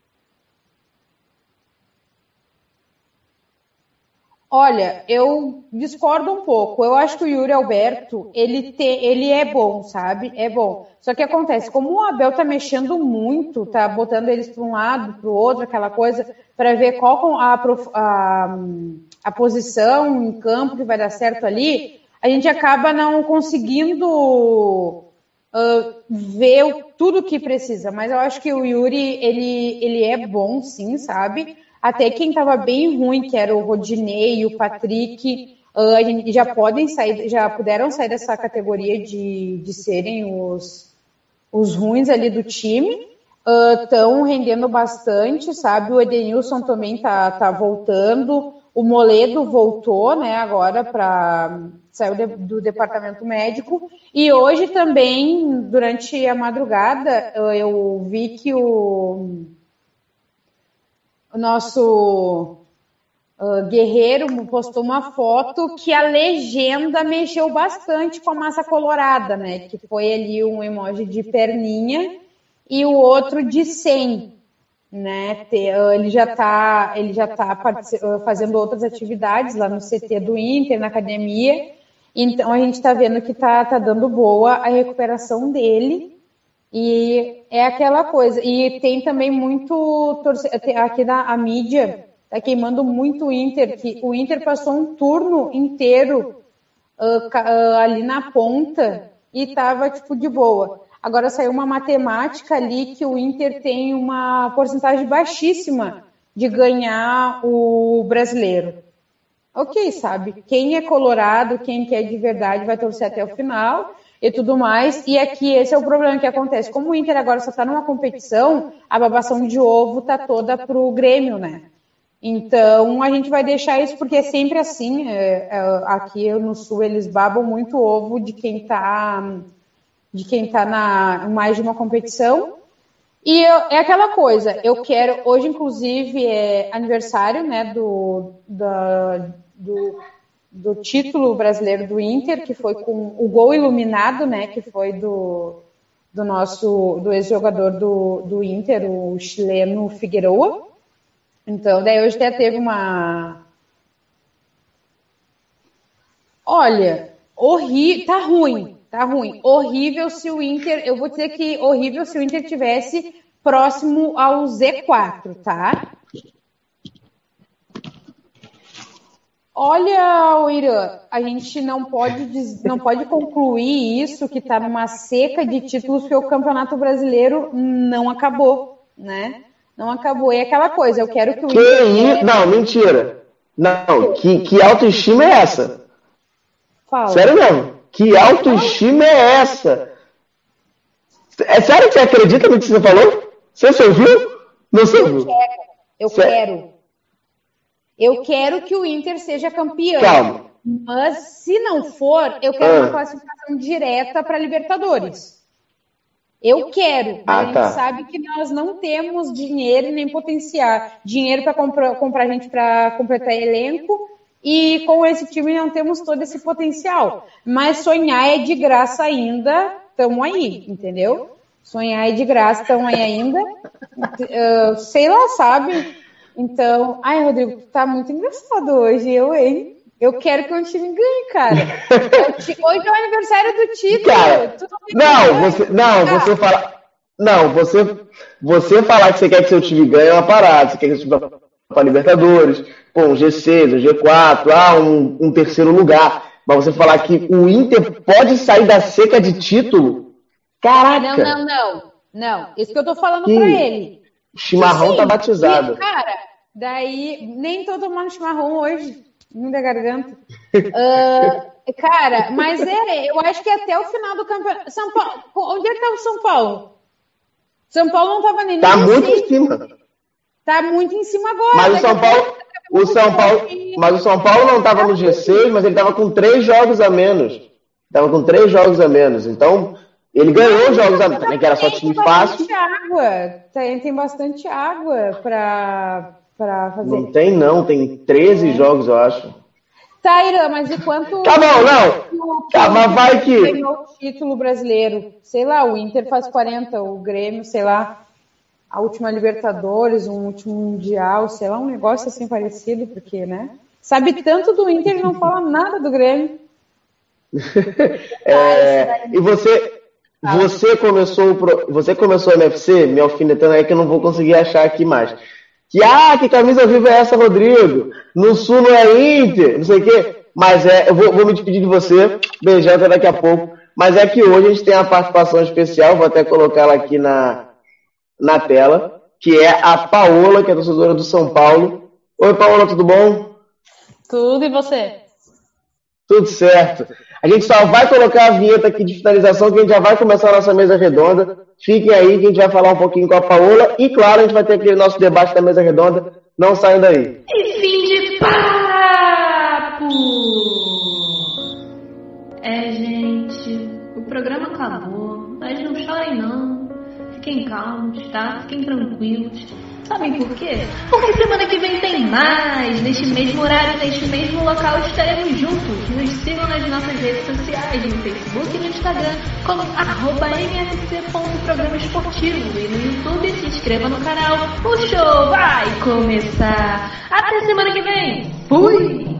Olha, eu discordo um pouco. Eu acho que o Yuri Alberto, ele, te, ele é bom, sabe? É bom. Só que acontece, como o Abel tá mexendo muito, tá botando eles para um lado, para o outro, aquela coisa, para ver qual a, a, a posição em campo que vai dar certo ali, a gente acaba não conseguindo uh, ver tudo o que precisa. Mas eu acho que o Yuri, ele, ele é bom, sim, sabe? Até quem estava bem ruim, que era o Rodinei e o Patrick, uh, a gente já podem sair, já puderam sair dessa categoria de, de serem os, os ruins ali do time. Estão uh, rendendo bastante, sabe? O Edenilson também tá, tá voltando. O Moledo voltou, né? Agora para saiu de, do departamento médico. E hoje também, durante a madrugada, eu vi que o O nosso uh, Guerreiro postou uma foto que a legenda mexeu bastante com a massa colorada, né? Que foi ali um emoji de perninha e o outro de cem, né? Ele já está ele já tá fazendo outras atividades lá no C T do Inter, na academia. Então a gente está vendo que está tá dando boa a recuperação dele. E é aquela coisa. E tem também muito torce... aqui na a mídia está queimando muito o Inter, que o Inter passou um turno inteiro uh, uh, ali na ponta e estava tipo de boa. Agora saiu uma matemática ali que o Inter tem uma porcentagem baixíssima de ganhar o brasileiro. Ok, sabe? Quem é colorado, quem quer de verdade vai torcer até o final e tudo mais. E aqui esse é o problema que acontece. Como o Inter agora só está numa competição, a babação de ovo tá toda pro Grêmio, né? Então a gente vai deixar isso porque é sempre assim. É, é, aqui no Sul eles babam muito ovo de quem tá... de quem está na mais de uma competição. E eu, é aquela coisa, eu quero, hoje inclusive é aniversário, né, do, da, do, do título brasileiro do Inter, que foi com o gol iluminado, né, que foi do, do nosso, do ex-jogador do, do Inter, o chileno Figueroa. Então, daí hoje até teve uma... Olha, horrível, tá ruim. Tá ruim. Horrível se o Inter... Eu vou dizer que horrível se o Inter tivesse próximo ao Z quatro, tá? Olha, Irã, a gente não pode, não pode concluir isso, que tá numa seca de títulos, porque o Campeonato Brasileiro não acabou, né? Não acabou. É aquela coisa, eu quero que o Inter... Que... Não, mentira. Não, que, que autoestima é essa? Fala. Sério mesmo? Que autoestima é essa? É sério que você acredita no que você falou? Você se ouviu? Não se ouviu? Eu quero. Eu Cê... quero. Eu quero que o Inter seja campeão. Calma. Mas se não for, eu quero ah. uma classificação direta para Libertadores. Eu quero. Ah, a gente tá. sabe que nós não temos dinheiro nem potencial. Dinheiro para comprar, comprar gente para completar elenco. E com esse time não temos todo esse potencial. Mas sonhar é de graça ainda, estamos aí, entendeu? Sonhar é de graça, estamos aí ainda. Uh, sei lá, sabe? Então, ai, Rodrigo, tu tá muito engraçado hoje, eu, hein? Eu quero que o time ganhe, cara. Hoje é o aniversário do título. Cara, não, você, não, você fala... Não, você, você falar que você quer que seu time ganhe é uma parada. Você quer que seu time vá para Libertadores, pô, um G seis, um G quatro, ah, um, um terceiro lugar. Mas você falar que o Inter pode sair da seca de título? Caraca! Não, não, não. Não, isso que eu tô falando que... pra ele. O chimarrão Sim, tá batizado. E, cara, daí nem tô tomando chimarrão hoje. Muita garganta. uh, cara, mas é, eu acho que até o final do campeonato. São Paulo, onde é que tá o São Paulo? São Paulo não tava nem Tá muito assim. em cima. Tá muito em cima agora. Mas o São Paulo, o São Paulo, mas o São Paulo não tava no G seis, mas ele tava com três jogos a menos. Tava com três jogos a menos. Então, ele ganhou os jogos a menos. Também que era só time fácil. Tem água. Tem, tem bastante água pra, pra fazer. Não tem, não. Tem treze é. jogos, eu acho. Tá, Irã, mas e quanto... Tá bom, não. Tá, mas vai que... Ganhou o título brasileiro. Sei lá, o Inter faz quarenta, o Grêmio, sei lá, a última Libertadores, um último Mundial, sei lá, um negócio assim parecido, porque, né? Sabe tanto do Inter e não fala nada do Grêmio. é, e você... Você começou, você começou o M F C, me alfinetando aí que eu não vou conseguir achar aqui mais. Que, ah, que camisa viva é essa, Rodrigo? No Sul não é Inter, não sei o quê. Mas é, eu vou, vou me despedir de você, beijão até daqui a pouco. Mas é que hoje a gente tem uma participação especial, vou até colocá-la aqui na, na tela, que é a Paola, que é torcedora do São Paulo. Oi, Paola, tudo bom? Tudo, e você? Tudo certo. A gente só vai colocar a vinheta aqui de finalização, que a gente já vai começar a nossa mesa redonda. Fiquem aí que a gente vai falar um pouquinho com a Paola. E, claro, a gente vai ter aquele nosso debate da mesa redonda. Não saiam daí. E fim de papo! É, gente, o programa acabou. Mas não chorem, não. Fiquem calmos, tá? Fiquem tranquilos. Sabem por quê? Porque semana que vem tem mais! Neste mesmo horário, neste mesmo local, estaremos juntos. Nos sigam nas nossas redes sociais, no Facebook e no Instagram, como arroba m f c ponto programa esportivo. E no YouTube, se inscreva no canal. O show vai começar! Até semana que vem! Fui!